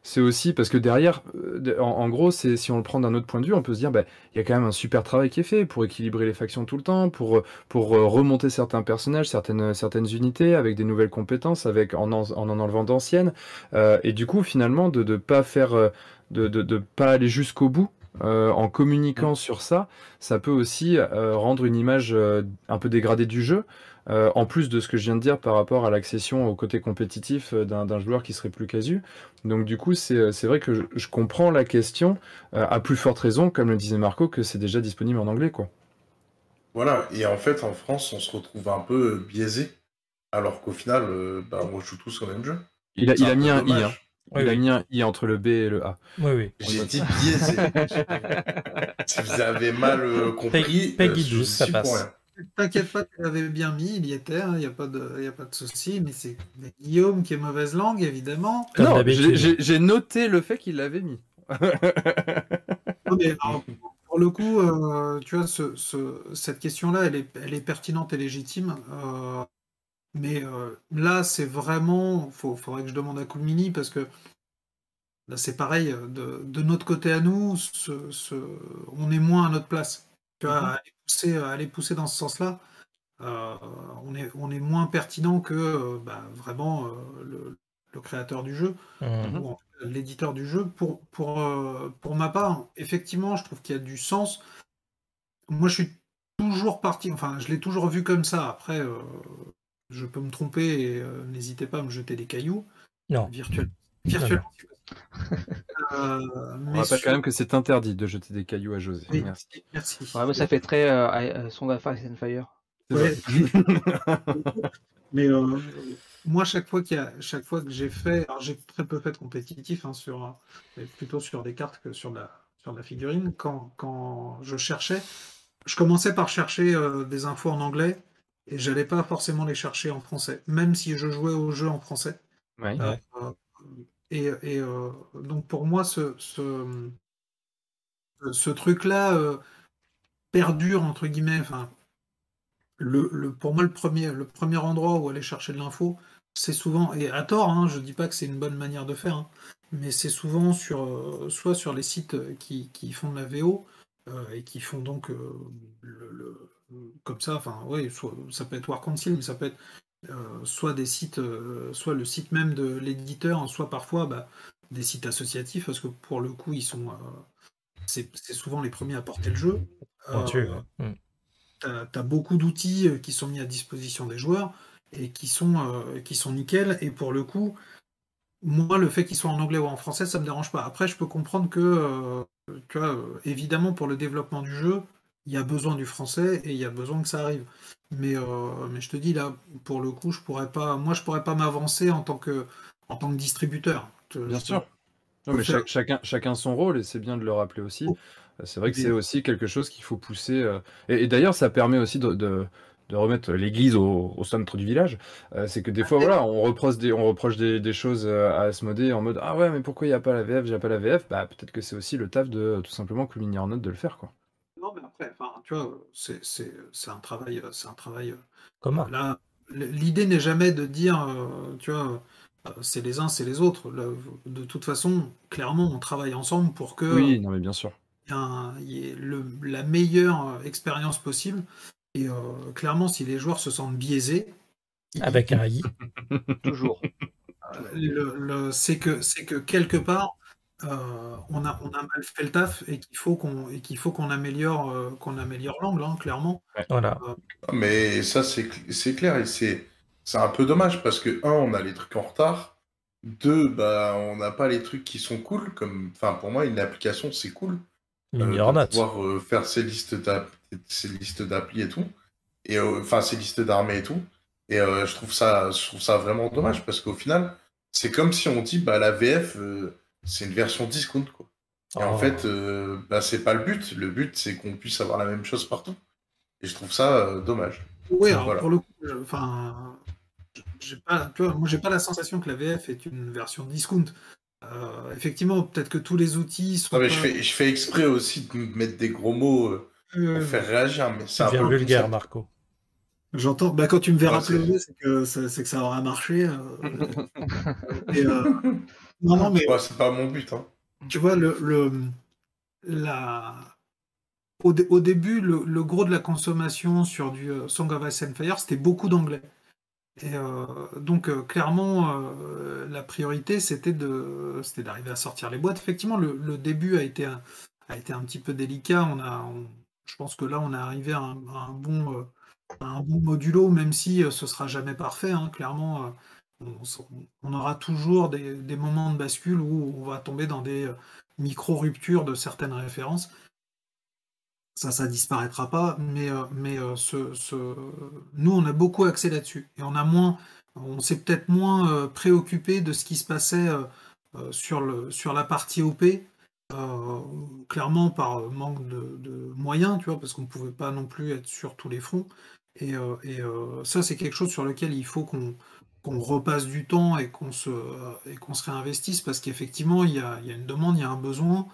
c'est aussi parce que derrière, en gros, si on le prend d'un autre point de vue, on peut se dire, bah, il y a quand même un super travail qui est fait pour équilibrer les factions tout le temps, pour remonter certains personnages, certaines unités avec des nouvelles compétences, en enlevant d'anciennes. Et du coup, finalement, de pas faire, de pas aller jusqu'au bout. En communiquant sur ça, ça peut aussi rendre une image un peu dégradée du jeu. En plus de ce que je viens de dire par rapport à l'accession au côté compétitif d'un joueur qui serait plus casu. Donc du coup, c'est vrai que je comprends la question, à plus forte raison, comme le disait Marco, que c'est déjà disponible en anglais, quoi. Voilà, et en fait, en France, on se retrouve un peu biaisé, alors qu'au final, on joue tous au même jeu. Il a mis un i, hein. Oui, Il a mis un i entre le B et le A. Oui. J'ai dit biaisé. Si vous avez mal compris, Peggy je 12, ça suis pour passe. rien. T'inquiète pas, tu l'avais bien mis, il y était, il n'y a pas de souci, mais c'est Guillaume qui est mauvaise langue, évidemment. Comme Non, d'habitude. j'ai noté le fait qu'il l'avait mis. Non, mais, alors, pour le coup, tu vois, cette question-là, elle est pertinente et légitime. Mais là, c'est vraiment, faudrait que je demande à Coolmini parce que là, c'est pareil, de notre côté à nous, on est moins à notre place. Tu vois, aller pousser dans ce sens-là, on est moins pertinent que vraiment le créateur du jeu, ou en tout cas, l'éditeur du jeu. Pour ma part, effectivement, je trouve qu'il y a du sens. Moi, je suis toujours parti, enfin, je l'ai toujours vu comme ça. Après, je peux me tromper et n'hésitez pas à me jeter des cailloux. Non. Virtuellement. On rappelle quand même que c'est interdit de jeter des cailloux à José. Oui, merci. Ouais, mais ça fait très Song of Ice and Fire. Ouais. Mais moi, chaque fois que j'ai fait, alors j'ai très peu fait de compétitif, mais plutôt sur des cartes que sur de la figurine. Quand je cherchais, je commençais par chercher des infos en anglais et j'allais pas forcément les chercher en français, même si je jouais au jeu en français. Ouais. Donc pour moi, ce truc-là perdure entre guillemets. Enfin, pour moi, le premier endroit où aller chercher de l'info, c'est souvent, et à tort, je dis pas que c'est une bonne manière de faire, mais c'est souvent soit sur les sites qui font de la VO et qui font donc comme ça, enfin, ouais, ça peut être War Council, mais ça peut être soit des sites, soit le site même de l'éditeur, soit parfois des sites associatifs, parce que pour le coup, c'est souvent les premiers à porter le jeu. T'as beaucoup d'outils qui sont mis à disposition des joueurs et qui sont nickel. Et pour le coup, moi, le fait qu'ils soient en anglais ou en français, ça me dérange pas. Après, je peux comprendre que, tu vois, évidemment, pour le développement du jeu, il y a besoin du français et il y a besoin que ça arrive. Mais je te dis, là, pour le coup, je pourrais pas m'avancer en tant que distributeur. Bien sûr. Non, mais chacun son rôle, et c'est bien de le rappeler aussi. C'est vrai que c'est aussi quelque chose qu'il faut pousser. Et d'ailleurs, ça permet aussi de remettre l'église au centre du village. C'est que des fois, voilà, on reproche des choses à Asmodée en mode ah ouais, mais pourquoi il n'y a pas la VF, j'ai pas la VF. Bah peut-être que c'est aussi le taf de tout simplement Coolmini en note de le faire, quoi. Non, mais après, tu vois, c'est un travail, Comment là, l'idée n'est jamais de dire, tu vois, c'est les uns, c'est les autres. Là, de toute façon, clairement, on travaille ensemble pour que oui, non, mais bien sûr. il y ait la meilleure expérience possible. Et clairement, si les joueurs se sentent biaisés, avec un i, toujours, c'est que quelque part, on a mal fait le taf et qu'il faut qu'on améliore l'angle, clairement. Voilà. Mais ça, c'est clair et c'est un peu dommage parce que, on a les trucs en retard. 2, on n'a pas les trucs qui sont cool. Enfin, pour moi, une application, c'est cool. De pouvoir faire ses listes d'appli et tout. Et enfin, ses listes d'armées et tout. Et je trouve ça vraiment dommage parce qu'au final, c'est comme si on dit, la VF, c'est une version discount, quoi. Et en fait, c'est pas le but. Le but, c'est qu'on puisse avoir la même chose partout. Et je trouve ça dommage. Oui, alors voilà. Pour le coup, moi j'ai pas la sensation que la VF est une version discount. Effectivement, peut-être que tous les outils sont. Non, mais je fais exprès aussi de mettre des gros mots pour faire réagir, mais c'est un peu vulgaire, Marco. J'entends. Quand tu me verras pleurer, c'est que ça aura marché. Non, mais Ouais, c'est pas mon but, hein. tu vois, au début, le gros de la consommation sur du Song of Ice and Fire, c'était beaucoup d'anglais. Et donc, clairement, la priorité, c'était d'arriver à sortir les boîtes. Effectivement, le début a été un petit peu délicat. Je pense que là, on est arrivé à un bon modulo, même si ce sera jamais parfait, hein. Clairement, on aura toujours des moments de bascule où on va tomber dans des micro-ruptures de certaines références. Ça disparaîtra pas, mais nous, on a beaucoup axé là-dessus. Et on s'est peut-être moins préoccupé de ce qui se passait sur la partie OP, clairement par manque de moyens, tu vois, parce qu'on ne pouvait pas non plus être sur tous les fronts. Et ça, c'est quelque chose sur lequel il faut qu'on repasse du temps et qu'on se réinvestisse, parce qu'effectivement, il y a une demande, il y a un besoin.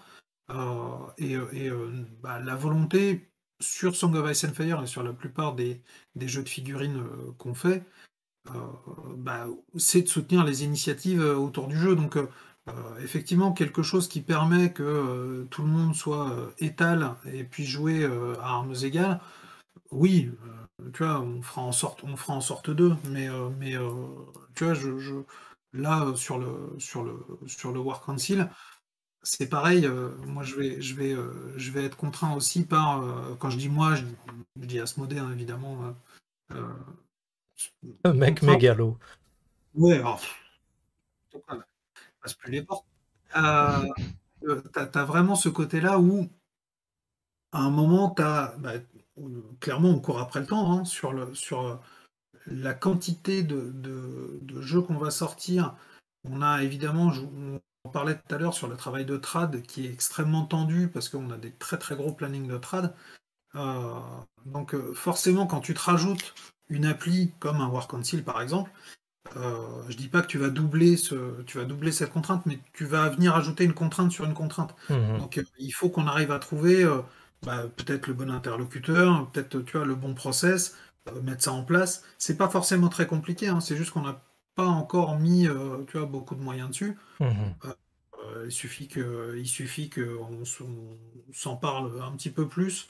La volonté sur Song of Ice and Fire et sur la plupart des jeux de figurines qu'on fait, euh, c'est de soutenir les initiatives autour du jeu. Donc, effectivement, quelque chose qui permet que tout le monde soit étal et puisse jouer à armes égales, oui, tu vois, on fera en sorte d'eux. Mais tu vois, là, sur le War Council, c'est pareil, moi je vais être contraint aussi par, quand je dis moi, je dis Asmodée, hein, évidemment. Mec Contraint. mégalo. Ouais, alors, on passe plus les portes. Euh, t'as vraiment ce côté-là où, à un moment, clairement, on court après le temps, hein, sur la quantité de jeux qu'on va sortir. On a évidemment, on parlait tout à l'heure sur le travail de trad qui est extrêmement tendu parce qu'on a des très très gros plannings de trad. Euh, donc forcément, quand tu te rajoutes une appli comme un War Council par exemple, je dis pas que tu vas doubler cette contrainte, mais tu vas venir ajouter une contrainte sur une contrainte. Donc il faut qu'on arrive à trouver peut-être le bon interlocuteur, peut-être tu vois le bon process, mettre ça en place. C'est pas forcément très compliqué, hein, c'est juste qu'on n'a pas encore mis tu vois, beaucoup de moyens dessus. Il suffit que on s'en parle un petit peu plus.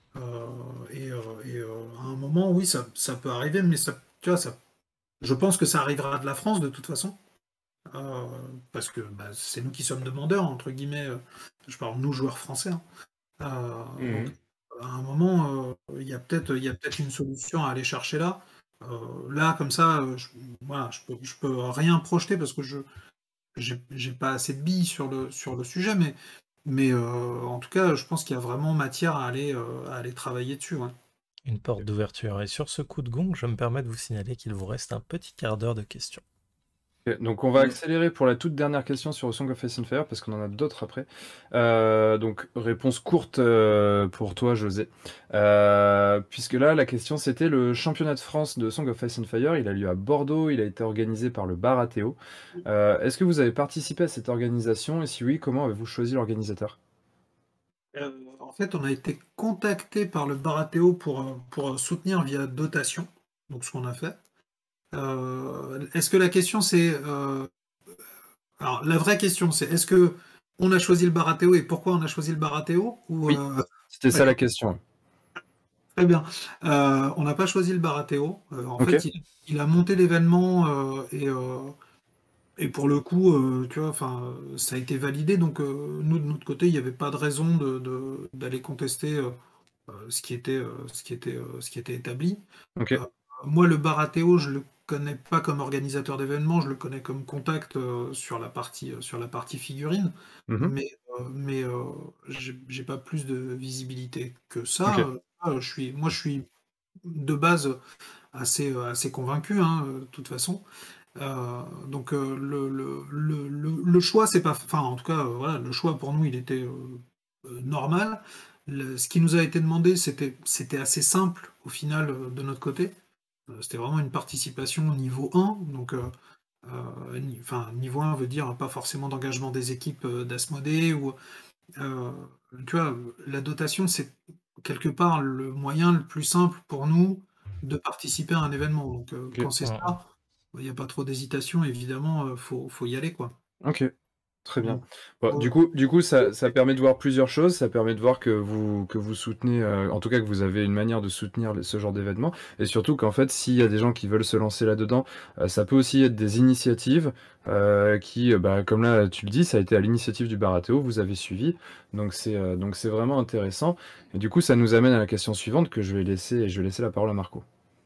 À un moment, oui, ça peut arriver, mais tu vois, je pense que ça arrivera de la France de toute façon. Euh, Parce que c'est nous qui sommes demandeurs, entre guillemets. Je parle nous, joueurs français, hein. Donc, à un moment, il y a peut-être une solution à aller chercher là. Là, comme ça, voilà, je peux rien projeter parce que j'ai pas assez de billes sur le sujet, mais en tout cas, je pense qu'il y a vraiment matière à aller travailler dessus. Ouais. Une porte d'ouverture. Et sur ce coup de gong, je me permets de vous signaler qu'il vous reste un petit quart d'heure de questions. Ok, donc on va accélérer pour la toute dernière question sur Song of Ice and Fire parce qu'on en a d'autres après. Donc réponse courte pour toi José. Puisque là la question c'était le championnat de France de Song of Ice and Fire, il a lieu à Bordeaux, il a été organisé par le Baratéo. Est-ce que vous avez participé à cette organisation et si oui, comment avez-vous choisi l'organisateur? En fait, on a été contacté par le Baratéo pour soutenir via dotation, donc ce qu'on a fait. Est-ce que la question c'est... alors la vraie question c'est est-ce que on a choisi le Baratéo et pourquoi on a choisi le Baratéo ou, Oui. C'était ça la question. Très bien. On n'a pas choisi le Baratéo. En Ok. fait, il a monté l'événement et pour le coup, tu vois, enfin, ça a été validé. Donc nous, de notre côté, il n'y avait pas de raison d'aller contester ce qui était établi. Ok. Moi, le Baratéo, je le connais pas comme organisateur d'événements, je le connais comme contact sur la partie figurine, Mhm. mais j'ai pas plus de visibilité que ça. Ok. Je suis de base assez convaincu, hein, de toute façon. Donc le choix, c'est pas, enfin en tout cas, voilà, le choix pour nous, il était normal. Ce qui nous a été demandé, c'était assez simple au final de notre côté. C'était vraiment une participation au niveau 1, donc enfin niveau 1 veut dire pas forcément d'engagement des équipes d'Asmodée ou euh, tu vois, la dotation c'est quelque part le moyen le plus simple pour nous de participer à un événement. Donc Ok. quand c'est ça, il n'y a pas trop d'hésitation, évidemment, faut y aller quoi. Ok. Très bien. Donc, Bon, du coup, ça permet de voir plusieurs choses. Ça permet de voir que vous soutenez, en tout cas que vous avez une manière de soutenir ce genre d'événement. Et surtout qu'en fait, s'il y a des gens qui veulent se lancer là-dedans, ça peut aussi être des initiatives qui, bah, comme là, tu le dis, ça a été à l'initiative du Baratéo, vous avez suivi. Donc c'est vraiment intéressant. Et du coup, ça nous amène à la question suivante que je vais laisser la parole à Marco.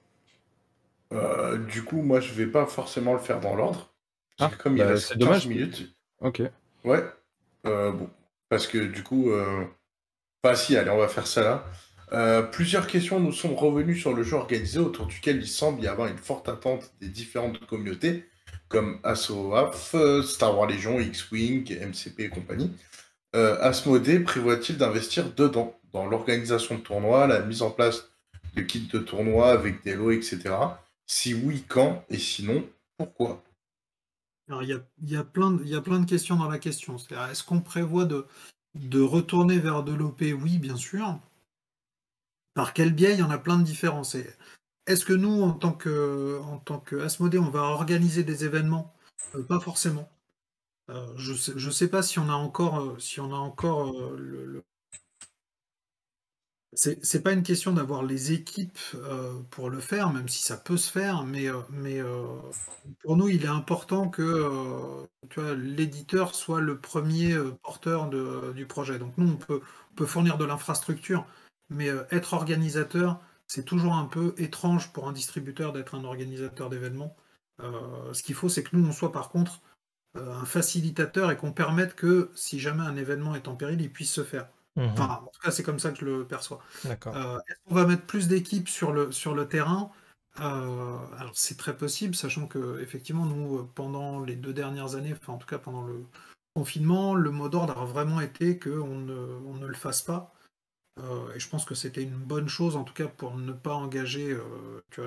Du coup, moi, je vais pas forcément le faire dans l'ordre. Parce Ah, que comme il bah, c'est reste 15 dommage. minutes, Ok. ouais, bon, parce que du coup, enfin si, allez, on va faire ça là. Plusieurs questions nous sont revenues sur le jeu organisé autour duquel il semble y avoir une forte attente des différentes communautés, comme ASOAF, Star Wars Legion, X-Wing, MCP et compagnie. Asmodée prévoit-il d'investir dedans, dans l'organisation de tournois, la mise en place de kits de tournois avec des lots, etc. Si oui, quand? Et sinon, pourquoi? alors, il y a il y a plein de questions dans la question. C'est-à-dire, est-ce qu'on prévoit de retourner vers de l'OP? Oui, bien sûr. Par quel biais? Il y en a plein de différences. Est-ce que nous, en tant que Asmodée, on va organiser des événements? Pas forcément. Je sais pas si on a encore, c'est pas une question d'avoir les équipes pour le faire, même si ça peut se faire, pour nous, il est important que tu vois, l'éditeur soit le premier porteur du projet. Donc nous, on peut fournir de l'infrastructure, mais être organisateur, c'est toujours un peu étrange pour un distributeur d'être un organisateur d'événements. Ce qu'il faut, c'est que nous, on soit par contre un facilitateur et qu'on permette que si jamais un événement est en péril, il puisse se faire. Enfin, en tout cas, c'est comme ça que je le perçois. D'accord. Est-ce qu'on va mettre plus d'équipes sur le terrain? Alors c'est très possible, sachant que effectivement, nous, pendant les 2 dernières années, enfin en tout cas pendant le confinement, le mot d'ordre a vraiment été on ne le fasse pas. Et je pense que c'était une bonne chose, en tout cas pour ne pas engager tu vois,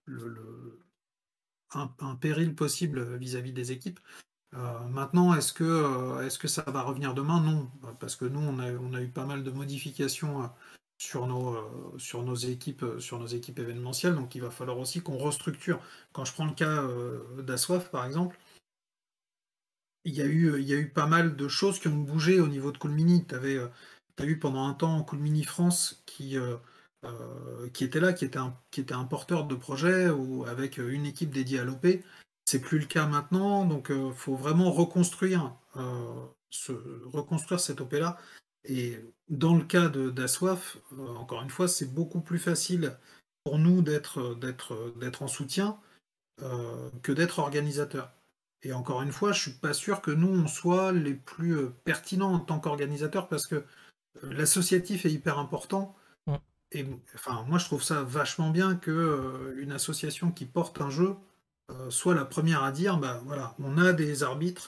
un péril possible vis-à-vis des équipes. Maintenant, est-ce que ça va revenir demain? Non, parce que nous, on a eu pas mal de modifications sur nos équipes événementielles, donc il va falloir aussi qu'on restructure. Quand je prends le cas d'Assoif, par exemple, il y a eu pas mal de choses qui ont bougé au niveau de Coolmini. T'as eu pendant un temps Coolmini France qui était là, qui était un porteur de projet ou avec une équipe dédiée à l'OP. C'est plus le cas maintenant, donc il faut vraiment reconstruire cette OP-là. Et dans le cas d'Assoif, encore une fois, c'est beaucoup plus facile pour nous d'être en soutien que d'être organisateur. Et encore une fois, je suis pas sûr que nous, on soit les plus pertinents en tant qu'organisateurs parce que l'associatif est hyper important. Mm. Et enfin, moi, je trouve ça vachement bien que une association qui porte un jeu soit la première à dire, bah voilà, on a des arbitres,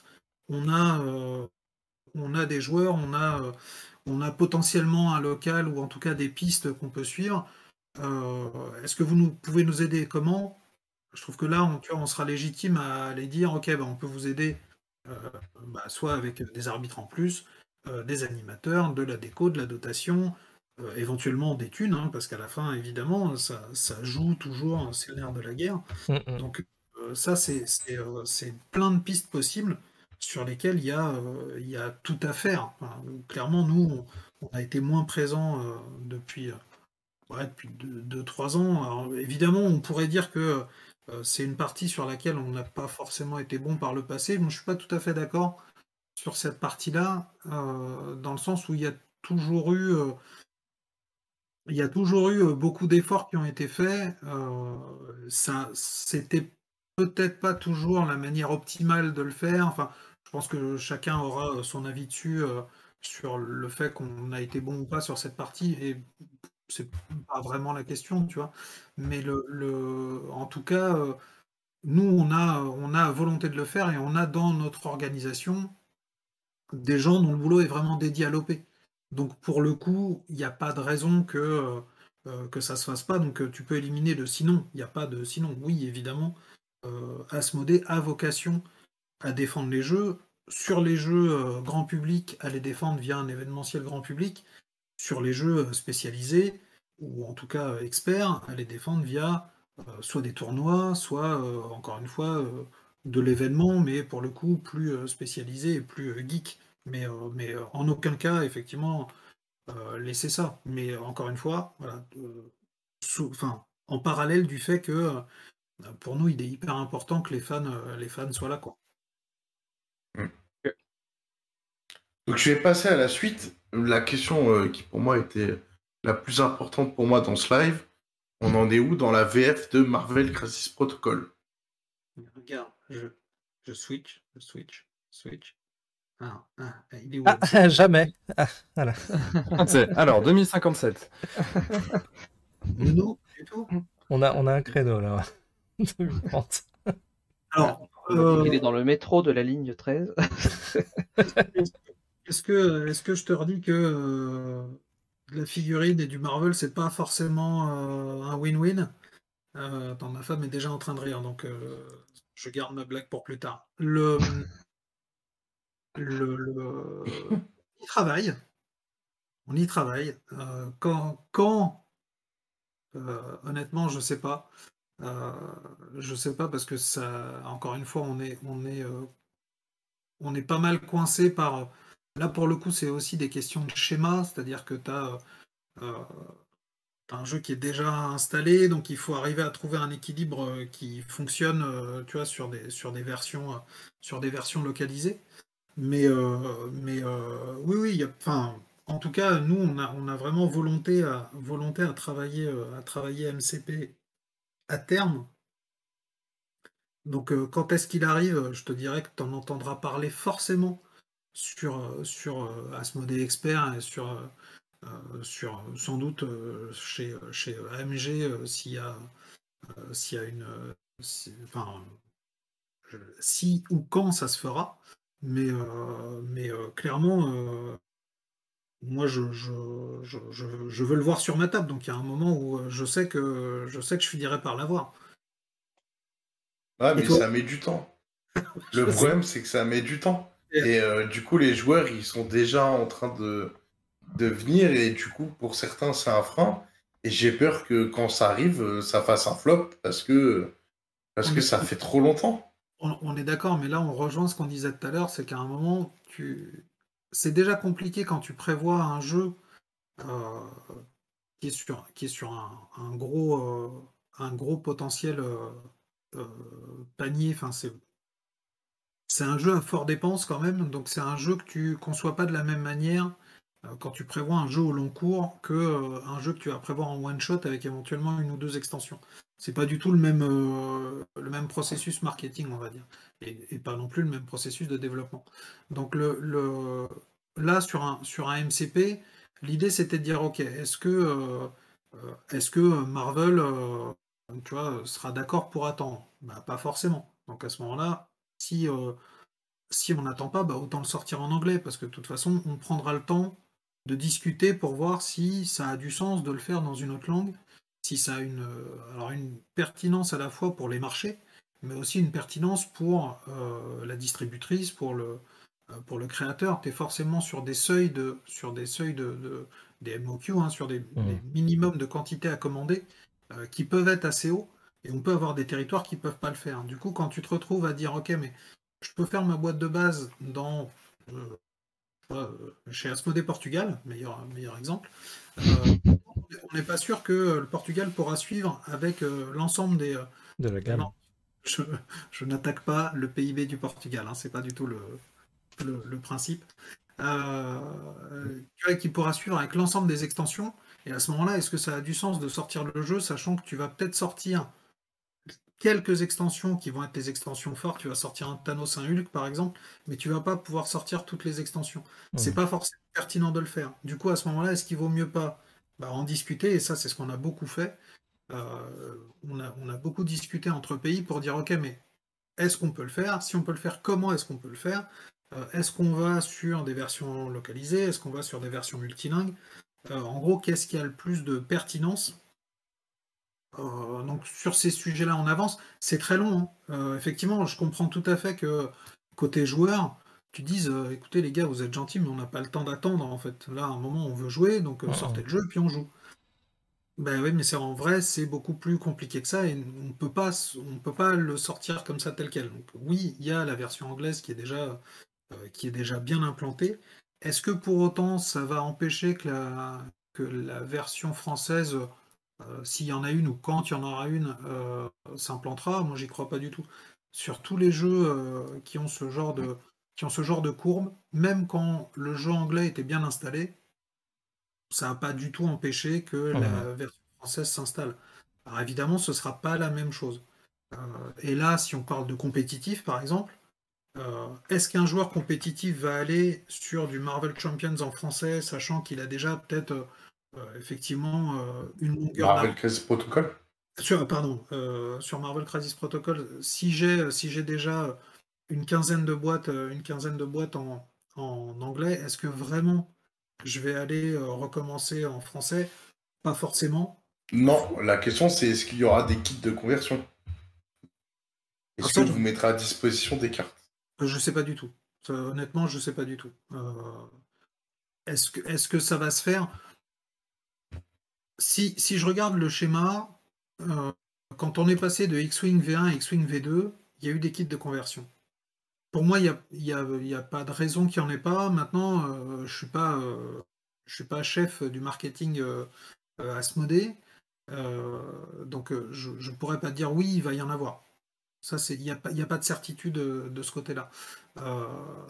on a des joueurs, on a potentiellement un local ou en tout cas des pistes qu'on peut suivre. Est-ce que pouvez nous aider? Comment? Je trouve que là, tu vois, on sera légitime à aller dire, ok, bah, on peut vous aider, soit avec des arbitres en plus, des animateurs, de la déco, de la dotation, éventuellement des thunes, hein, parce qu'à la fin, évidemment, ça joue toujours, hein, c'est le nerf de la guerre. Donc ça, c'est plein de pistes possibles sur lesquelles il y a tout à faire. Enfin, clairement, nous, on a été moins présents depuis 2-3 ans. Alors, évidemment, on pourrait dire que c'est une partie sur laquelle on n'a pas forcément été bon par le passé. Moi, je suis pas tout à fait d'accord sur cette partie-là, dans le sens où il y a toujours eu beaucoup d'efforts qui ont été faits. Ça, c'était peut-être pas toujours la manière optimale de le faire. Enfin, je pense que chacun aura son avis dessus, sur le fait qu'on a été bon ou pas sur cette partie. Et c'est pas vraiment la question, tu vois. Mais en tout cas, nous, on a volonté de le faire et on a dans notre organisation des gens dont le boulot est vraiment dédié à l'OP. Donc pour le coup, il n'y a pas de raison que ça se fasse pas. Donc tu peux éliminer le sinon. Il n'y a pas de sinon. Oui, évidemment, Asmodée a vocation à défendre les jeux. Sur les jeux grand public, à les défendre via un événementiel grand public. Sur les jeux spécialisés, ou en tout cas experts, à les défendre via soit des tournois, soit, encore une fois, de l'événement, mais pour le coup plus spécialisé et plus geek. Mais en aucun cas, effectivement, laisser ça. Mais encore une fois, voilà, en parallèle du fait que pour nous, il est hyper important que les fans soient là, quoi. Donc je vais passer à la suite. La question qui pour moi était la plus importante pour moi dans ce live, on en est où dans la VF de Marvel Crisis Protocol? Regarde, je switch. Il est où Ah, jamais. Ah, voilà. Alors, 2057. Non, du tout. On a un créneau là. 2030. Alors, Il est dans le métro de la ligne 13. est-ce que je te redis que de la figurine et du Marvel, c'est pas forcément un win-win? Attends, ma femme est déjà en train de rire, donc je garde ma blague pour plus tard. On y travaille. Quand honnêtement, je sais pas. Je sais pas parce que ça, encore une fois, on est pas mal coincé par. Là, pour le coup, c'est aussi des questions de schéma, c'est-à-dire que tu as un jeu qui est déjà installé, donc il faut arriver à trouver un équilibre qui fonctionne, tu vois, sur des versions localisées. Mais oui, enfin, en tout cas, nous, on a vraiment volonté à travailler MCP à terme. Donc, quand est-ce qu'il arrive? Je te dirais que tu en entendras parler forcément sur Asmodée Expert et sur sans doute chez AMG s'il y a enfin, si ou quand ça se fera. Mais clairement, moi, je veux le voir sur ma table. Donc, il y a un moment où je sais que je finirai par l'avoir. Ah, Et mais toi? ça met du temps. Le Je sais. problème, c'est que ça met du temps. Et- Et du coup, les joueurs, ils sont déjà en train de venir. Et du coup, pour certains, c'est un frein. Et j'ai peur que quand ça arrive, ça fasse un flop parce On que est, ça fait trop longtemps. on est d'accord, mais là, on rejoint ce qu'on disait tout à l'heure, c'est qu'à un moment, c'est déjà compliqué quand tu prévois un jeu euh, qui est sur un gros potentiel panier. Enfin, c'est un jeu à fort dépense quand même, donc c'est un jeu que tu conçois pas de la même manière quand tu prévois un jeu au long cours que un jeu que tu vas prévoir en one shot avec éventuellement une ou deux extensions. C'est pas du tout le même processus marketing, on va dire, et pas non plus le même processus de développement. Donc là sur un MCP, l'idée c'était de dire ok, est-ce que Marvel tu vois, sera d'accord pour attendre? Bah, pas forcément. Donc à ce moment-là, si on n'attend pas, bah, autant le sortir en anglais, parce que de toute façon, on prendra le temps de discuter pour voir si ça a du sens de le faire dans une autre langue, si ça a alors une pertinence à la fois pour les marchés, mais aussi une pertinence pour la distributrice, pour le créateur. Tu es forcément des MOQ, hein, sur des minimums de quantité à commander qui peuvent être assez hauts, et on peut avoir des territoires qui ne peuvent pas le faire. Du coup, quand tu te retrouves à dire, ok, mais je peux faire ma boîte de base chez Asmodée Portugal, meilleur exemple. On n'est pas sûr que le Portugal pourra suivre avec l'ensemble de la gamme. Non, je n'attaque pas le PIB du Portugal, hein, c'est pas du tout le principe. Qui pourra suivre avec l'ensemble des extensions. Et à ce moment-là, est-ce que ça a du sens de sortir le jeu, sachant que tu vas peut-être sortir quelques extensions qui vont être les extensions fortes. Tu vas sortir un Thanos, un Hulk par exemple, mais tu vas pas pouvoir sortir toutes les extensions. C'est pas forcément pertinent de le faire. Du coup, à ce moment-là, est-ce qu'il vaut mieux pas en discuter? Et ça, c'est ce qu'on a beaucoup fait. On a beaucoup discuté entre pays pour dire ok, mais est-ce qu'on peut le faire? Si on peut le faire, comment est-ce qu'on peut le faire? Est-ce qu'on va sur des versions localisées? Est-ce qu'on va sur des versions multilingues? En gros, qu'est-ce qui a le plus de pertinence? Donc sur ces sujets-là, on avance. C'est très long, hein. Effectivement, je comprends tout à fait que côté joueur, tu dises écoutez les gars, vous êtes gentils, mais on n'a pas le temps d'attendre en fait. Là, à un moment, on veut jouer, donc sortez le jeu et puis on joue. Ben oui, mais c'est en vrai, c'est beaucoup plus compliqué que ça et on peut pas le sortir comme ça tel quel. Donc, oui, il y a la version anglaise qui est déjà bien implantée. Est-ce que pour autant ça va empêcher que la version française, s'il y en a une ou quand il y en aura une, s'implantera? Moi, j'y crois pas du tout. Sur tous les jeux qui ont ce genre de courbe, même quand le jeu anglais était bien installé, ça n'a pas du tout empêché que Mhm. la version française s'installe. Alors évidemment, ce ne sera pas la même chose. Euh, et là, si on parle de compétitif, par exemple, est-ce qu'un joueur compétitif va aller sur du Marvel Champions en français, sachant qu'il a déjà peut-être effectivement une longueur Marvel d'avance Crisis Protocol. sur Marvel Crisis Protocol, si j'ai déjà une quinzaine de boîtes en anglais, est-ce que vraiment je vais aller recommencer en français? Pas forcément. Non, la question c'est est-ce qu'il y aura des kits de conversion? Ah, Est-ce que ça, vous mettrez à disposition des cartes? je sais pas du tout. Ça, honnêtement, je sais pas du tout. Est-ce que ça va se faire? Si je regarde le schéma, euh, quand on est passé de X-Wing V1 à X-Wing V2, il y a eu des kits de conversion. Pour moi, il y a pas de raison qu'il n'y en ait pas. Maintenant, je suis pas chef du marketing Asmodée, donc je ne pourrais pas dire oui, il va y en avoir. Ça, il y a pas de certitude de ce côté-là. Euh,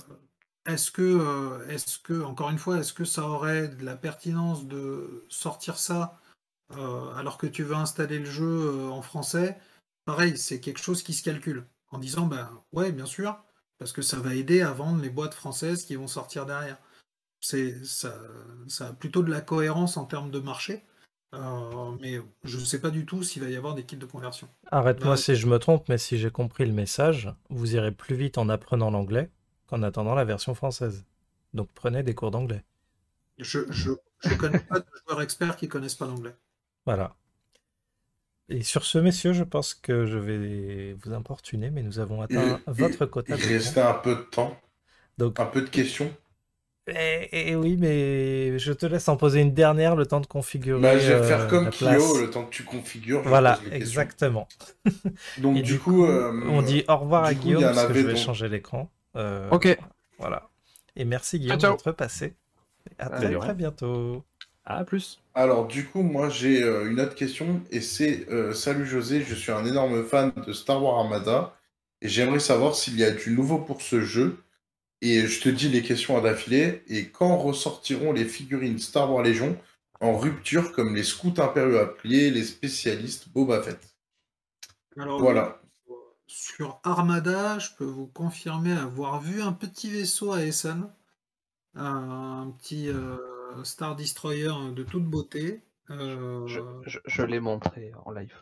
encore une fois, est-ce que ça aurait de la pertinence de sortir ça alors que tu veux installer le jeu en français? Pareil, c'est quelque chose qui se calcule en disant, ben ouais, bien sûr, parce que ça va aider à vendre les boîtes françaises qui vont sortir derrière. Ça a plutôt de la cohérence en termes de marché, mais je ne sais pas du tout s'il va y avoir des kits de conversion. Arrête-moi Là, si je me trompe, mais si j'ai compris le message, vous irez plus vite en apprenant l'anglais qu'en attendant la version française. Donc prenez des cours d'anglais. je connais pas de joueurs experts qui connaissent pas l'anglais. Voilà. Et sur ce, messieurs, je pense que je vais vous importuner, mais nous avons atteint votre quota Il de temps. restait un peu de temps, Donc, un peu de questions. oui, mais je te laisse en poser une dernière, le temps de configurer Bah, je vais faire comme la Kyo, place. le temps que tu configures, je Voilà, pose les questions. exactement. Donc Et du coup, on dit au revoir à il y Guillaume, en parce que je avait vais donc. changer l'écran. Ok. Voilà. Et merci Guillaume ciao. d'être passé. À Bah, très de très rien. bientôt. À plus. Alors, du coup, moi j'ai une autre question et c'est salut José, je suis un énorme fan de Star Wars Armada et j'aimerais savoir s'il y a du nouveau pour ce jeu. Et je te dis les questions à d'affilée. Et quand ressortiront les figurines Star Wars Légion en rupture comme les scouts impériaux appelés les spécialistes Boba Fett? Alors, Voilà. sur Armada, je peux vous confirmer avoir vu un petit vaisseau à Essen, un petit Star Destroyer de toute beauté. Je l'ai montré en live.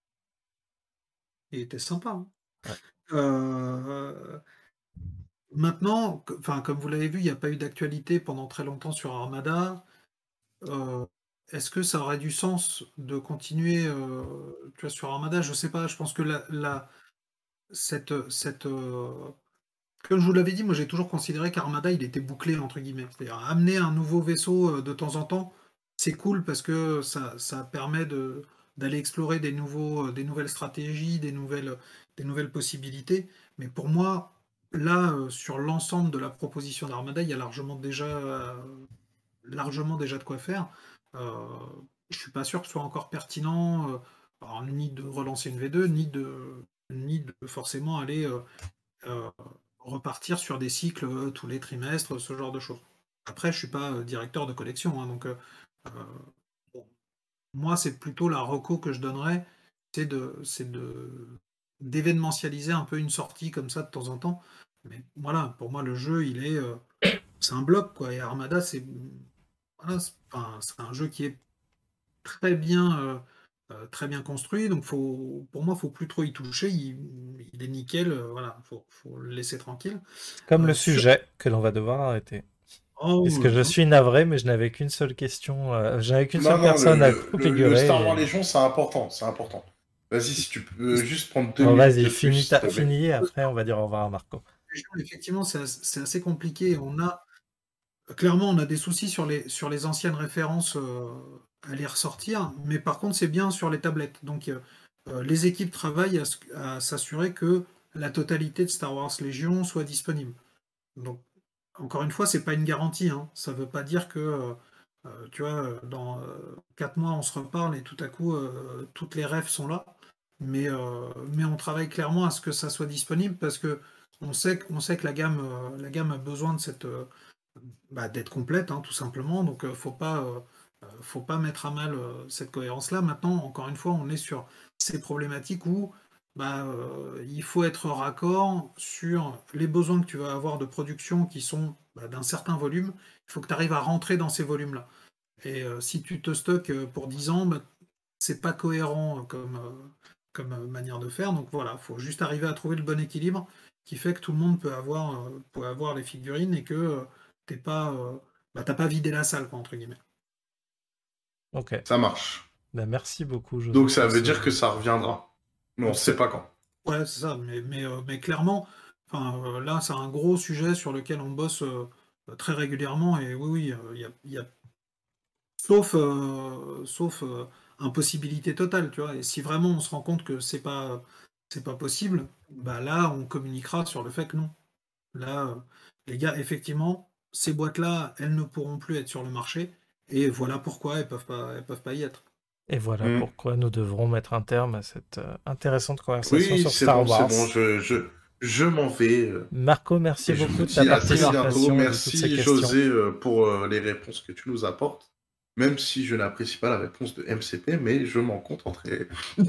Il était sympa, hein. Ouais. Maintenant, comme vous l'avez vu, il n'y a pas eu d'actualité pendant très longtemps sur Armada. Euh, Est-ce que ça aurait du sens de continuer tu vois, sur Armada? Je sais pas. Je pense que cette, comme je vous l'avais dit, moi j'ai toujours considéré qu'Armada il était bouclé entre guillemets. C'est-à-dire amener un nouveau vaisseau de temps en temps, c'est cool parce que ça permet d'aller explorer des nouvelles stratégies, des nouvelles possibilités. Mais pour moi, là, sur l'ensemble de la proposition d'Armada, il y a largement déjà de quoi faire. Euh, je suis pas sûr que ce soit encore pertinent, alors, ni de relancer une V2, ni de forcément aller euh, repartir sur des cycles tous les trimestres, ce genre de choses. Après, je suis pas directeur de collection, hein, donc euh, bon, moi, c'est plutôt la reco que je donnerais, d'événementialiser un peu une sortie comme ça de temps en temps. Mais voilà, pour moi, le jeu, c'est un bloc, quoi. Et Armada, voilà, enfin, c'est un jeu qui est très bien construit. Donc, pour moi, il faut plus trop y toucher. Il est nickel. Voilà, faut le laisser tranquille. Comme le Sur sujet que l'on va devoir arrêter. Oh, Puisque je suis navré, mais je n'avais qu'une seule question, je n'avais qu'une Non, seule non, personne à le configurer. Star Wars et- Légion, c'est important, c'est important. Vas-y, si tu peux juste prendre 2 Bon, minutes vas-y, de plus, s'il te plaît. finis et après on va dire au revoir à Marco. effectivement, c'est assez compliqué. Clairement, on a des soucis sur les anciennes références à les ressortir, mais par contre c'est bien sur les tablettes. Donc les équipes travaillent à s'assurer que la totalité de Star Wars Légion soit disponible. Donc encore une fois, c'est pas une garantie, hein. Ça veut pas dire que tu vois, dans 4 mois on se reparle et tout à coup toutes les refs sont là. Mais on travaille clairement à ce que ça soit disponible parce que on sait que la gamme a besoin de d'être complète, hein, tout simplement. Donc faut pas mettre à mal cette cohérence-là. Maintenant, encore une fois, on est sur ces problématiques où il faut être raccord sur les besoins que tu vas avoir de production qui sont d'un certain volume. Il faut que tu arrives à rentrer dans ces volumes-là. Et si tu te stockes pour 10 ans, c'est pas cohérent comme manière de faire. Donc voilà, il faut juste arriver à trouver le bon équilibre qui fait que tout le monde peut avoir les figurines et que t'as pas vidé la salle, quoi, entre guillemets. Ok. Ça marche. Ben, merci beaucoup, José. Donc ça veut dire que ça reviendra. Mais on ne sait pas quand. Ouais, c'est ça. Mais clairement, là, c'est un gros sujet sur lequel on bosse très régulièrement. Et oui, il y a sauf impossibilité totale, tu vois. Et si vraiment on se rend compte que c'est pas possible, là, on communiquera sur le fait que non. Là, les gars, effectivement, ces boîtes-là, elles ne pourront plus être sur le marché. Et voilà pourquoi elles peuvent pas y être. Et voilà pourquoi nous devrons mettre un terme à cette intéressante conversation sur c'est Star bon, Wars. c'est bon, je m'en vais. Marco, merci Et je beaucoup vous de ta dis à très participation. bientôt. et de toutes ces Merci questions. José pour les réponses que tu nous apportes. Même si je n'apprécie pas la réponse de MCP, mais je m'en contenterai.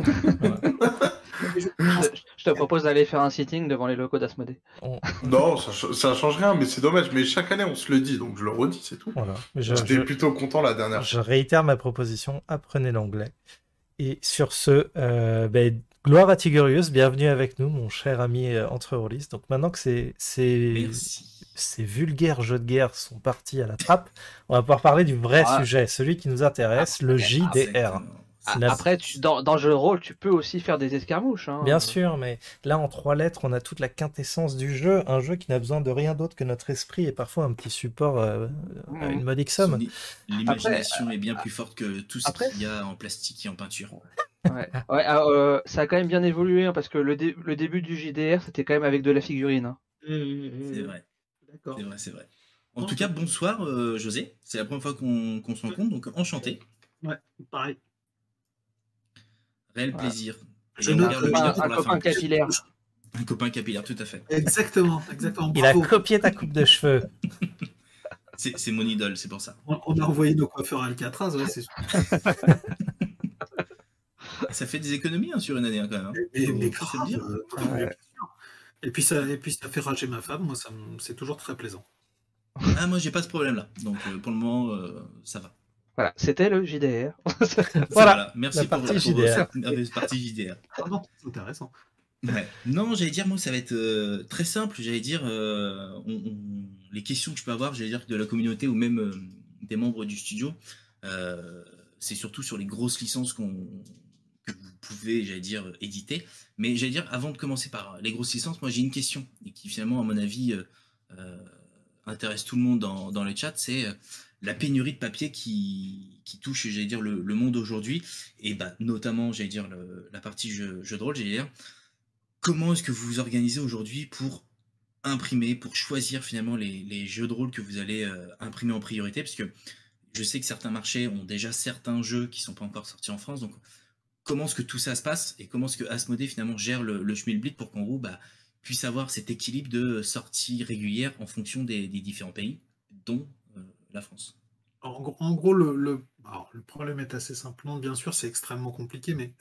Je te propose d'aller faire un sitting devant les locaux d'Asmodée. Non, ça change rien, mais c'est dommage. Mais chaque année, on se le dit, donc je le redis, c'est tout. Voilà. J'étais plutôt content la dernière fois. Je réitère ma proposition, apprenez l'anglais. Et sur ce, gloire à Tigurius, bienvenue avec nous, mon cher ami entre rôlistes. Donc maintenant que ces vulgaires jeux de guerre sont partis à la trappe, on va pouvoir parler du vrai sujet, celui qui nous intéresse, le JDR. Après, dans le jeu de rôle, tu peux aussi faire des escarmouches. Hein. Bien sûr, mais là, en 3 lettres, on a toute la quintessence du jeu. Un jeu qui n'a besoin de rien d'autre que notre esprit et parfois un petit support à une modique somme. L'imagination est bien plus forte que tout ce qu'il y a en plastique et en peinture. Ça a quand même bien évolué, hein, parce que le début du JDR, c'était quand même avec de la figurine. Hein. C'est vrai. D'accord. C'est vrai. En tout cas, bonsoir José. C'est la première fois qu'on se rencontre, donc enchanté. Ouais, pareil. Réel plaisir. Un copain capillaire. Un copain capillaire, tout à fait. Exactement. Il a copié ta coupe de cheveux. C'est mon idole, c'est pour ça. On a envoyé nos coiffeurs à Alcatraz, ouais, c'est sûr. Ça fait des économies sur une année quand même. Mais grave, et puis ça fait rager ma femme, moi c'est toujours très plaisant. Ah, moi j'ai pas ce problème-là, donc pour le moment ça va. Voilà, c'était le JDR. Voilà, merci la partie JDR. La partie JDR. C'est intéressant. Ouais. Non, j'allais dire, moi ça va être très simple, j'allais dire, les questions que je peux avoir, j'allais dire de la communauté ou même des membres du studio, c'est surtout sur les grosses licences que vous pouvez, j'allais dire, éditer. Mais j'allais dire, avant de commencer par les grosses licences, moi j'ai une question, et qui finalement, à mon avis, intéresse tout le monde dans le chat, c'est la pénurie de papier qui touche, j'allais dire, le monde aujourd'hui, et notamment, j'allais dire, la partie jeu de rôle, j'allais dire, comment est-ce que vous vous organisez aujourd'hui pour imprimer, pour choisir finalement les jeux de rôle que vous allez imprimer en priorité, parce que je sais que certains marchés ont déjà certains jeux qui ne sont pas encore sortis en France, donc comment est-ce que tout ça se passe et comment est-ce que Asmodée finalement gère le schmilblick pour qu'en gros puisse avoir cet équilibre de sorties régulières en fonction des différents pays, dont la France. En gros, le problème est assez simple. Non, bien sûr, c'est extrêmement compliqué, mais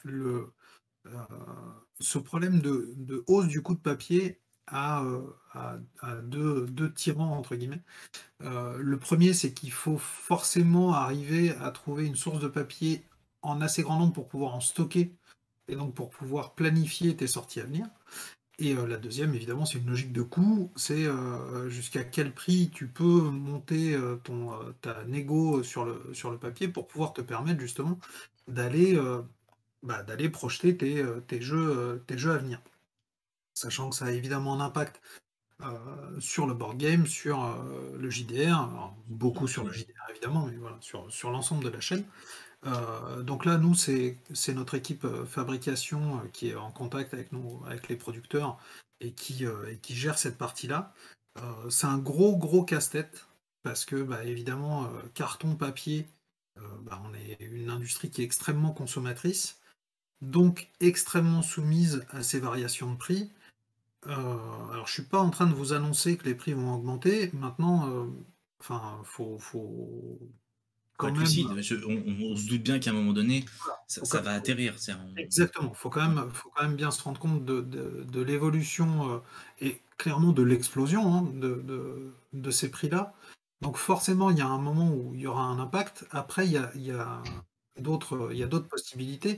ce problème de hausse du coût de papier a deux tyrans, entre guillemets. Le premier, c'est qu'il faut forcément arriver à trouver une source de papier en assez grand nombre pour pouvoir en stocker et donc pour pouvoir planifier tes sorties à venir. Et la deuxième, évidemment, c'est une logique de coût, c'est jusqu'à quel prix tu peux monter ta négo sur le papier pour pouvoir te permettre justement d'aller projeter tes jeux à venir. Sachant que ça a évidemment un impact sur le board game, sur le JDR, alors, beaucoup sur le JDR évidemment, mais voilà, sur l'ensemble de la chaîne. Donc là, nous, c'est notre équipe fabrication qui est en contact avec les producteurs et qui gère cette partie-là. C'est un gros casse-tête parce que, bah, évidemment, carton, papier, bah, on est une industrie qui est extrêmement consommatrice, donc extrêmement soumise à ces variations de prix. Alors, je suis pas en train de vous annoncer que les prix vont augmenter. Maintenant, enfin, faut Faut quand être même. lucide. On se doute bien qu'à un moment donné, Faut ça quand- va atterrir. Exactement. Faut quand même bien se rendre compte de l'évolution et clairement de l'explosion hein, de ces prix-là. Donc forcément, il y a un moment où il y aura un impact. Après, il y a d'autres possibilités.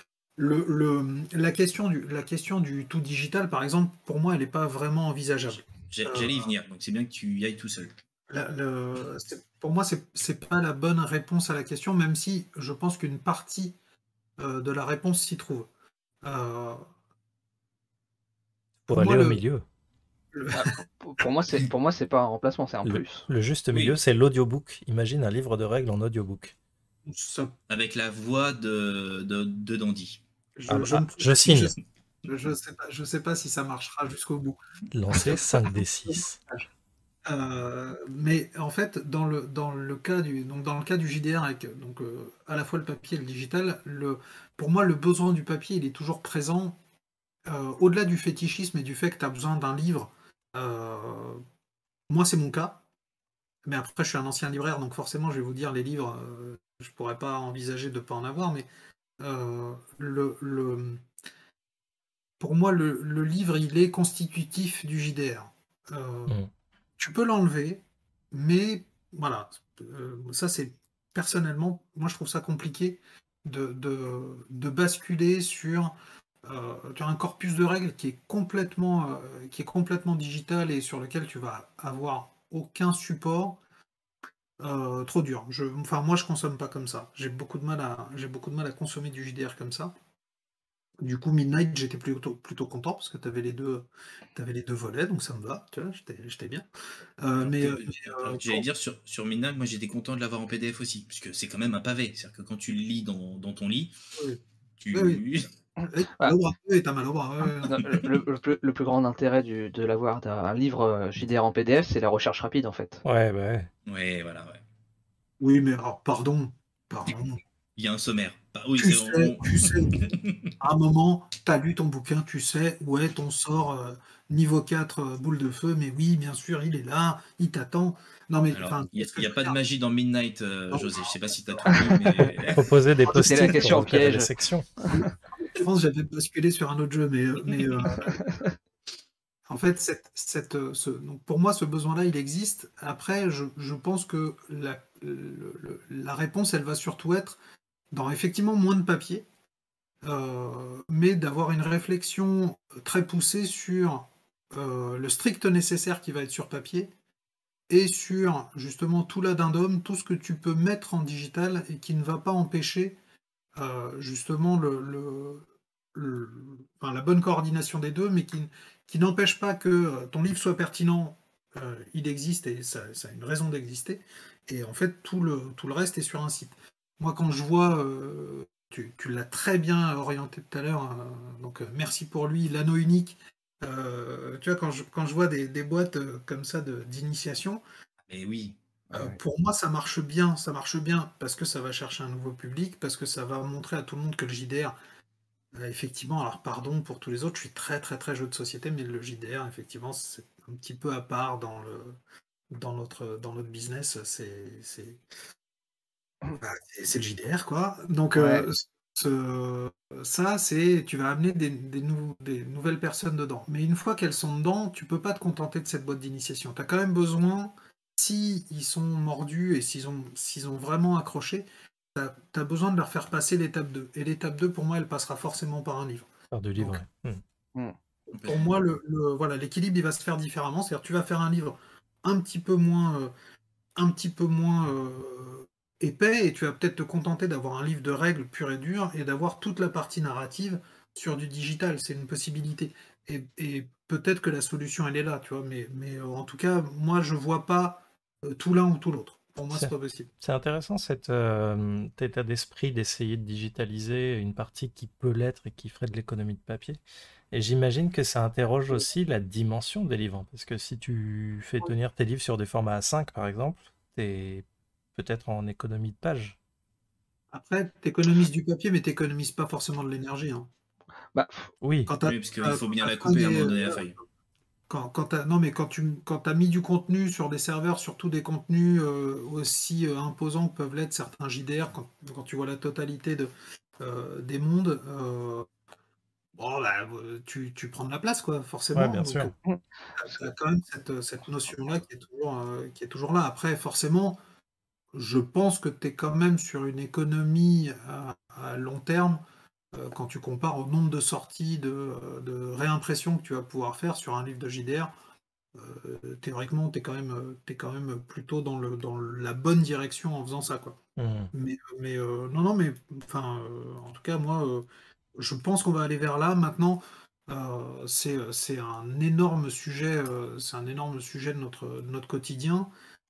La question du tout digital, par exemple, pour moi, elle n'est pas vraiment envisageable. J'allais y venir, donc c'est bien que tu y ailles tout seul. Pour moi, c'est pas la bonne réponse à la question, même si je pense qu'une partie de la réponse s'y trouve. Euh, Pour pour moi, aller au milieu. Ah, pour moi, c'est pas un remplacement, c'est un Le, plus. le juste milieu, Oui. c'est l'audiobook. Imagine un livre de règles en audiobook. ça- Avec la voix de Dandy. Je signe. je sais pas si ça marchera jusqu'au bout. Lancer 5d6. Mais en fait, dans le cas du JDR avec à la fois le papier et le digital, pour moi, le besoin du papier, il est toujours présent. Au-delà du fétichisme et du fait que tu as besoin d'un livre, moi c'est mon cas, mais après je suis un ancien libraire, donc forcément je vais vous dire les livres, je pourrais pas envisager de ne pas en avoir, mais euh, pour moi le livre il est constitutif du JDR. Mm. Tu peux l'enlever, mais voilà, ça c'est personnellement, moi je trouve ça compliqué de basculer sur tu as un corpus de règles qui est complètement digital et sur lequel tu vas avoir aucun support. Trop dur. Enfin, moi, je consomme pas comme ça. J'ai beaucoup de mal à consommer du JDR comme ça. Du coup, Midnight, j'étais plutôt content parce que t'avais les deux volets, donc ça me va. Tu vois, j'étais bien. Alors que j'allais dire sur Midnight, moi j'étais content de l'avoir en PDF aussi, puisque c'est quand même un pavé. C'est-à-dire que quand tu le lis dans ton lit, Oui. tu. Oui. T'as mal au bras. Non, le plus grand intérêt de l'avoir d'un livre JDR en PDF, c'est la recherche rapide en fait. Ouais, bah ouais. Ouais, voilà, ouais. Oui, mais alors, pardon. Il y a un sommaire. Bah, oui, Tu c'est sais, à un moment, tu as lu ton bouquin, tu sais où est ton sort niveau 4 boule de feu, mais oui, bien sûr, il est là, il t'attend. Non, mais Alors, enfin, il qu'est-ce que n'y a je pas veux de dire magie dans Midnight, Non. José. Je sais pas si tu as tout lu, mais. Faut poser des C'est la post-it question pour repérer piège. les sections. Je pense que j'avais basculé sur un autre jeu, mais en fait, donc pour moi, ce besoin-là, il existe. Après, je pense que la réponse, elle va surtout être dans effectivement moins de papier, mais d'avoir une réflexion très poussée sur le strict nécessaire qui va être sur papier et sur justement tout l'addendum, tout ce que tu peux mettre en digital et qui ne va pas empêcher justement enfin, la bonne coordination des deux, mais qui n'empêche pas que ton livre soit pertinent. Il existe et ça a une raison d'exister. Et en fait, tout le reste est sur un site. Moi, quand je vois, tu l'as très bien orienté tout à l'heure, donc merci pour lui, l'anneau unique. Tu vois, quand je vois des boîtes comme ça d'initiation, Mais oui. pour moi, ça marche bien parce que ça va chercher un nouveau public, parce que ça va montrer à tout le monde que le JDR, effectivement, alors pardon pour tous les autres, je suis très très très jeu de société, mais le JDR, effectivement, c'est un petit peu à part dans notre business, c'est le JDR, quoi. Donc, Ouais. ça, tu vas amener des nouvelles personnes dedans. Mais une fois qu'elles sont dedans, tu peux pas te contenter de cette boîte d'initiation. Tu as quand même besoin, si ils sont mordus et s'ils ont vraiment accroché, tu as besoin de leur faire passer l'étape 2. Et l'étape 2, pour moi, elle passera forcément par un livre. Par du livre. Donc, Ouais. pour moi, voilà, l'équilibre, il va se faire différemment. C'est-à-dire, tu vas faire un livre un petit peu moins épais et tu vas peut-être te contenter d'avoir un livre de règles pur et dur et d'avoir toute la partie narrative sur du digital. C'est une possibilité. Et peut-être que la solution, elle est là, tu vois. Mais en tout cas, moi, je vois pas tout l'un ou tout l'autre. Pour moi, c'est pas possible. C'est intéressant cet état d'esprit d'essayer de digitaliser une partie qui peut l'être et qui ferait de l'économie de papier. Et j'imagine que ça interroge aussi la dimension des livres. Parce que si tu fais tenir tes livres sur des formats A5, par exemple, t'es peut-être en économie de page. Après, t'économises du papier, mais t'économises pas forcément de l'énergie. Hein. Bah, Oui, Quand t'as- Oui, parce qu'il faut bien t'as la couper à un des, moment donné, la feuille. non, mais quand tu as mis du contenu sur des serveurs, surtout des contenus aussi imposants que peuvent l'être certains JDR, quand tu vois la totalité des mondes, bon, bah, tu prends de la place, quoi, ouais, forcément. bien Donc, sûr. tu as quand même cette notion-là qui est toujours là. Après, forcément, je pense que tu es quand même sur une économie à long terme quand tu compares au nombre de sorties de réimpression que tu vas pouvoir faire sur un livre de JDR. Théoriquement, tu es quand même plutôt dans la bonne direction en faisant ça, quoi. Mhm. Non, mais enfin, en tout cas, moi, je pense qu'on va aller vers là. Maintenant, c'est un énorme sujet de notre quotidien.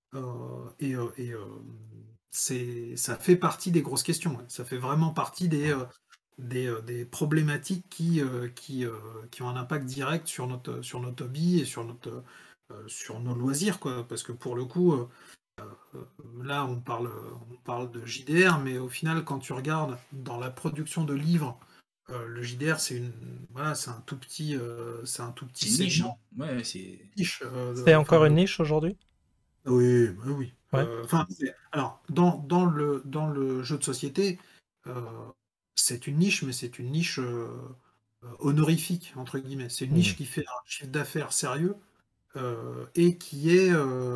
Ça fait partie des grosses questions. Ouais. Ça fait vraiment partie des problématiques qui ont un impact direct sur notre hobby et sur nos loisirs, quoi. Parce que pour le coup, là, on parle de JDR, mais au final, quand tu regardes dans la production de livres, le JDR, voilà, c'est un tout petit C'est une niche, segment. hein. Ouais, c'est. Niche, C'est encore une niche aujourd'hui? oui, oui, oui. Ouais. Enfin, alors, dans le jeu de société, euh, c'est une niche, mais c'est une niche honorifique, entre guillemets. C'est une niche Mhm. qui fait un chiffre d'affaires sérieux et qui est,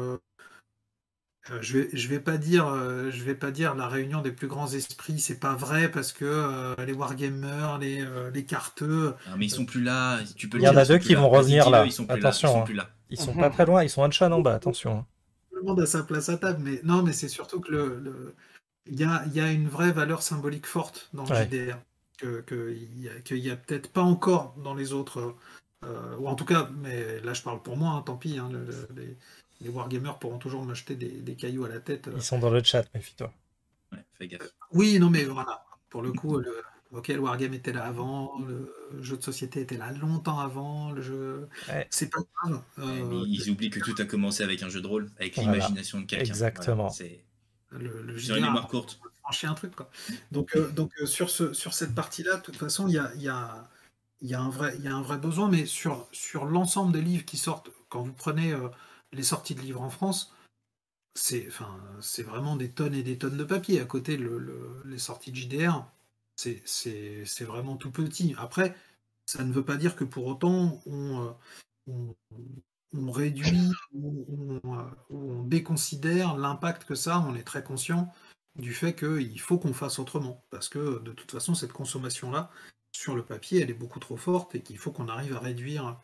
je vais pas dire la réunion des plus grands esprits, c'est pas vrai parce que les wargamers, les carteux, Ah, mais ils sont plus là. Tu peux Il le y en dire, a ils sont deux plus qui là. vont Vas-y, revenir dis-le, là. ils sont plus là. Ils Attention, sont hein. plus là. Ils sont pas très loin, ils sont en chat en bas, attention. Hein. tout le monde a sa place à table. Mais non, mais c'est surtout que il y a une vraie valeur symbolique forte dans le Ouais. JDR qu'il y a peut-être pas encore dans les autres, ou en tout cas, mais là je parle pour moi, hein, tant pis, hein, les wargamers pourront toujours m'acheter des cailloux à la tête. Ils sont dans le chat, méfie-toi. Ouais, fais gaffe. Oui, non, mais voilà, pour le coup, le wargame était là avant, le jeu de société était là longtemps avant, le jeu, Ouais, c'est pas grave. Ouais, mais ils oublient que tout a commencé avec un jeu de rôle, avec Voilà. l'imagination de quelqu'un. Exactement. Voilà, c'est Le une JDR mémoire courte. franchi un truc, quoi. Donc, sur cette partie-là, de toute façon, il y a un vrai besoin, mais sur l'ensemble des livres qui sortent, quand vous prenez les sorties de livres en France, c'est vraiment des tonnes et des tonnes de papier. À côté, les sorties de JDR, c'est vraiment tout petit. Après, ça ne veut pas dire que pour autant on, on réduit ou on déconsidère l'impact que ça a. On est très conscient du fait qu'il faut qu'on fasse autrement. Parce que de toute façon, cette consommation-là, sur le papier, elle est beaucoup trop forte et qu'il faut qu'on arrive à réduire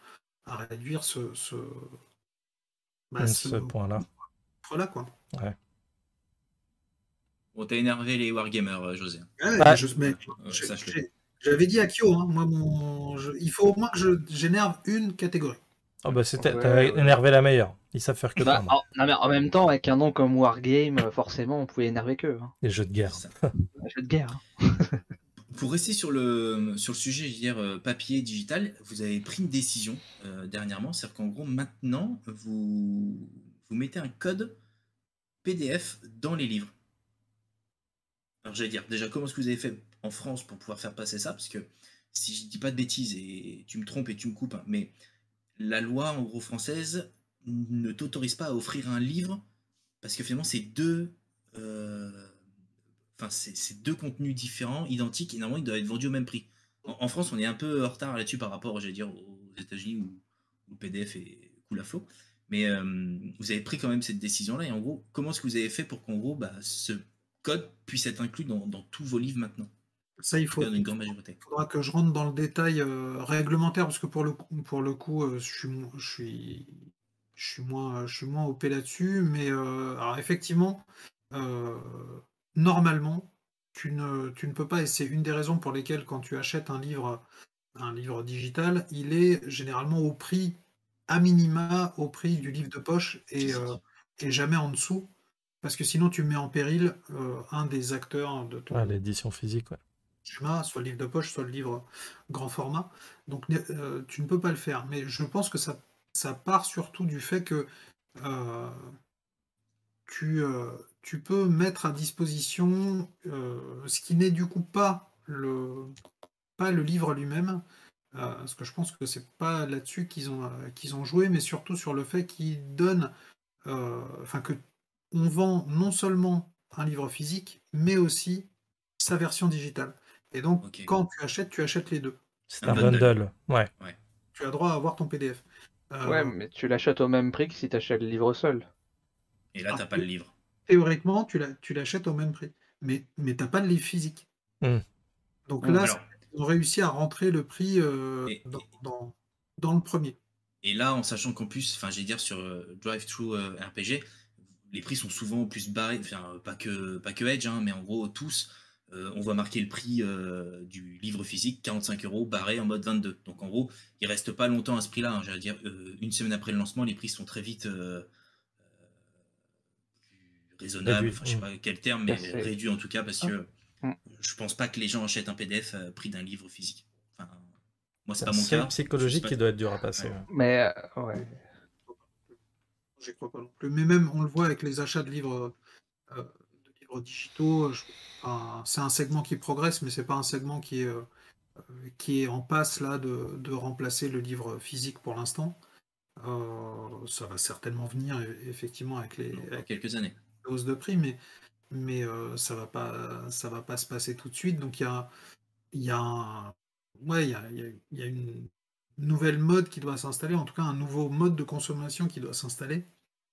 Ce point-là. là, quoi. Ouais. Bon, t'as énervé les wargamers, José. Ouais, Bah, Sache-le. j'avais dit à Kyo, hein, moi, il faut au moins que j'énerve une catégorie. Oh bah c'était, Ouais, t'as ouais. énervé la meilleure. Ils savent faire que bah, prendre. non, mais en même temps, avec un nom comme Wargame, forcément, on pouvait énerver qu'eux. Hein. Les jeux de guerre. C'est ça. Un jeu de guerre. Hein. Pour rester sur le sujet, je veux dire, papier, digital, vous avez pris une décision dernièrement, c'est-à-dire qu'en gros, maintenant, vous mettez un code PDF dans les livres. Alors j'allais dire, déjà, comment est-ce que vous avez fait en France pour pouvoir faire passer ça? Parce que si je dis pas de bêtises, et tu me trompes et tu me coupes, hein, mais la loi, en gros, française ne t'autorise pas à offrir un livre, parce que finalement, c'est deux... Enfin, c'est deux contenus différents, identiques, et normalement, ils doivent être vendus au même prix. En France, on est un peu en retard là-dessus par rapport, j'allais dire, aux États-Unis où le PDF coule à flot. Mais vous avez pris quand même cette décision-là, et en gros, comment est-ce que vous avez fait pour qu'en gros, bah, ce code puisse être inclus dans tous vos livres maintenant? Ça, il En tout cas, dans une grande faudra majorité. que je rentre dans le détail réglementaire, parce que pour le coup, je suis moins OP là-dessus, mais alors effectivement, normalement, tu ne peux pas, et c'est une des raisons pour lesquelles quand tu achètes un livre digital, il est généralement au prix, à minima, au prix du livre de poche et jamais en dessous. parce que sinon tu mets en péril un des acteurs de ton l'édition physique, ouais. schéma, soit le livre de poche, soit le livre grand format. Donc tu ne peux pas le faire. Mais je pense que ça part surtout du fait que euh, tu peux mettre à disposition ce qui n'est du coup pas le livre lui-même, parce que je pense que c'est pas là-dessus qu'ils ont joué, mais surtout sur le fait qu'ils donnent, enfin que on vend non seulement un livre physique, mais aussi sa version digitale. Et donc, Ok. quand tu achètes les deux. C'est Un un bundle. bundle, ouais. Ouais. Tu as droit à avoir ton PDF. Ouais, mais tu l'achètes au même prix que si tu achètes le livre seul. Et là, t'as pas le livre. Théoriquement, tu l'achètes au même prix, mais t'as pas de livre physique. Hmm. Donc Hmm. là, Alors, ils ont réussi à rentrer le prix et, dans le premier. et là, en sachant qu'en plus, enfin, j'ai dire sur Drive-Thru RPG, les prix sont souvent plus barrés, enfin, pas que Edge, hein, mais en gros, tous, on voit marquer le prix du livre physique, 45 € barré en mode 22. Donc en gros, il reste pas longtemps à ce prix-là. Hein, j'allais dire, une semaine après le lancement, les prix sont très vite raisonnables. Réduit. Enfin, je sais pas quel terme, mais Cassé. réduits en tout cas, parce que Mm. je pense pas que les gens achètent un PDF prix d'un livre physique. Enfin, moi, c'est C'est pas un mon seuil cas. psychologique Je sais qui pas. doit être dur à passer. Ouais. Ouais. Mais ouais. J'y crois pas non plus. Mais même, on le voit avec les achats de livres digitaux. Enfin, c'est un segment qui progresse, mais c'est pas un segment qui est en passe là de remplacer le livre physique pour l'instant. Ça va certainement venir effectivement avec Dans quelques années. les hausses de prix, mais ça va pas se passer tout de suite. Donc il y a ouais, il y a une nouvelle mode qui doit s'installer, en tout cas un nouveau mode de consommation qui doit s'installer.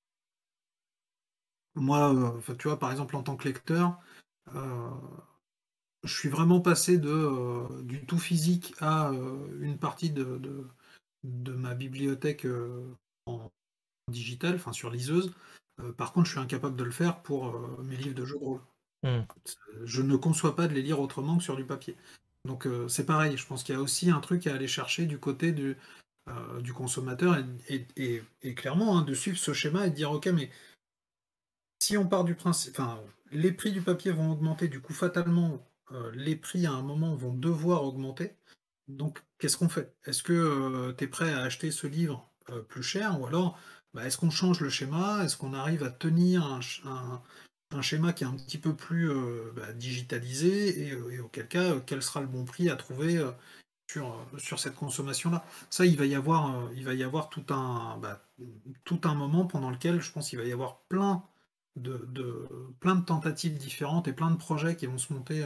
Moi, enfin, tu vois, par exemple, en tant que lecteur, euh, je suis vraiment passé du tout physique à une partie de ma bibliothèque en digital, enfin sur liseuse. Par contre, je suis incapable de le faire pour mes livres de jeux de rôle. Hmm. Je ne conçois pas de les lire autrement que sur du papier. Donc c'est pareil, je pense qu'il y a aussi un truc à aller chercher du côté du consommateur et clairement hein, de suivre ce schéma et de dire ok mais si on part du principe, enfin les prix du papier vont augmenter, du coup fatalement les prix à un moment vont devoir augmenter. Donc qu'est-ce qu'on fait? Est-ce que tu es prêt à acheter ce livre plus cher ou alors bah, est-ce qu'on change le schéma? Est-ce qu'on arrive à tenir un schéma qui est un petit peu plus digitalisé et auquel cas, quel sera le bon prix à trouver sur cette consommation-là. Ça, il va y avoir tout un moment pendant lequel je pense qu'il va y avoir plein de tentatives différentes et plein de projets qui vont se monter,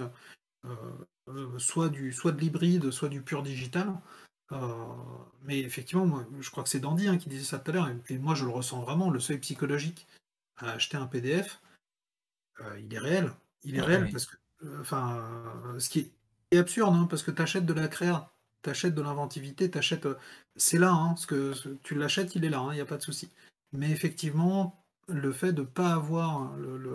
soit de l'hybride, soit du pur digital. Mais effectivement, moi, je crois que c'est Dandy hein, qui disait ça tout à l'heure, et moi je le ressens vraiment, le seuil psychologique à acheter un PDF, il est réel. Il est réel Ouais. parce que, enfin, ce qui est absurde, hein, parce que tu achètes de la créa, tu achètes de l'inventivité, t'achètes, c'est là, hein, tu l'achètes, il est là, il n'y a pas de souci. Mais effectivement, le fait de ne pas avoir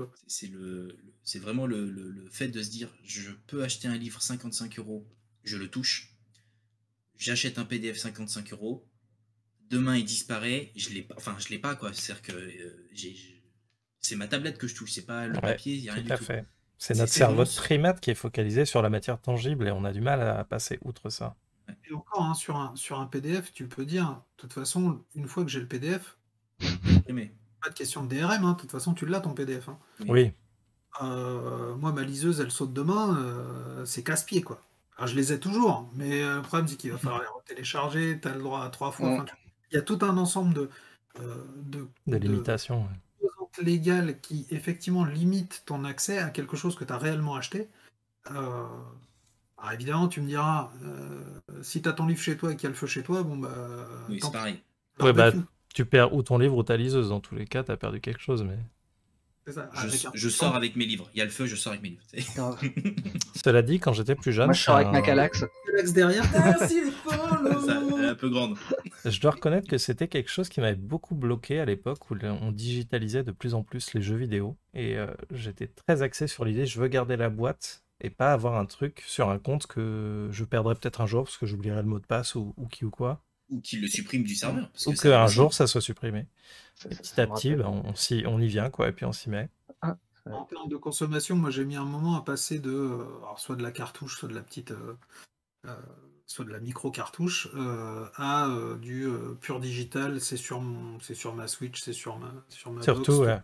C'est vraiment le fait de se dire je peux acheter un livre 55 €, je le touche, j'achète un PDF 55 €, demain il disparaît, je l'ai pas quoi. C'est-à-dire que c'est ma tablette que je touche, c'est pas le Ouais, papier, il n'y a rien tout du à tout. fait. C'est C'est notre c'est cerveau vraiment. de primate qui est focalisé sur la matière tangible et on a du mal à passer outre ça. Et encore, hein, sur un PDF, tu peux dire, de toute façon, une fois que j'ai le PDF, Aimé. pas de question de DRM, hein, de toute façon, tu l'as ton PDF. Hein. Oui, Moi, ma liseuse, elle saute demain, c'est casse-pied, quoi. Alors, je les ai toujours, mais le problème, c'est qu'il va falloir les télécharger, tu as le droit à 3 fois. Mm. Enfin, il y a tout un ensemble de limitations. Ouais. composantes légales qui, effectivement, limitent ton accès à quelque chose que tu as réellement acheté. Alors, évidemment, tu me diras, si tu as ton livre chez toi et qu'il y a le feu chez toi, bon, bah, Oui, tant c'est pis. pareil. Ouais, bah, Barbecue. tu perds ou ton livre ou ta liseuse. Dans tous les cas, tu as perdu quelque chose. Mais C'est ça, Je sors avec mes livres. Il y a le feu, je sors avec mes livres. Grave. cela dit, quand j'étais plus jeune, Moi, je sors avec ma enfin, Calax. Relax derrière. Merci les Ça, elle est un peu grande. je dois reconnaître que c'était quelque chose qui m'avait beaucoup bloqué à l'époque où on digitalisait de plus en plus les jeux vidéo. Et j'étais très axé sur l'idée, je veux garder la boîte et pas avoir un truc sur un compte que je perdrais peut-être un jour parce que j'oublierais le mot de passe ou qui ou quoi. Ou qu'il le supprime du serveur. Parce Ou que c'est qu'un impossible. jour ça soit supprimé. Et petit Ça à me petit, rappelle. bah, on y vient, quoi, et puis on s'y met. En termes de consommation, moi j'ai mis un moment à passer de alors, soit de la cartouche, soit de la petite, soit de la micro cartouche, à du pur digital. C'est sur ma Switch, c'est sur ma box. Surtout, ouais.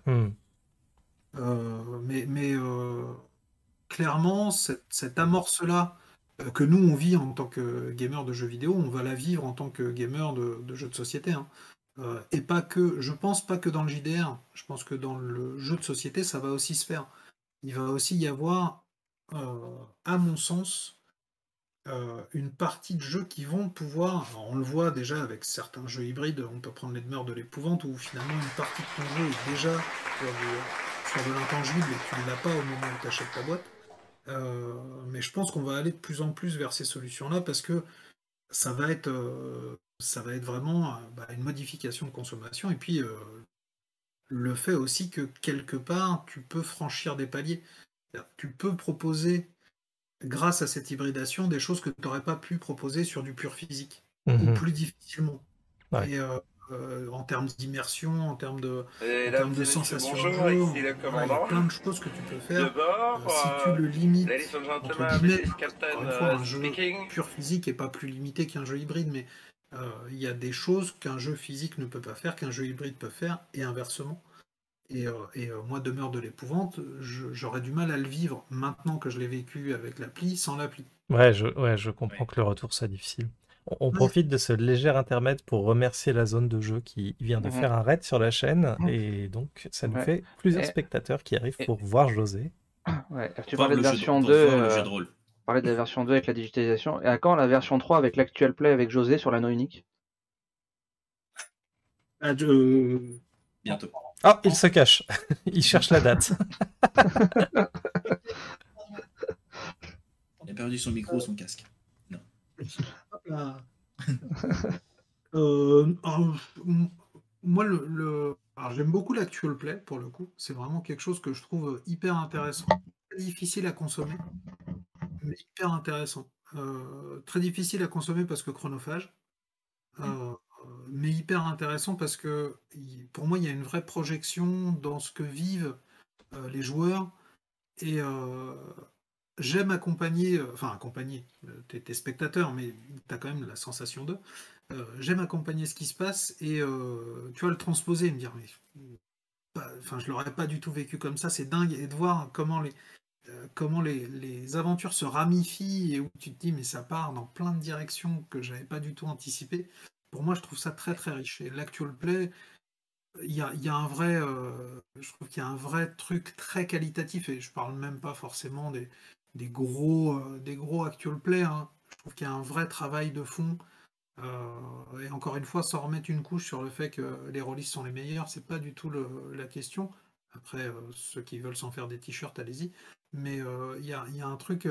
Mais clairement, cette amorce-là que nous on vit en tant que gamer de jeux vidéo, on va la vivre en tant que gamer de jeux de société. Hein. Et pas que, je pense pas que dans le JDR, je pense que dans le jeu de société, ça va aussi se faire. Il va aussi y avoir, à mon sens, une partie de jeux qui vont pouvoir, alors on le voit déjà avec certains jeux hybrides, on peut prendre les demeures de l'épouvante, où finalement une partie de ton jeu est déjà sur de l'intangible et tu ne l'as pas au moment où tu achètes ta boîte. Mais je pense qu'on va aller de plus en plus vers ces solutions-là parce que ça va être vraiment une modification de consommation et puis le fait aussi que quelque part tu peux franchir des paliers. Tu peux proposer, grâce à cette hybridation, des choses que tu n'aurais pas pu proposer sur du pur physique ou plus difficilement. Ouais. Et en termes d'immersion, en termes de sensation de bonjour, jeu, ici le il y a commandant. plein de choses que tu peux faire. De bord, Si tu le limites, ladies and entre gentlemen, guillemets, this is Captain encore une fois, un jeu speaking. pur physique n'est pas plus limité qu'un jeu hybride, mais il y a des choses qu'un jeu physique ne peut pas faire, qu'un jeu hybride peut faire, et inversement. Et moi, demeure de l'épouvante, j'aurais du mal à le vivre maintenant que je l'ai vécu avec l'appli, sans l'appli. Ouais, je comprends que le retour soit difficile. On profite de ce léger intermède pour remercier la zone de jeu qui vient de faire un raid sur la chaîne, et donc ça nous fait plusieurs spectateurs qui arrivent pour voir José. Ouais, tu parlais de version 2, le jeu de rôle. tu parlais de la version 2 avec la digitalisation, et à quand la version 3 avec l'actuel play avec José sur l'anneau unique? Bientôt. Oh, il se cache. Il cherche la date. Il a perdu son micro, son casque. Non. Moi, alors, j'aime beaucoup l'actual play, pour le coup. C'est vraiment quelque chose que je trouve hyper intéressant. Très difficile à consommer, mais hyper intéressant. Très difficile à consommer parce que chronophage. Mais hyper intéressant parce que pour moi il y a une vraie projection dans ce que vivent les joueurs et j'aime accompagner, t'es spectateur mais t'as quand même la sensation d'eux, j'aime accompagner ce qui se passe et tu vois le transposer et me dire mais je l'aurais pas du tout vécu comme ça, c'est dingue, et de voir comment les aventures se ramifient et où tu te dis mais ça part dans plein de directions que j'avais pas du tout anticipé. Pour moi, je trouve ça très très riche. Et l'actual play, il y a un vrai, je trouve qu'il y a un vrai truc très qualitatif. Et je parle même pas forcément des gros actual play. Hein. Je trouve qu'il y a un vrai travail de fond. Et encore une fois, sans remettre une couche sur le fait que les rôlistes sont les meilleurs, c'est pas du tout la question. Après, ceux qui veulent s'en faire des t-shirts, allez-y. Mais il y a un truc,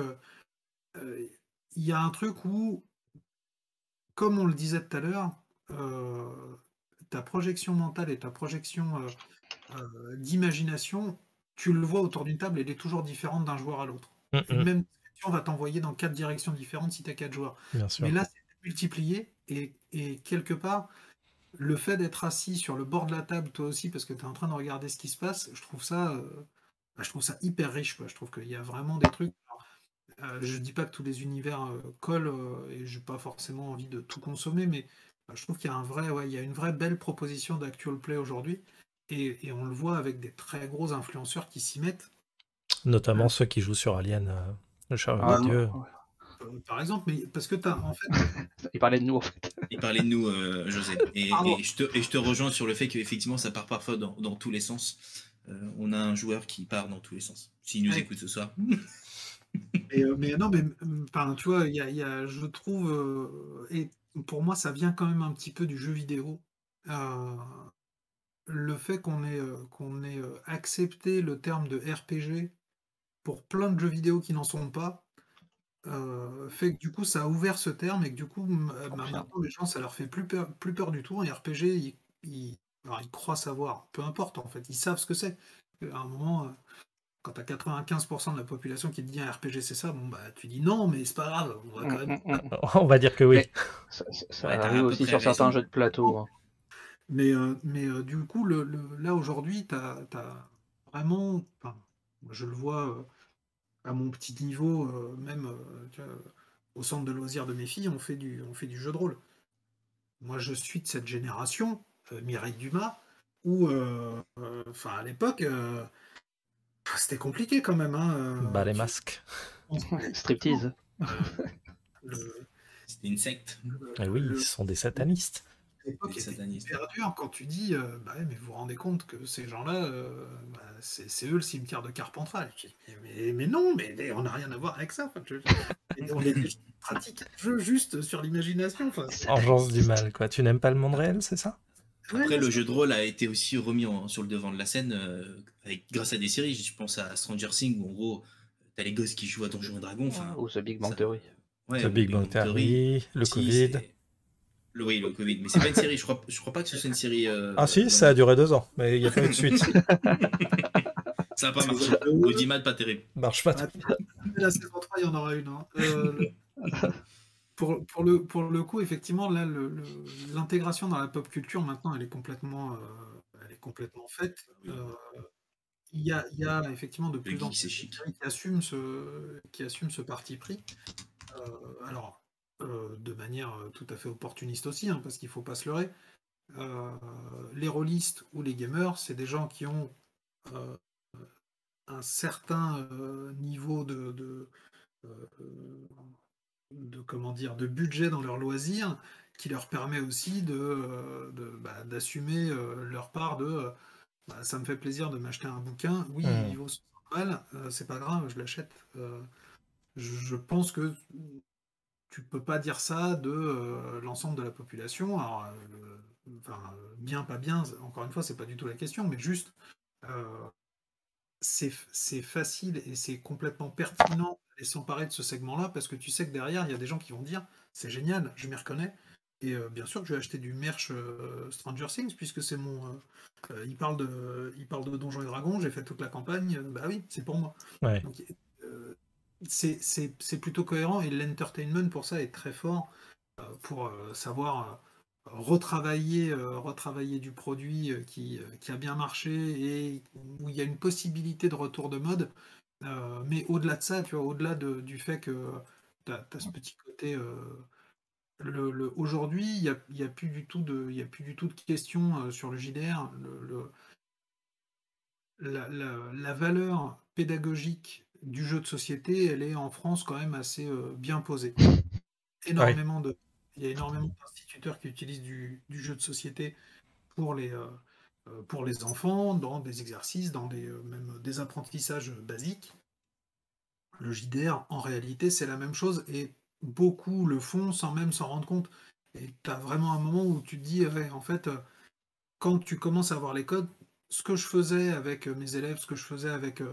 où, comme on le disait tout à l'heure, ta projection mentale et ta projection d'imagination, tu le vois autour d'une table, elle est toujours différente d'un joueur à l'autre. Une même discussion va t'envoyer dans 4 directions différentes si tu as 4 joueurs. Bien sûr. Mais là, c'est multiplié, et quelque part, le fait d'être assis sur le bord de la table, toi aussi, parce que tu es en train de regarder ce qui se passe, je trouve ça hyper riche. Quoi. Je trouve qu'il y a vraiment des trucs. Je dis pas que tous les univers collent et j'ai pas forcément envie de tout consommer, mais je trouve qu'il y a il y a une vraie belle proposition d'actual play aujourd'hui et on le voit avec des très gros influenceurs qui s'y mettent. Notamment ceux qui jouent sur Alien, le chariot de Dieu. Par exemple, mais parce que t'as en fait. Il parlait de nous en fait. Il parlait de nous, José. Et je te rejoins sur le fait qu'effectivement ça part parfois dans tous les sens. On a un joueur qui part dans tous les sens. S'il nous écoute ce soir. Mais non, mais tu vois, je trouve, et pour moi, ça vient quand même un petit peu du jeu vidéo. Le fait qu'on ait accepté le terme de RPG pour plein de jeux vidéo qui n'en sont pas, fait que du coup, ça a ouvert ce terme et que du coup, maintenant, les gens, ça leur fait plus peur du tout. Et RPG, alors, ils croient savoir, peu importe en fait, ils savent ce que c'est. À un moment. Quand t'as 95% de la population qui te dit un RPG c'est ça, bon bah tu dis non, mais c'est pas grave, on va quand même. On va dire que oui. Ça arrive aussi sur certains jeux de plateau. Hein. Mais du coup, là aujourd'hui, t'as vraiment. Je le vois à mon petit niveau, même tu vois, au centre de loisirs de mes filles, on fait du jeu de rôle. Moi, je suis de cette génération, Mireille Dumas, où, à l'époque, c'était compliqué quand même. Bah, les masques. Striptease. Le- C'était une secte. Eh oui, le- ils sont des satanistes. L'époque Des était satanistes. hyper dure quand tu dis, bah ouais, mais vous vous rendez compte que ces gens-là, c'est eux le cimetière de Carpentras. Je dis, mais non, mais on n'a rien à voir avec ça. Enfin, on est des pratiques jeu juste sur l'imagination. Enfin, Engeance du mal, quoi. Tu n'aimes pas le monde réel, c'est ça? Après, le jeu de rôle a été aussi remis sur le devant de la scène grâce à des séries. Je pense à Stranger Things où en gros, t'as les gosses qui jouent à Donjons et Dragons. Ou The Big Bang ça- Theory. The Big Bang Theory, le Si, Covid. Oui, le Covid. Mais c'est pas une série. Je crois pas que ce soit une série. Ah si, ça a duré 2 ans, mais il n'y a pas eu de suite. Ça a pas marché. Audimat, pas terrible. Marche pas. La saison 3, il y en aura une. Pour le coup, effectivement, là, l'intégration dans la pop culture, maintenant, elle est complètement faite. Il y a effectivement de plus en geek, c'est plus chic. de séries qui assument ce parti pris. Alors, de manière tout à fait opportuniste aussi, hein, parce qu'il ne faut pas se leurrer. Les rôlistes ou les gamers, c'est des gens qui ont un certain niveau comment dire, de budget dans leurs loisirs qui leur permet aussi d'assumer leur part de ça me fait plaisir de m'acheter un bouquin, oui, il vaut 60 balles, c'est pas grave, je l'achète. Je pense que tu peux pas dire ça de l'ensemble de la population. Alors, bien, pas bien, encore une fois, c'est pas du tout la question, mais juste c'est facile et c'est complètement pertinent de s'emparer de ce segment-là parce que tu sais que derrière, il y a des gens qui vont dire c'est génial, je m'y reconnais. Et bien sûr que je vais acheter du merch Stranger Things puisque c'est mon. Il parle de Donjons et Dragons, j'ai fait toute la campagne, bah oui, c'est pour moi. Ouais. Donc, c'est plutôt cohérent et l'entertainment pour ça est très fort pour savoir retravailler du produit qui a bien marché et où il y a une possibilité de retour de mode. Mais au-delà de ça, tu vois, au-delà du fait que tu as ce petit côté. Aujourd'hui, il n'y a plus du tout de questions sur le JDR. La valeur pédagogique du jeu de société, elle est en France quand même assez bien posée. Il y a énormément d'instituteurs qui utilisent du jeu de société pour les enfants, dans des exercices, dans même des apprentissages basiques. Le JDR, en réalité, c'est la même chose et beaucoup le font sans même s'en rendre compte. Et tu as vraiment un moment où tu te dis, ouais, en fait, quand tu commences à voir les codes, ce que je faisais avec mes élèves, ce que je faisais avec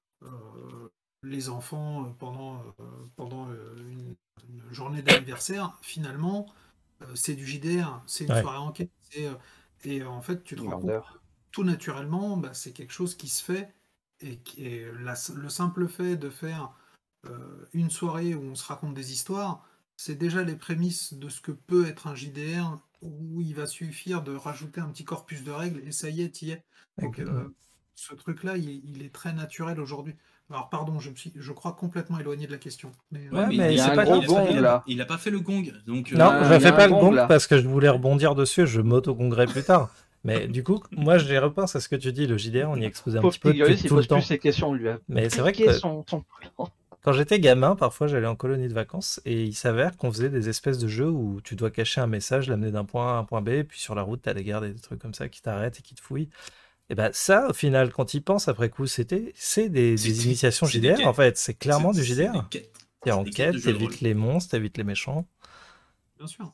les enfants pendant une journée d'anniversaire, finalement, c'est du JDR, c'est une soirée enquête. Et en fait, tu te rends compte que tout naturellement, bah, c'est quelque chose qui se fait. Et le simple fait de faire une soirée où on se raconte des histoires, c'est déjà les prémices de ce que peut être un JDR où il va suffire de rajouter un petit corpus de règles et ça y est, t'y es. Donc ce truc-là, il est très naturel aujourd'hui. Alors pardon, je crois complètement éloigné de la question. Mais il y a un gros gong là. Il n'a pas fait le gong. Donc, non, je ne fais pas le gong parce que je voulais rebondir dessus et je m'auto-gongerai plus tard. Mais du coup, moi je repense à ce que tu dis, le JDR, on y exposait un petit peu tout le temps. Ces questions, lui. Mais c'est vrai que quand j'étais gamin, parfois j'allais en colonie de vacances et il s'avère qu'on faisait des espèces de jeux où tu dois cacher un message, l'amener d'un point A à un point B, puis sur la route, tu as des gardes et des trucs comme ça qui t'arrêtent et qui te fouillent. Et ben ça, au final, quand ils pensent après coup, c'est des initiations JDR en fait. C'est clairement du JDR. T'es en quête, t'évites les monstres, t'évites les méchants. Bien sûr.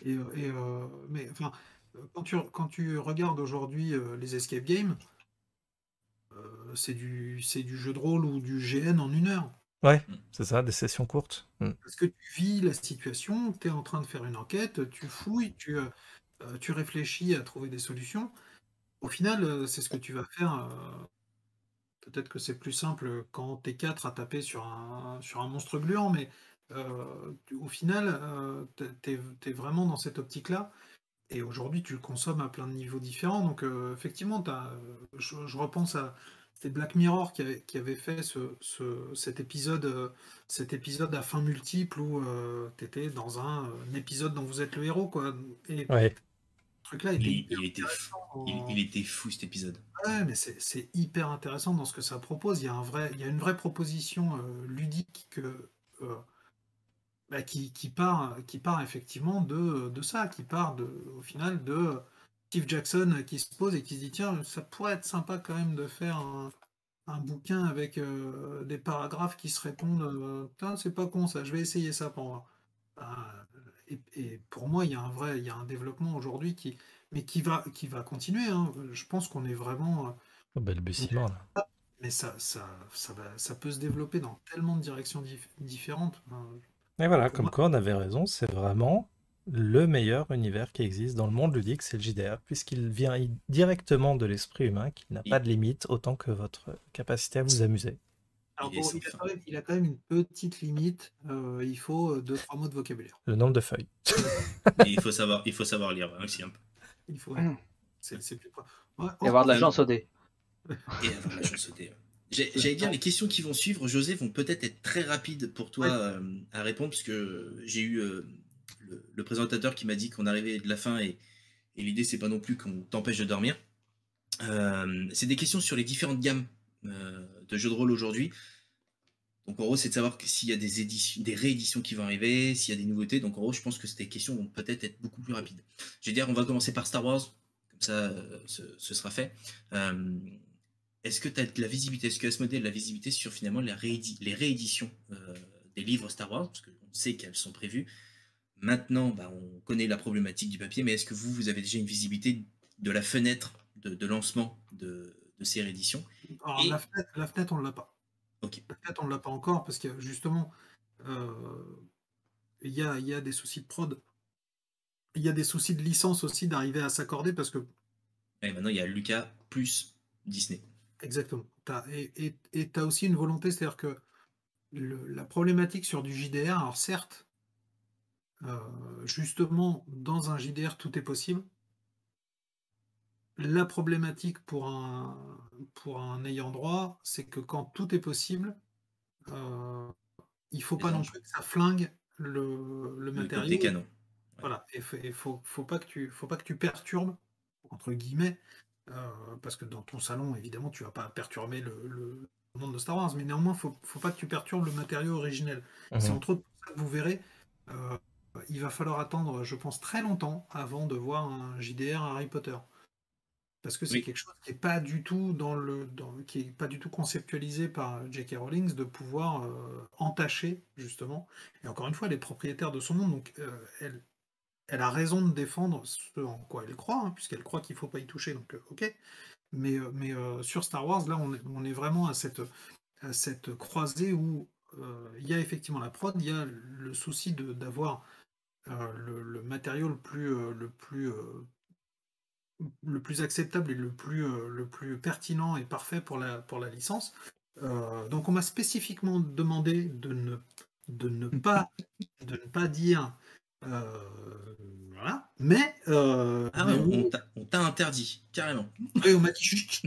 Mais enfin, quand tu regardes aujourd'hui les escape games, c'est du jeu de rôle ou du GN en 1 heure. Ouais, c'est ça, des sessions courtes. Parce que tu vis la situation, tu es en train de faire une enquête, tu fouilles, tu réfléchis à trouver des solutions. Au final, c'est ce que tu vas faire. Peut-être que c'est plus simple quand t'es 4 à taper sur un monstre gluant, mais au final, t'es vraiment dans cette optique-là. Et aujourd'hui, tu le consommes à plein de niveaux différents. Donc, effectivement, je repense à c'était Black Mirror qui avait fait cet épisode à fin multiple où tu étais dans un épisode dont vous êtes le héros, quoi. Et Ouais. ce truc-là était Il, hyper il était fou. intéressant. Il était fou cet épisode. Ouais, mais c'est hyper intéressant dans ce que ça propose. Il y a une vraie proposition ludique qui part effectivement de ça, qui part au final de Steve Jackson qui se pose et qui se dit tiens, ça pourrait être sympa quand même de faire un bouquin avec des paragraphes qui se répondent. Putain, c'est pas con ça, je vais essayer ça pour voir. Et pour moi, il y a un développement aujourd'hui qui va continuer, hein. Je pense qu'on est vraiment. Au balbutiement, là. Mais ça peut se développer dans tellement de directions différentes. Et voilà, Pour comme moi, quoi on avait raison, c'est vraiment le meilleur univers qui existe dans le monde ludique, c'est le JDR, puisqu'il vient directement de l'esprit humain, qui n'a pas de limite, autant que votre capacité à vous amuser. alors Il est bon, sans fin. il a quand même une petite limite. Il faut 2-3 mots de vocabulaire. Le nombre de feuilles. Et il faut savoir lire aussi un peu. Il faut. C'est plus. Ouais, Et avoir de la chance au dé. Et avoir la chance au dé. J'allais dire, les questions qui vont suivre, José, vont peut-être être très rapides pour toi à répondre, parce que j'ai eu le présentateur qui m'a dit qu'on arrivait de la fin, et l'idée, c'est pas non plus qu'on t'empêche de dormir. C'est des questions sur les différentes gammes de jeux de rôle aujourd'hui. Donc en gros, c'est de savoir s'il y a des rééditions qui vont arriver, s'il y a des nouveautés. Donc en gros, je pense que ces questions vont peut-être être beaucoup plus rapides. Je vais dire, on va commencer par Star Wars, comme ça, ce sera fait. Est-ce que tu as de la visibilité, est-ce que Asmodée a de la visibilité sur finalement les rééditions des livres Star Wars, parce qu'on sait qu'elles sont prévues. Maintenant, on connaît la problématique du papier, mais est-ce que vous avez déjà une visibilité de la fenêtre de lancement de ces rééditions? Alors, la fenêtre, on ne l'a pas. Ok. La fenêtre, on ne l'a pas encore, parce que justement, il y a des soucis de prod. Il y a des soucis de licence aussi d'arriver à s'accorder, parce que. Et maintenant, il y a Lucas plus Disney. Exactement. Et tu as aussi une volonté, c'est-à-dire que la problématique sur du JDR, alors certes, justement, dans un JDR, tout est possible. La problématique pour un ayant droit, c'est que quand tout est possible, il faut pas non plus que ça flingue le matériau. Côté canon. Ouais. Voilà, et faut pas que tu perturbes, entre guillemets, parce que dans ton salon, évidemment, tu vas pas perturber le monde de Star Wars, mais néanmoins, faut pas que tu perturbes le matériau originel. C'est entre autres pour ça que vous verrez, il va falloir attendre, je pense, très longtemps avant de voir un JDR Harry Potter. Parce que c'est quelque chose qui n'est pas du tout qui est pas du tout conceptualisé par J.K. Rowling, de pouvoir entacher, justement. Et encore une fois, elle est propriétaire de son monde, donc elle a raison de défendre ce en quoi elle croit, hein, puisqu'elle croit qu'il ne faut pas y toucher, donc ok. Mais sur Star Wars, là, on est vraiment à cette croisée où il y a effectivement la prod, il y a le souci d'avoir le matériau le plus acceptable et le plus pertinent et parfait pour la licence. Donc on m'a spécifiquement demandé de ne pas dire voilà, mais on t'a interdit carrément. Oui, on m'a dit chut.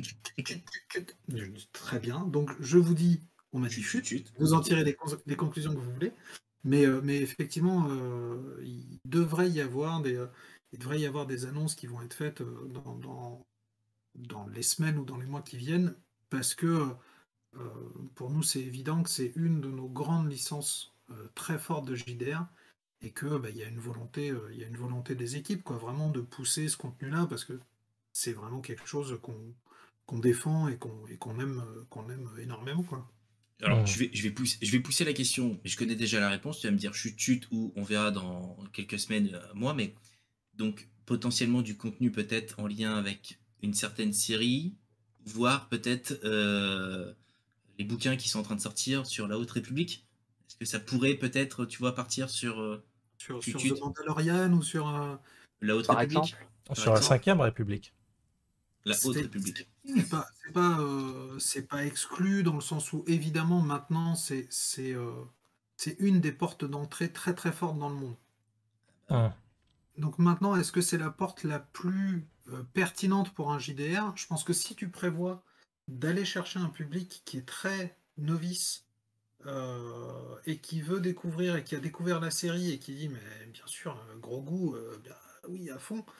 Très bien, donc je vous dis, on m'a dit chut. Vous en tirez des conclusions que vous voulez, mais effectivement, il devrait y avoir des annonces qui vont être faites dans les semaines ou dans les mois qui viennent, parce que pour nous, c'est évident que c'est une de nos grandes licences très fortes de JDR, et que il y a une volonté des équipes, quoi, vraiment de pousser ce contenu-là, parce que c'est vraiment quelque chose qu'on défend et qu'on aime énormément, quoi. Alors, je vais pousser la question, mais je connais déjà la réponse. Tu vas me dire chut ou on verra dans quelques semaines, mois, mais donc potentiellement du contenu peut-être en lien avec une certaine série, voire peut-être les bouquins qui sont en train de sortir sur la Haute République. Est-ce que ça pourrait peut-être, tu vois, partir sur The Mandalorian ou sur la Haute Par République, sur la 5e République. La Haute République. C'est pas exclu, dans le sens où évidemment maintenant c'est une des portes d'entrée très très forte dans le monde. Donc maintenant, est-ce que c'est la porte la plus pertinente pour un JDR? Je pense que si tu prévois d'aller chercher un public qui est très novice et qui veut découvrir et qui a découvert la série et qui dit mais bien sûr gros goût oui à fond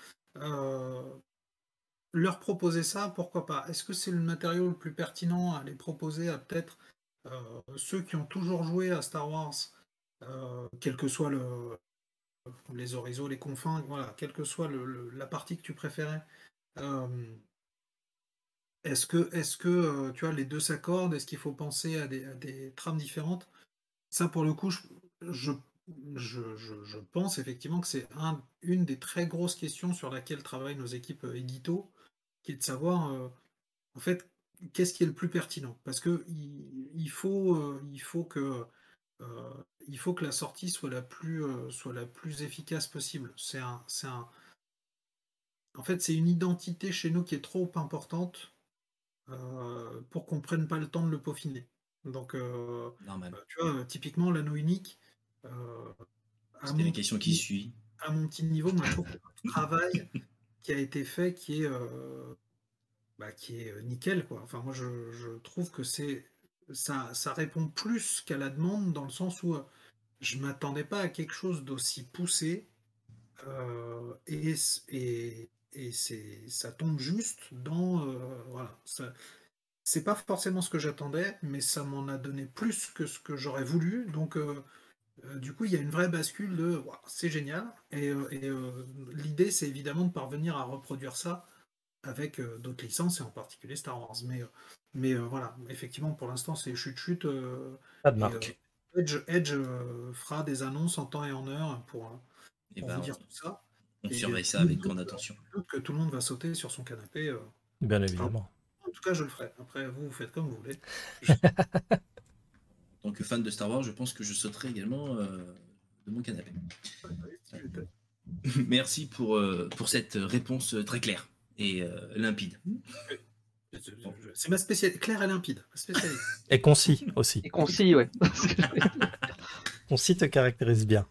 leur proposer ça pourquoi pas, est-ce que c'est le matériau le plus pertinent à les proposer à peut-être ceux qui ont toujours joué à Star Wars quel que soit les horizons, les confins, voilà, quelle que soit la partie que tu préférais est-ce que tu vois, les deux s'accordent? Est-ce qu'il faut penser à des trames différentes? Ça, pour le coup, je, je pense effectivement que c'est une des très grosses questions sur laquelle travaillent nos équipes édito, qui est de savoir, en fait, qu'est-ce qui est le plus pertinent? Parce que euh, il faut que la sortie soit la plus efficace possible. En fait, c'est une identité chez nous qui est trop importante pour qu'on prenne pas le temps de le peaufiner. Donc, Normal. tu vois, typiquement, l'anneau unique, euh, à C'était la mon, question qui suit. à mon petit niveau, moi, je trouve qu'il y a un travail qui a été fait qui est nickel, quoi. Enfin, moi, je trouve que ça répond plus qu'à la demande, dans le sens où je m'attendais pas à quelque chose d'aussi poussé, ça tombe juste dans, voilà, c'est pas forcément ce que j'attendais, mais ça m'en a donné plus que ce que j'aurais voulu. Donc, du coup, il y a une vraie bascule de Ouah, c'est génial. L'idée, c'est évidemment de parvenir à reproduire ça avec d'autres licences, et en particulier Star Wars. Voilà, effectivement, pour l'instant, c'est chute-chute. Pas de Et marque. Edge fera des annonces en temps et en heure Et pour ben, vous dire tout ça. on Et surveille ça je avec doute grande attention. que tout le monde va sauter sur son canapé. Bien évidemment. En tout cas, je le ferai. Après, vous faites comme vous voulez. En tant que fan de Star Wars, je pense que je sauterai également de mon canapé. Merci pour cette réponse très claire et limpide. C'est ma spécialité, claire et limpide. Ma spécialité. Et concis aussi. Et concis, ouais. Concis te caractérise bien.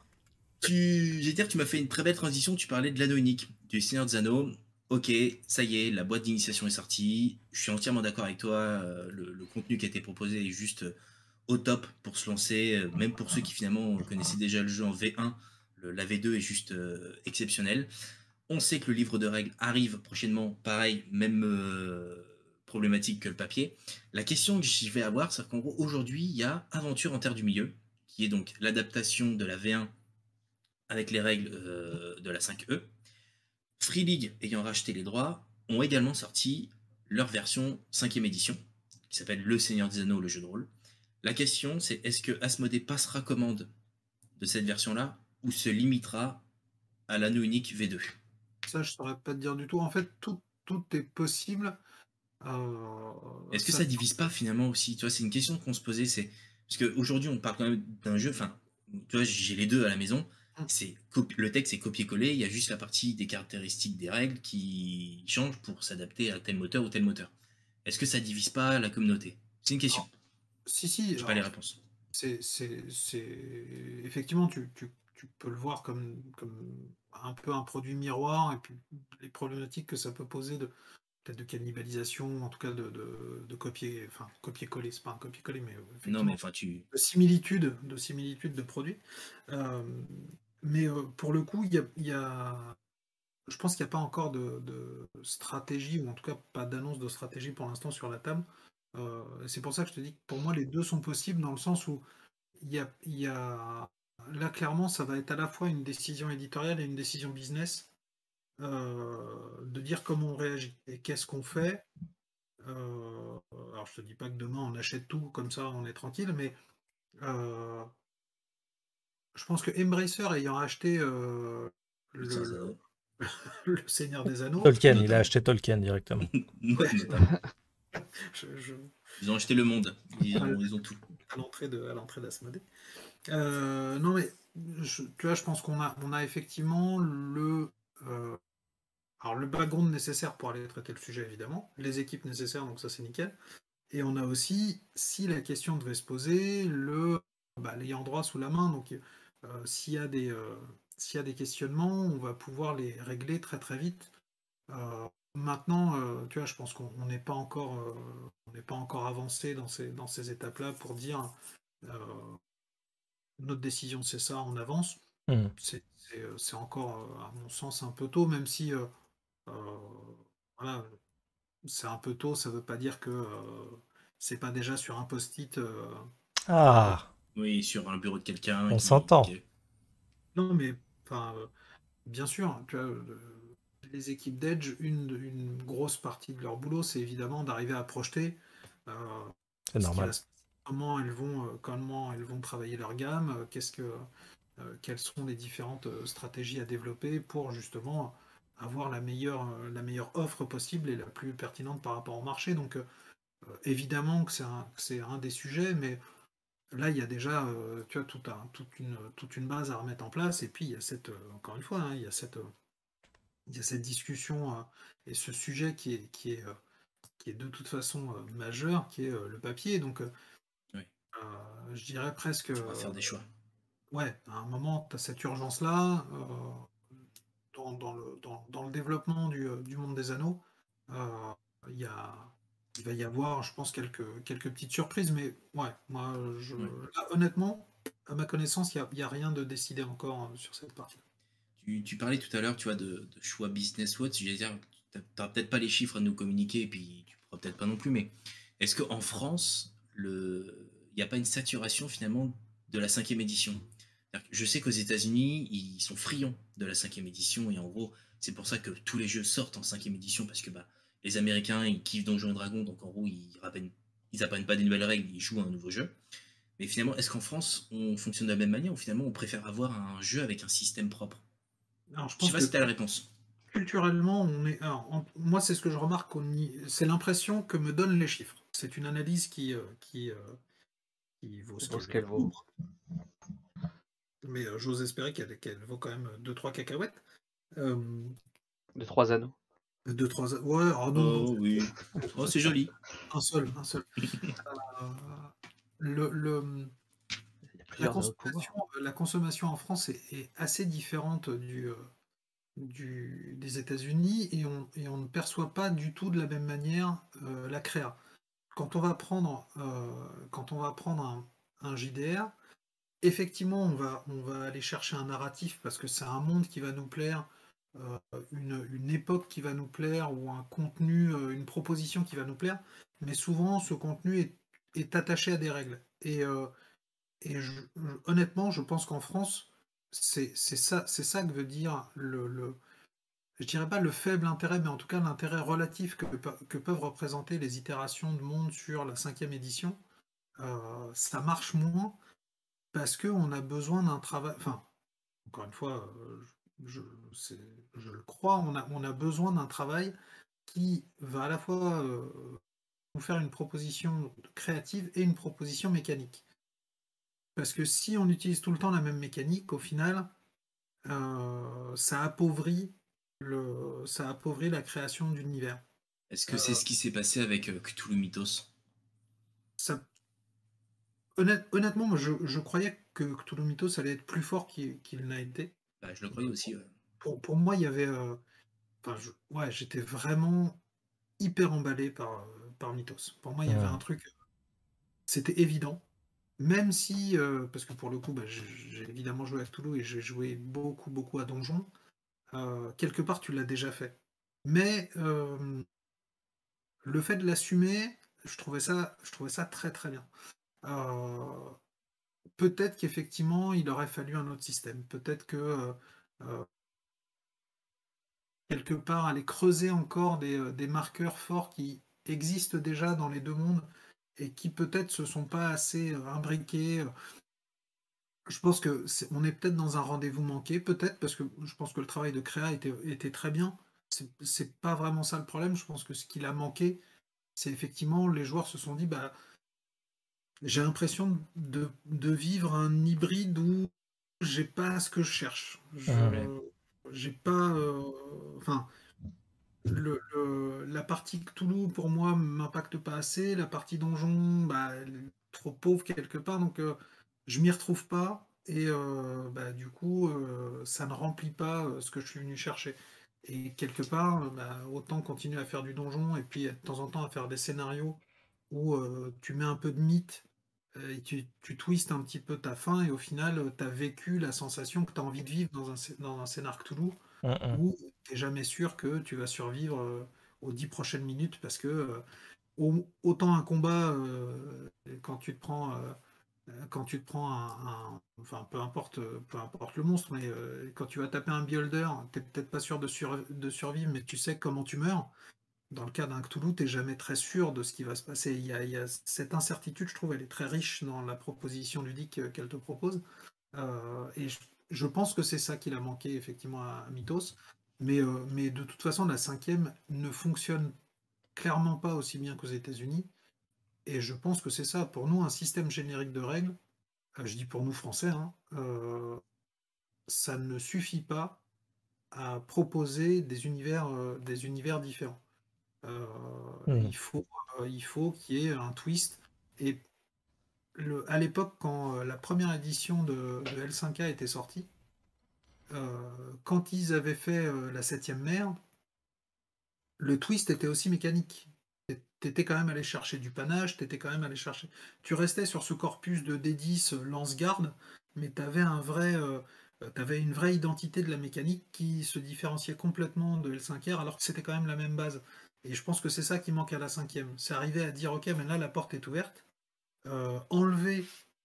Tu m'as fait une très belle transition. Tu parlais de l'anneau unique, du Seigneur des Anneaux. Ok, ça y est, la boîte d'initiation est sortie. Je suis entièrement d'accord avec toi. Le contenu qui a été proposé est juste au top pour se lancer. Même pour ceux qui finalement connaissaient déjà le jeu en V1, la V2 est juste exceptionnelle. On sait que le livre de règles arrive prochainement. Pareil, même problématique que le papier. La question que j'y vais avoir, c'est qu'en gros, aujourd'hui, il y a Aventure en Terre du Milieu, qui est donc l'adaptation de la V1 avec les règles de la 5E. Free League, ayant racheté les droits, ont également sorti leur version 5e édition, qui s'appelle Le Seigneur des Anneaux, le jeu de rôle. La question, c'est est-ce que Asmodée passera commande de cette version-là ou se limitera à l'anneau unique V2? Ça, je saurais pas te dire du tout. En fait, tout est possible. Est-ce que ça divise pas finalement aussi? Tu vois, c'est une question qu'on se posait. C'est parce qu'aujourd'hui, on parle quand même d'un jeu. Enfin, tu vois, j'ai les deux à la maison. Le texte est copié-collé. Il y a juste la partie des caractéristiques des règles qui changent pour s'adapter à tel moteur ou tel moteur. Est-ce que ça divise pas la communauté? C'est une question. Si. J'ai pas les réponses. Effectivement, tu peux le voir comme un peu un produit miroir, et puis les problématiques que ça peut poser peut-être de cannibalisation, en tout cas de copier-coller, c'est pas un copier-coller, mais non, mais de similitude de produits. Mais pour le coup, je pense qu'il n'y a pas encore de stratégie, ou en tout cas pas d'annonce de stratégie pour l'instant sur la table. C'est pour ça que je te dis que pour moi les deux sont possibles, dans le sens où il y a là clairement ça va être à la fois une décision éditoriale et une décision business, de dire comment on réagit et qu'est-ce qu'on fait. Alors je te dis pas que demain on achète tout comme ça, on est tranquille, mais je pense que Embracer ayant acheté le Seigneur des Anneaux, Tolkien, il a acheté Tolkien directement. Ils ont acheté le monde, ils ont tout. À l'entrée d'Asmodée. Non mais tu vois, je pense qu'on a effectivement le background nécessaire pour aller traiter le sujet, évidemment, les équipes nécessaires, donc ça c'est nickel. Et on a aussi, si la question devait se poser, l'ayant droit sous la main. Donc s'il y a des questionnements, on va pouvoir les régler très très vite. maintenant, tu vois, je pense qu'on n'est pas encore, on n'est pas encore avancé dans ces étapes-là pour dire notre décision c'est ça, on avance. Hmm. C'est encore, à mon sens, un peu tôt, même si euh, voilà, c'est un peu tôt, ça veut pas dire que c'est pas déjà sur un post-it. Ah, Oui, sur un bureau de quelqu'un on qui. s'entend. Non, mais enfin, bien sûr, tu vois, les équipes d'Edge, une grosse partie de leur boulot, c'est évidemment d'arriver à projeter euh, C'est ce qui va normal. se passer, comment elles vont travailler leur gamme, quelles seront les différentes stratégies à développer pour justement avoir la meilleure offre possible et la plus pertinente par rapport au marché. Donc évidemment que c'est un des sujets, mais là il y a déjà tu vois, toute une base à remettre en place. Et puis il y a encore une fois, hein, il y a cette discussion et ce sujet qui est de toute façon majeur, qui est le papier. Donc Oui, je dirais presque, il faudra faire des choix. ouais, à un moment, tu as cette urgence-là dans le développement du monde des anneaux. euh, il y a, il va y avoir, je pense, quelques petites surprises, mais ouais, moi, Ouais. là, honnêtement, à ma connaissance, il y a rien de décidé encore sur cette partie. Tu parlais tout à l'heure, tu vois, de choix business ou autre. J'allais dire, tu n'auras peut-être pas les chiffres à nous communiquer, et puis tu pourras peut-être pas non plus, mais est-ce qu'en France, il n'y a pas une saturation finalement de la 5e édition? C'est-à-dire que je sais qu'aux États-Unis, ils sont friands de la 5e édition, et en gros, c'est pour ça que tous les jeux sortent en 5e édition, parce que bah, les Américains, ils kiffent Donjons et Dragons, donc en gros, ils apprennent pas des nouvelles règles, ils jouent à un nouveau jeu. Mais finalement, est-ce qu'en France, on fonctionne de la même manière, ou finalement, on préfère avoir un jeu avec un système propre? Alors, je Je sais pense pas que si t'as la réponse. culturellement, alors, moi, c'est ce que je remarque, c'est l'impression que me donnent les chiffres. C'est une analyse qui vaut ce Vaut ce qu'elle qu'elle vaut, vaut. mais j'ose espérer qu'elle vaut quand même deux trois cacahuètes. Euh, De 3 anneaux. Deux, trois. Ouais, oh non, non, Oh oui. Oh, c'est joli. un seul, un seul. Euh, le, Il y a la plusieurs anneaux de consommation, pouvoir. la consommation en France est assez différente des États-Unis et on ne perçoit pas du tout de la même manière la créa. Quand on va prendre un JDR, effectivement, on va aller chercher un narratif parce que c'est un monde qui va nous plaire, euh, une époque qui va nous plaire, ou un contenu, une proposition qui va nous plaire, mais souvent ce contenu est attaché à des règles. Et honnêtement, je pense qu'en France, c'est ça que veut dire je dirais pas le faible intérêt, mais en tout cas l'intérêt relatif que peuvent représenter les itérations de monde sur la 5e édition. Ça marche moins parce qu'on a besoin d'un travail. Enfin, encore une fois, je, c'est- je le crois, on a besoin d'un travail qui va à la fois nous faire une proposition créative et une proposition mécanique. Parce que si on utilise tout le temps la même mécanique, au final, ça appauvrit la création d'univers. Est-ce que c'est ce qui s'est passé avec Cthulhu Mythos? Ça, honnêtement, moi, je croyais que Cthulhu Mythos allait être plus fort qu'il n'a été. Bah, je le croyais aussi. Ouais. Pour moi, il y avait. Enfin, ouais, j'étais vraiment hyper emballé par Mythos. Pour moi, il y avait un Hmm. truc. C'était évident. Même si, parce que pour le coup, bah, j'ai évidemment joué à Cthulhu et j'ai joué beaucoup, beaucoup à Donjon. Quelque part, tu l'as déjà fait. Mais le fait de l'assumer, je trouvais ça très, très bien. Euh, Peut-être qu'effectivement, il aurait fallu un autre système. Peut-être que euh, quelque part, aller creuser encore des marqueurs forts qui existent déjà dans les deux mondes et qui peut-être se sont pas assez imbriqués. Je pense que on est peut-être dans un rendez-vous manqué, peut-être, parce que je pense que le travail de créa était très bien. C'est pas vraiment ça le problème. Je pense que ce qu'il a manqué, c'est effectivement les joueurs se sont dit, bah, j'ai l'impression de vivre un hybride où j'ai pas ce que je cherche. Ouais. J'ai pas, enfin, la partie Cthulhu pour moi m'impacte pas assez. La partie donjon, bah, elle est trop pauvre quelque part, donc je m'y retrouve pas. Et bah, du coup, ça ne remplit pas ce que je suis venu chercher. Et quelque part, autant continuer à faire du donjon et puis de temps en temps à faire des scénarios où tu mets un peu de mythe et tu twistes un petit peu ta fin et au final, tu as vécu la sensation que tu as envie de vivre dans un scénar Cthulhu où tu n'es jamais sûr que tu vas survivre aux 10 prochaines minutes parce que autant un combat, quand tu te prends enfin peu importe le monstre, mais quand tu vas taper un beholder, t'es peut-être pas sûr de survivre, mais tu sais comment tu meurs. Dans le cas d'un Cthulhu, t'es jamais très sûr de ce qui va se passer. Il y a cette incertitude, je trouve, elle est très riche dans la proposition ludique qu'elle te propose. Et je pense que c'est ça qu'il a manqué effectivement à Mythos. Mais de toute façon, la cinquième ne fonctionne clairement pas aussi bien qu'aux États-Unis. Et je pense que c'est ça, pour nous, un système générique de règles, je dis pour nous Français, hein, ça ne suffit pas à proposer des univers différents. Euh, il faut, il faut qu'il y ait un twist. Et à l'époque, quand la première édition de L5A était sortie, quand ils avaient fait la septième mer, le twist était aussi mécanique. T'étais quand même allé chercher du panache, t'étais quand même allé chercher. Tu restais sur ce corpus de D10 lance-garde, mais t'avais une vraie identité de la mécanique qui se différenciait complètement de L5R, alors que c'était quand même la même base. Et je pense que c'est ça qui manque à la cinquième. C'est arriver à dire, ok, mais là la porte est ouverte, enlever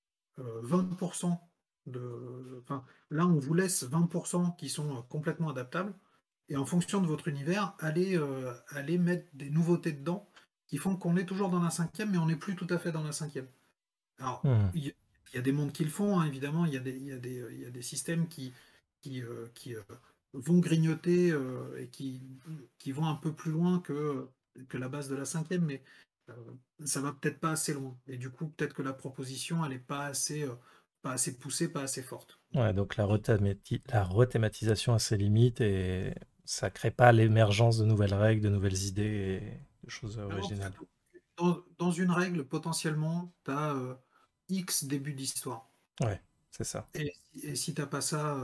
20% enfin, là on vous laisse 20% qui sont complètement adaptables, et en fonction de votre univers, allez mettre des nouveautés dedans qui font qu'on est toujours dans la cinquième, mais on n'est plus tout à fait dans la cinquième. Alors, il y a des mondes qui le font, hein, évidemment, il y a des systèmes qui vont grignoter et qui vont un peu plus loin que la base de la cinquième, mais euh, ça va peut-être pas assez loin. Et du coup, peut-être que la proposition, elle n'est pas assez poussée, pas assez forte. Ouais, donc la rethématisation a ses limites et ça crée pas l'émergence de nouvelles règles, de nouvelles idées et de choses originales. Dans une règle, potentiellement, tu as X début d'histoire. Ouais, c'est ça. Et si t'as pas ça,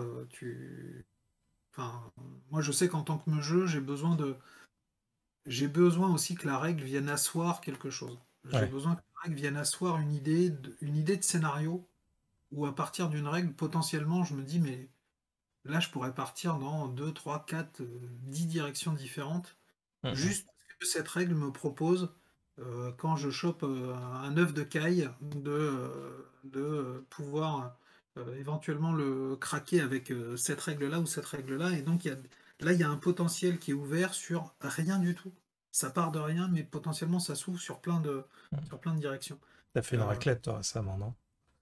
Enfin, moi, je sais qu'en tant que jeu, j'ai besoin aussi que la règle vienne asseoir quelque chose. J'ai Ouais. besoin que la règle vienne asseoir une idée de scénario où à partir d'une règle, potentiellement, je me dis, mais là, je pourrais partir dans 2, 3, 4, 10 directions différentes, juste parce que cette règle me propose, quand je chope un œuf de caille, de pouvoir éventuellement le craquer avec cette règle-là ou cette règle-là. Et donc, là, il y a un potentiel qui est ouvert sur rien du tout. Ça part de rien, mais potentiellement, ça s'ouvre sur plein de directions. T'as fait une raclette, toi, récemment, non?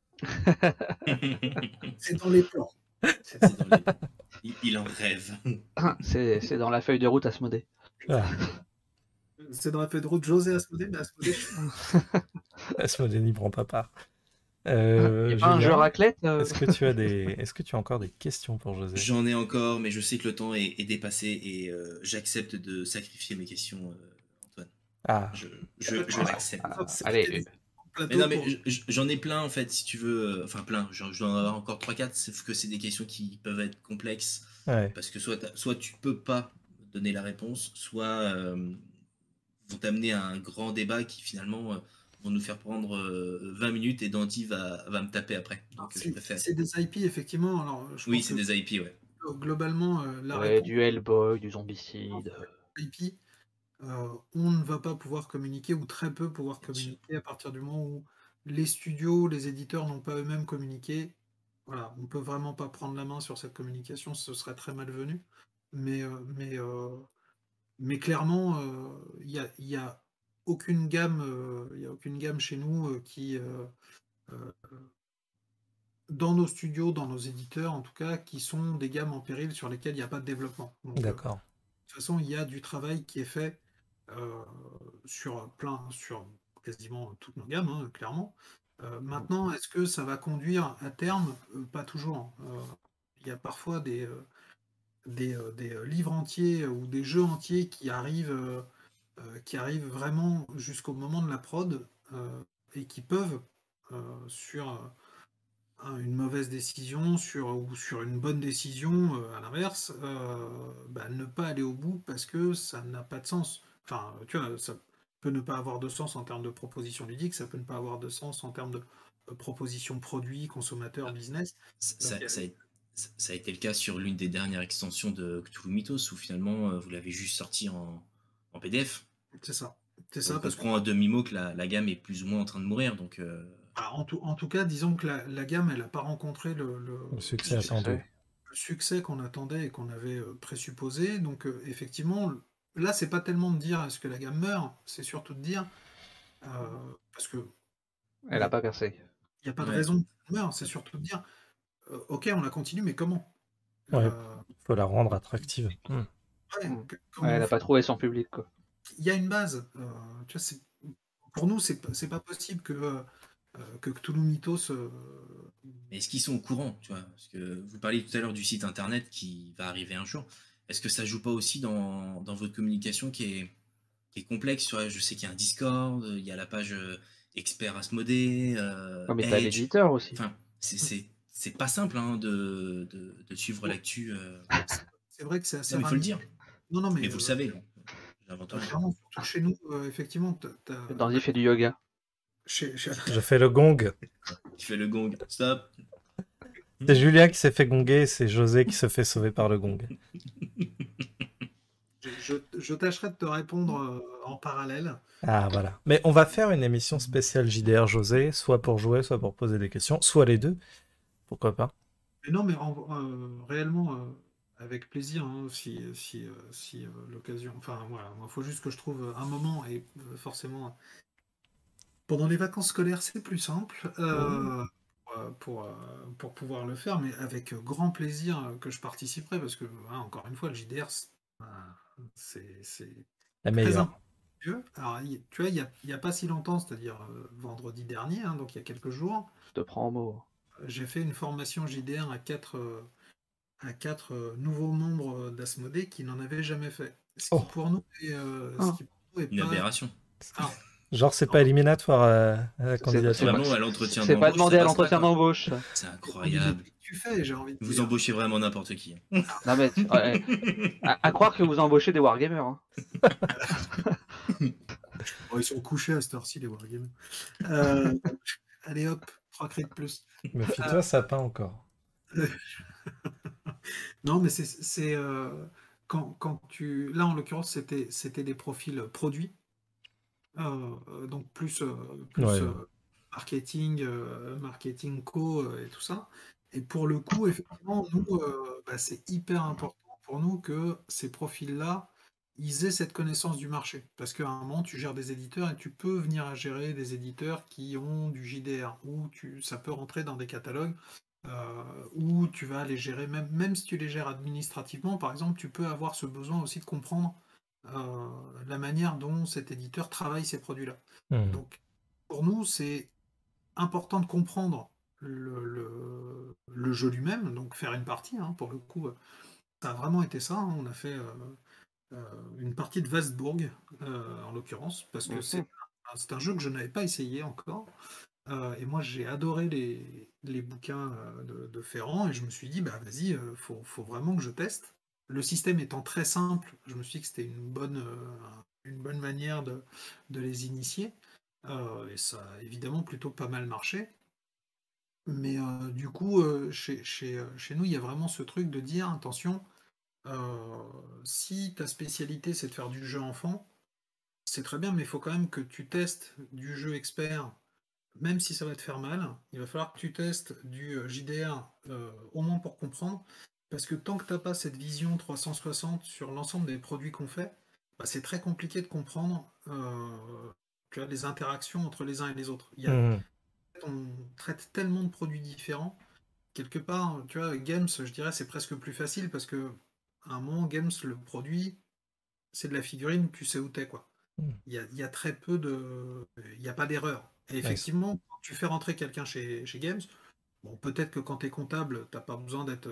C'est dans les plans. Il en rêve. C'est dans la feuille de route Asmodée. Ah, C'est dans la feuille de route José Asmodée, mais Asmodée. Asmodée n'y prend pas part. Il y a pas un jeu Julien, raclette est-ce que tu as encore des questions pour José? J'en ai encore, mais je sais que le temps est dépassé et j'accepte de sacrifier mes questions, Antoine. Ah, Je l'accepte. Allez, Mais non, mais j'en ai plein en fait, si tu veux. Enfin, plein. Je dois en avoir encore 3-4, sauf que c'est des questions qui peuvent être complexes. ouais. Parce que soit tu peux pas donner la réponse, soit vont t'amener à un grand débat qui finalement vont nous faire prendre 20 minutes et Dandy va me taper après. Donc je préfère. C'est des IP, effectivement. Alors, Oui, c'est des IP, ouais. Globalement, la ouais, réponse du Hellboy, du Zombicide. IP, on ne va pas pouvoir communiquer ou très peu pouvoir communiquer à partir du moment où les studios, les éditeurs n'ont pas eux-mêmes communiqué. Voilà, on peut vraiment pas prendre la main sur cette communication, ce serait très malvenu. Mais clairement, il y a aucune gamme, il y a aucune gamme chez nous qui, dans nos studios, dans nos éditeurs en tout cas, qui sont des gammes en péril sur lesquelles il n'y a pas de développement. Donc, D'accord. de toute façon, il y a du travail qui est fait sur quasiment toutes nos gammes, hein, clairement. Maintenant, est-ce que ça va conduire à terme? Pas toujours. Il y a parfois des livres entiers ou des jeux entiers qui arrivent vraiment jusqu'au moment de la prod et qui peuvent, sur une mauvaise décision ou sur une bonne décision, à l'inverse, ne pas aller au bout parce que ça n'a pas de sens. Enfin, tu vois, ça peut ne pas avoir de sens en termes de proposition ludique, ça peut ne pas avoir de sens en termes de proposition produit, consommateur, business. Ça, ça a, ça a été le cas sur l'une des dernières extensions de Cthulhu Mythos, où finalement vous l'avez juste sorti en PDF. C'est ça. On comprend à demi-mot que la gamme est plus ou moins en train de mourir. Donc, en tout cas, disons que la gamme, elle n'a pas rencontré le succès attendu. Le succès qu'on attendait et qu'on avait présupposé. Donc, effectivement, là, c'est pas tellement de dire est-ce que la gamme meurt, c'est surtout de dire parce que elle n'a pas percé. Il n'y a pas de raison qu'elle meure, c'est surtout de dire ok, on la continue, mais comment? Ouais, faut la rendre attractive. Elle n'a pas trouvé son public, quoi. Il y a une base. Tu vois, pour nous, c'est pas possible que Cthulhu Mythos. Mais est-ce qu'ils sont au courant, tu vois? Parce que vous parliez tout à l'heure du site internet qui va arriver un jour. Est-ce que ça joue pas aussi dans votre communication qui est complexe? Tu vois, je sais qu'il y a un Discord, il y a la page expert Asmodée. Mais t'as l'éditeur aussi. Enfin, c'est pas simple hein, de suivre l'actu. C'est vrai que c'est assez. Non, mais il faut le dire. Non, mais vous le savez. Clairement, surtout chez nous, effectivement. Dandy fait du yoga. Je fais le gong. Tu fais le gong. Stop. C'est Julien qui s'est fait gonger, c'est José qui se fait sauver par le gong. Je tâcherai de te répondre en parallèle. Ah voilà. Mais on va faire une émission spéciale JDR José, soit pour jouer, soit pour poser des questions, soit les deux. Pourquoi pas? Mais non, mais réellement, avec plaisir, hein, si l'occasion. Enfin voilà, il faut juste que je trouve un moment et forcément. Pendant les vacances scolaires, c'est plus simple pour pouvoir le faire, mais avec grand plaisir que je participerai, parce que, encore une fois, le JDR, c'est la meilleure. Alors, tu vois, il n'y a pas si longtemps, c'est-à-dire vendredi dernier, donc il y a quelques jours, je te prends en mot. J'ai fait une formation JDR à 4 nouveaux membres d'Asmodée qui n'en avaient jamais fait. Ce qui pour nous est, une aberration. Genre, c'est pas éliminatoire à la candidature. C'est pas demandé à l'entretien d'embauche. C'est incroyable. Tu fais, j'ai envie de vous embauchez vraiment n'importe qui. Non, mais à croire que vous embauchez des wargamers. Hein. Ils sont couchés à cette heure-ci, les wargamers. Allez hop, 3 crits de plus. Méfie-toi, ça peint encore. Non, mais c'est quand tu. Là, en l'occurrence, c'était des profils produits. Donc plus marketing co et tout ça. Et pour le coup, effectivement, nous, c'est hyper important pour nous que ces profils-là, ils aient cette connaissance du marché. Parce qu'à un moment, tu gères des éditeurs et tu peux venir à gérer des éditeurs qui ont du JDR, ou ça peut rentrer dans des catalogues, où tu vas les gérer, même si tu les gères administrativement, par exemple, tu peux avoir ce besoin aussi de comprendre la manière dont cet éditeur travaille ces produits-là. Donc, pour nous, c'est important de comprendre le jeu lui-même, donc faire une partie, pour le coup, ça a vraiment été ça. On a fait une partie de Westburg, en l'occurrence, parce que c'est un jeu que je n'avais pas essayé encore. Et moi, j'ai adoré les bouquins de Ferrand, et je me suis dit, vas-y, faut vraiment que je teste. Le système étant très simple, je me suis dit que c'était une bonne manière de les initier. Et ça a évidemment plutôt pas mal marché. Mais du coup, chez nous, il y a vraiment ce truc de dire, attention, si ta spécialité c'est de faire du jeu enfant, c'est très bien, mais il faut quand même que tu testes du jeu expert, même si ça va te faire mal. Il va falloir que tu testes du JDR, au moins pour comprendre. Parce que tant que tu n'as pas cette vision 360 sur l'ensemble des produits qu'on fait, c'est très compliqué de comprendre les interactions entre les uns et les autres. On traite tellement de produits différents. Quelque part, tu vois, Games, je dirais, c'est presque plus facile parce que à un moment, Games, le produit, c'est de la figurine, tu sais où t'es, quoi. Il y a très peu de... Il n'y a pas d'erreur. Et effectivement, quand tu fais rentrer quelqu'un chez Games, bon, peut-être que quand tu es comptable, t'as pas besoin d'être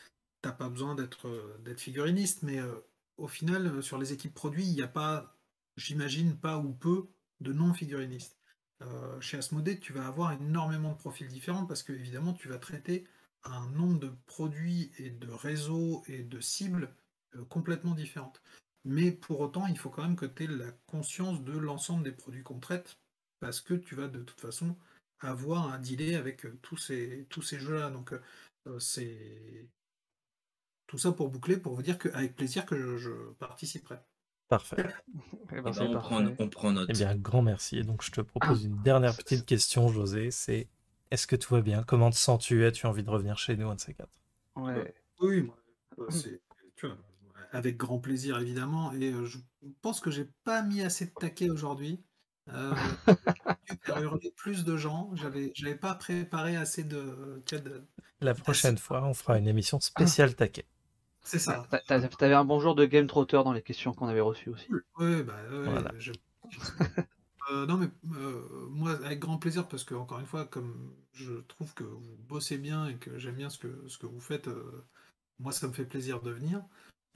figuriniste, mais au final, sur les équipes produits, il n'y a pas, j'imagine, pas ou peu de non-figurinistes. chez Asmodée, tu vas avoir énormément de profils différents parce que évidemment, tu vas traiter un nombre de produits et de réseaux et de cibles complètement différentes. Mais pour autant, il faut quand même que tu aies la conscience de l'ensemble des produits qu'on traite parce que tu vas de toute façon avoir un delay avec tous ces jeux-là. Donc, c'est tout ça pour boucler, pour vous dire qu'avec plaisir que je participerai. Parfait. Eh Eh ben, ben, c'est on parfait. prend note. Eh bien, un grand merci. Et donc, je te propose une dernière petite question, José. C'est est-ce que tout va bien? Comment te sens-tu? As-tu envie de revenir chez nous, un de ces quatre? Ouais. Oui, moi, tu vois, avec grand plaisir évidemment. Et je pense que j'ai pas mis assez de taquet aujourd'hui. J'ai dû faire hurler plus de gens. J'avais pas préparé assez La prochaine fois, on fera une émission spéciale taquet. C'est ça. T'avais un bon jour de Game Trotter dans les questions qu'on avait reçues aussi. Oui, bah, Voilà. non, mais moi, avec grand plaisir, parce que, encore une fois, comme je trouve que vous bossez bien et que j'aime bien ce que vous faites, moi, ça me fait plaisir de venir.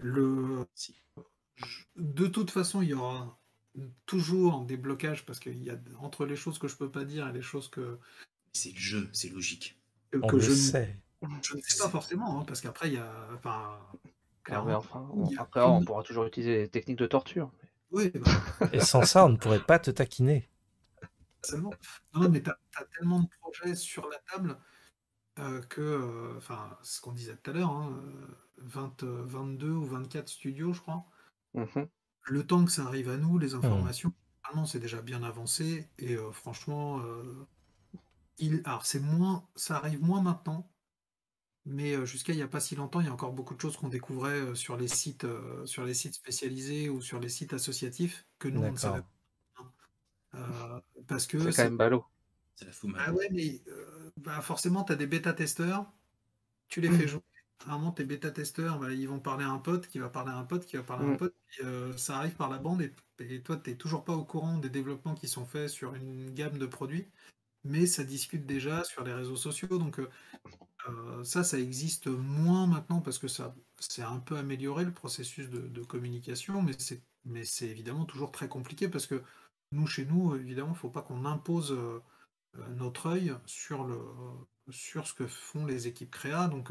De toute façon, il y aura toujours des blocages, parce qu'il y a entre les choses que je peux pas dire et les choses C'est le jeu, c'est logique. On que le je sait. ne sais pas forcément, hein, parce qu'après, il y a. Enfin, Ah, mais clairement, enfin, il y a après, on pourra toujours utiliser les techniques de torture. Oui, bah, Et sans ça, on ne pourrait pas te taquiner. seulement. Non, mais tu as tellement de projets sur la table que, enfin, ce qu'on disait tout à l'heure, hein, 22 ou 24 studios, je crois. Mhm. Le temps que ça arrive à nous, les informations, normalement, c'est déjà bien avancé. Et franchement, alors ça arrive moins maintenant, mais jusqu'à il n'y a pas si longtemps, il y a encore beaucoup de choses qu'on découvrait sur les sites spécialisés ou sur les sites associatifs que nous, on ne savait D'accord. pas. Parce que C'est quand même ballot. Ça la fout mal. Ah ouais, mais bah forcément, tu as des bêta-testeurs, tu les fais jouer. À un moment, tes bêta-testeurs, bah, ils vont parler à un pote, qui va parler à un pote, qui va parler à un pote, puis ça arrive par la bande, et toi, tu n'es toujours pas au courant des développements qui sont faits sur une gamme de produits, mais ça discute déjà sur les réseaux sociaux. Donc ça existe moins maintenant parce que ça c'est un peu amélioré le processus de communication, mais c'est évidemment toujours très compliqué parce que nous, chez nous, évidemment, il ne faut pas qu'on impose notre œil sur ce que font les équipes créa. Donc,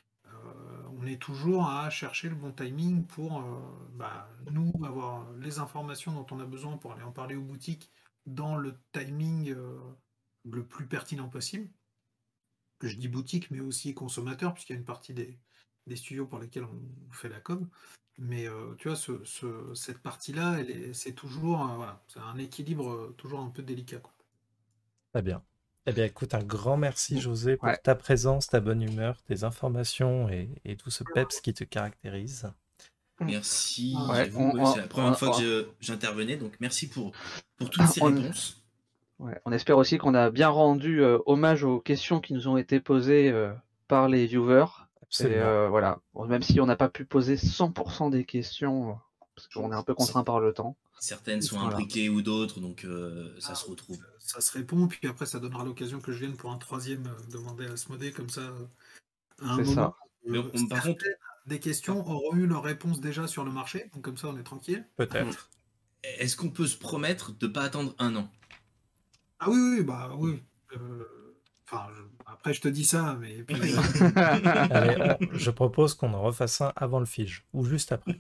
on est toujours à chercher le bon timing pour nous avoir les informations dont on a besoin pour aller en parler aux boutiques dans le timing le plus pertinent possible. Que je dis boutique, mais aussi consommateur, puisqu'il y a une partie des studios pour lesquels on fait la com. Mais tu vois, cette partie-là, c'est toujours voilà, c'est un équilibre toujours un peu délicat, quoi. Très bien. Eh bien, écoute, un grand merci, José, pour Ouais. ta présence, ta bonne humeur, tes informations et tout ce peps qui te caractérise. Merci. Ouais, J'avoue, c'est la première fois que j'intervenais, donc merci pour toutes ces réponses. Ouais, on espère aussi qu'on a bien rendu hommage aux questions qui nous ont été posées par les viewers. Absolument. Et voilà, bon, même si on n'a pas pu poser 100% des questions, parce qu'on est un peu contraint par le temps. Certaines sont Voilà. imbriquées ou d'autres, donc ça se retrouve. Ça se répond, puis après ça donnera l'occasion que je vienne pour un troisième demander à Asmodée, comme ça, à un C'est moment. Mais par contre, des questions auront eu leur réponse déjà sur le marché, donc comme ça on est tranquille. Peut-être. est-ce qu'on peut se promettre de ne pas attendre un an? Ah oui, bah oui. Enfin, après je te dis ça, mais puis, Allez, je propose qu'on en refasse un avant le Fige, ou juste après.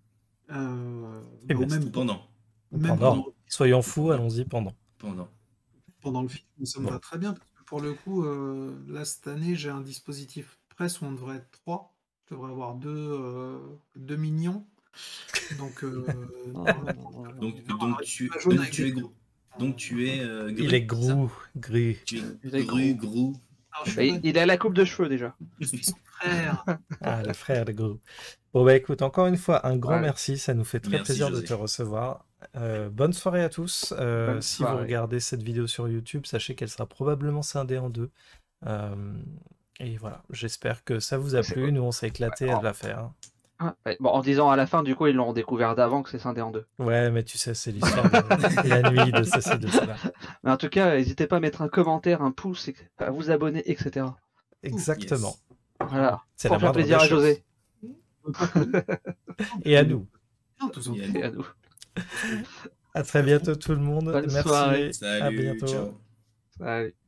même Pendant. Pendant. Soyons fous, allons-y pendant. Pendant le film, ça me va très bien, parce que pour le coup, là cette année, j'ai un dispositif presse où on devrait être 3. Je devrais avoir deux mignons. Donc, donc tu es gris. Il est grou, gris. Tu es grou. Il a la coupe de cheveux déjà. Je suis son frère. Ah, le frère de Grou. Bon, bah écoute, encore une fois, un grand Ouais. merci. Ça nous fait très plaisir José. de te recevoir. Bonne soirée à tous. Si vous regardez cette vidéo sur YouTube, sachez qu'elle sera probablement scindée en deux. Et voilà, j'espère que ça vous a plu. Nous, on s'est éclaté à la faire. Hein. Ah, ouais. Bon, en disant à la fin, du coup, ils l'ont découvert d'avant que c'est scindé en deux. Ouais, mais tu sais, c'est l'histoire de la nuit, de ceci, de cela. Mais en tout cas, n'hésitez pas à mettre un commentaire, un pouce, à vous abonner, etc. Exactement. Yes. Voilà. C'est Pour la faire moindre plaisir des à José. Et à nous. Tout simplement. Et à nous. À très bientôt tout le monde. Bonne Merci. soirée. À Salut, bientôt. ciao. Salut.